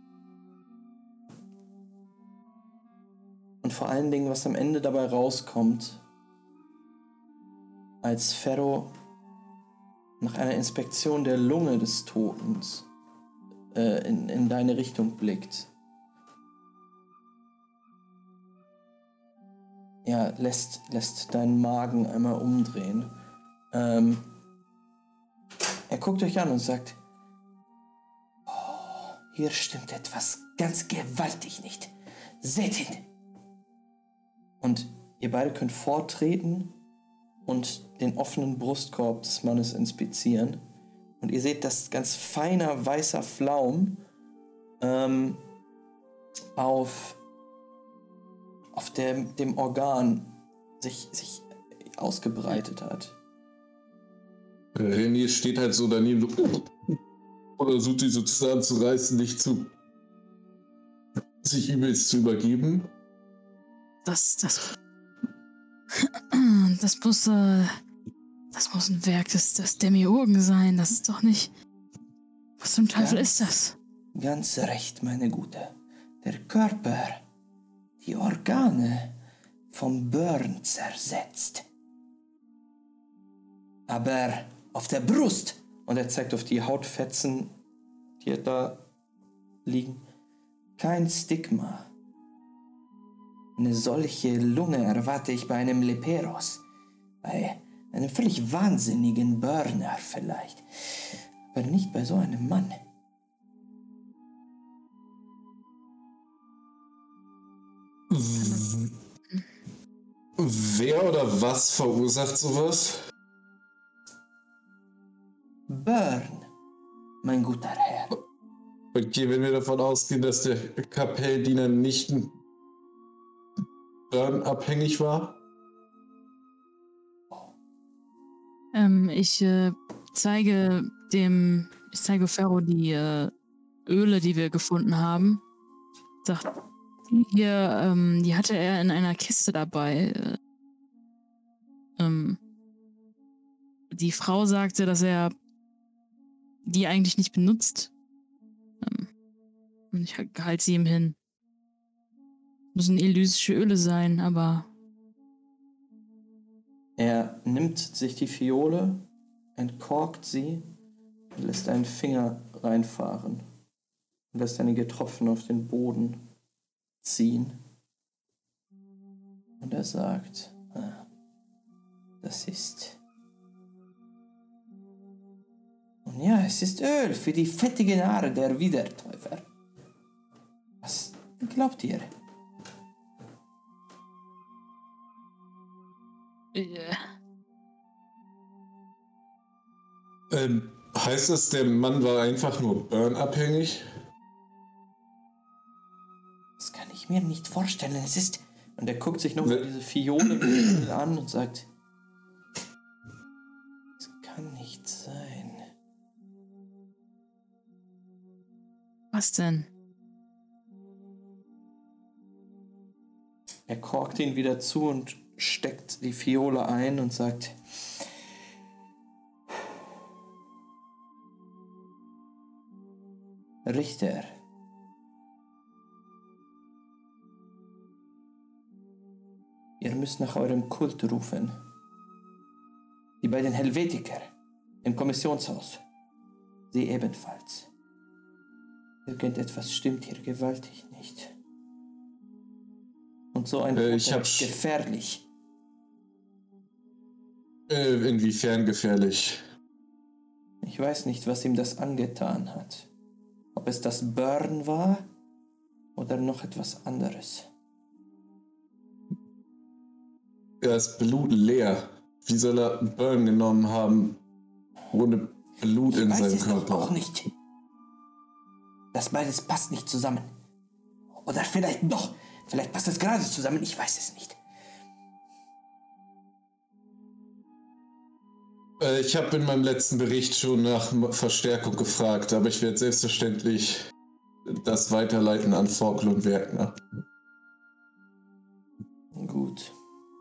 Und vor allen Dingen, was am Ende dabei rauskommt, als Ferro nach einer Inspektion der Lunge des Toten äh, in, in deine Richtung blickt. Ja, lässt, lässt deinen Magen einmal umdrehen. Ähm, er guckt euch an und sagt, oh, hier stimmt etwas ganz gewaltig nicht. Seht ihn! Und ihr beide könnt vortreten und den offenen Brustkorb des Mannes inspizieren. Und ihr seht, dass ganz feiner weißer Flaum ähm, auf, auf dem, dem Organ sich, sich ausgebreitet hat. René steht halt so daneben oder versucht sich so zusammenzureißen, nicht zu sich übelst zu übergeben. Das, das. Das muss, äh, das muss ein Werk des, des Demiurgen sein. Das ist doch nicht. Was zum Teufel Ganz- ist das? Ganz recht, meine Gute. Der Körper, die Organe vom Burn zersetzt. Aber auf der Brust, und er zeigt auf die Hautfetzen, die da liegen, kein Stigma. Eine solche Lunge erwarte ich bei einem Leperos, bei einem völlig wahnsinnigen Burner vielleicht, aber nicht bei so einem Mann. Wer oder was verursacht sowas? Burn, mein guter Herr. Okay, wenn wir davon ausgehen, dass der Kapelldiener nicht Burn-abhängig war. Ähm, ich äh, zeige dem, ich zeige Ferro die äh, Öle, die wir gefunden haben. Sagt, die hier, ähm, die hatte er in einer Kiste dabei. Äh, ähm, die Frau sagte, dass er die eigentlich nicht benutzt. Ähm, und ich halte sie ihm hin. Müssen elysische Öle sein, aber Er nimmt sich die Fiole, entkorkt sie und lässt einen Finger reinfahren und lässt einige Tropfen auf den Boden ziehen. Und er sagt, ah, das ist... Und ja, es ist Öl für die fettigen Haare der Wiedertäufer. Was glaubt ihr? äh, Ähm, heißt das, der Mann war einfach nur Burn-abhängig? Das kann ich mir nicht vorstellen. Es ist... Und er guckt sich nochmal diese Fiole mit Öl an und sagt, es kann nicht sein. was denn? Er korkt ihn wieder zu und steckt die Fiole ein und sagt, Richter, ihr müsst nach eurem Kult rufen. Die beiden Helvetiker im Kommissionshaus. Sie ebenfalls. Irgendetwas stimmt hier gewaltig nicht. Und so ein Äh, Toter ich hab ist sch- gefährlich. Äh, inwiefern gefährlich? Ich weiß nicht, was ihm das angetan hat. Ob es das Burn war oder noch etwas anderes. Er ist blutleer. Wie soll er Burn genommen haben, ohne Blut Ich in weiß seinem es doch Körper? auch nicht. Das beides passt nicht zusammen. Oder vielleicht doch. Vielleicht passt es gerade zusammen. Ich weiß es nicht. Äh, ich habe in meinem letzten Bericht schon nach M- Verstärkung gefragt, aber ich werde selbstverständlich das weiterleiten an Forkel und Werkner. Gut.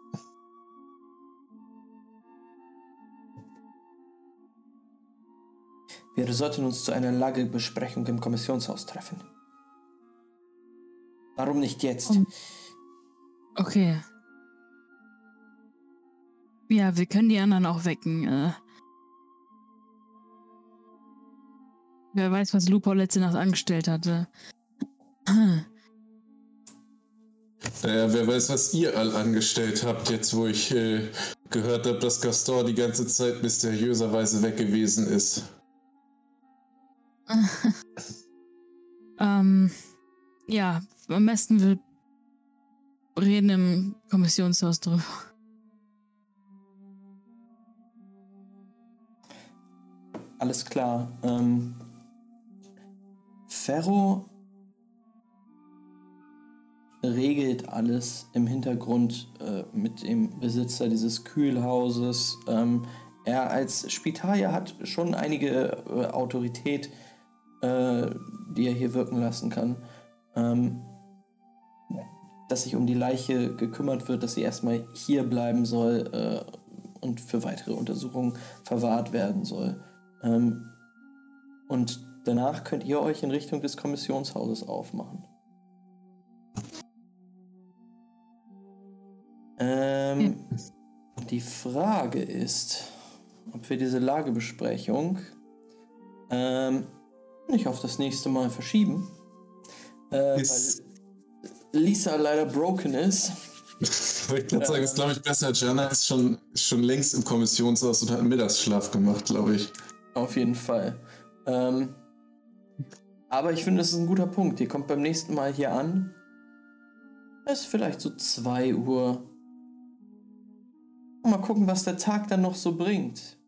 Wir sollten uns zu einer Lagebesprechung im Kommissionshaus treffen. Warum nicht jetzt? Um- Okay. Ja, wir können die anderen auch wecken. Äh, wer weiß, was Lupo letzte Nacht angestellt hatte. Naja, wer weiß, was ihr all angestellt habt, jetzt wo ich äh, gehört habe, dass Gaston die ganze Zeit mysteriöserweise weg gewesen ist. ähm, ja, am besten wir reden im Kommissionshaus drüber. Alles klar. Ähm, Ferro regelt alles im Hintergrund äh, mit dem Besitzer dieses Kühlhauses. Ähm, er als Spitalier hat schon einige äh, Autorität, äh, die er hier wirken lassen kann. Ähm, dass sich um die Leiche gekümmert wird, dass sie erstmal hier bleiben soll äh, und für weitere Untersuchungen verwahrt werden soll. Ähm, und danach könnt ihr euch in Richtung des Kommissionshauses aufmachen. Ähm, die Frage ist, ob wir diese Lagebesprechung ähm, nicht auf das nächste Mal verschieben. Äh, Ist, weil Lisa leider broken ist. wollte ich gerade sagen, ist glaube ich besser. Jana ist schon, ist schon längst im Kommissionshaus und hat einen Mittagsschlaf gemacht, glaube ich. Auf jeden Fall. Ähm, aber ich finde, das ist ein guter Punkt. Ihr kommt beim nächsten Mal hier an. Es ist vielleicht so zwei Uhr. Mal gucken, was der Tag dann noch so bringt.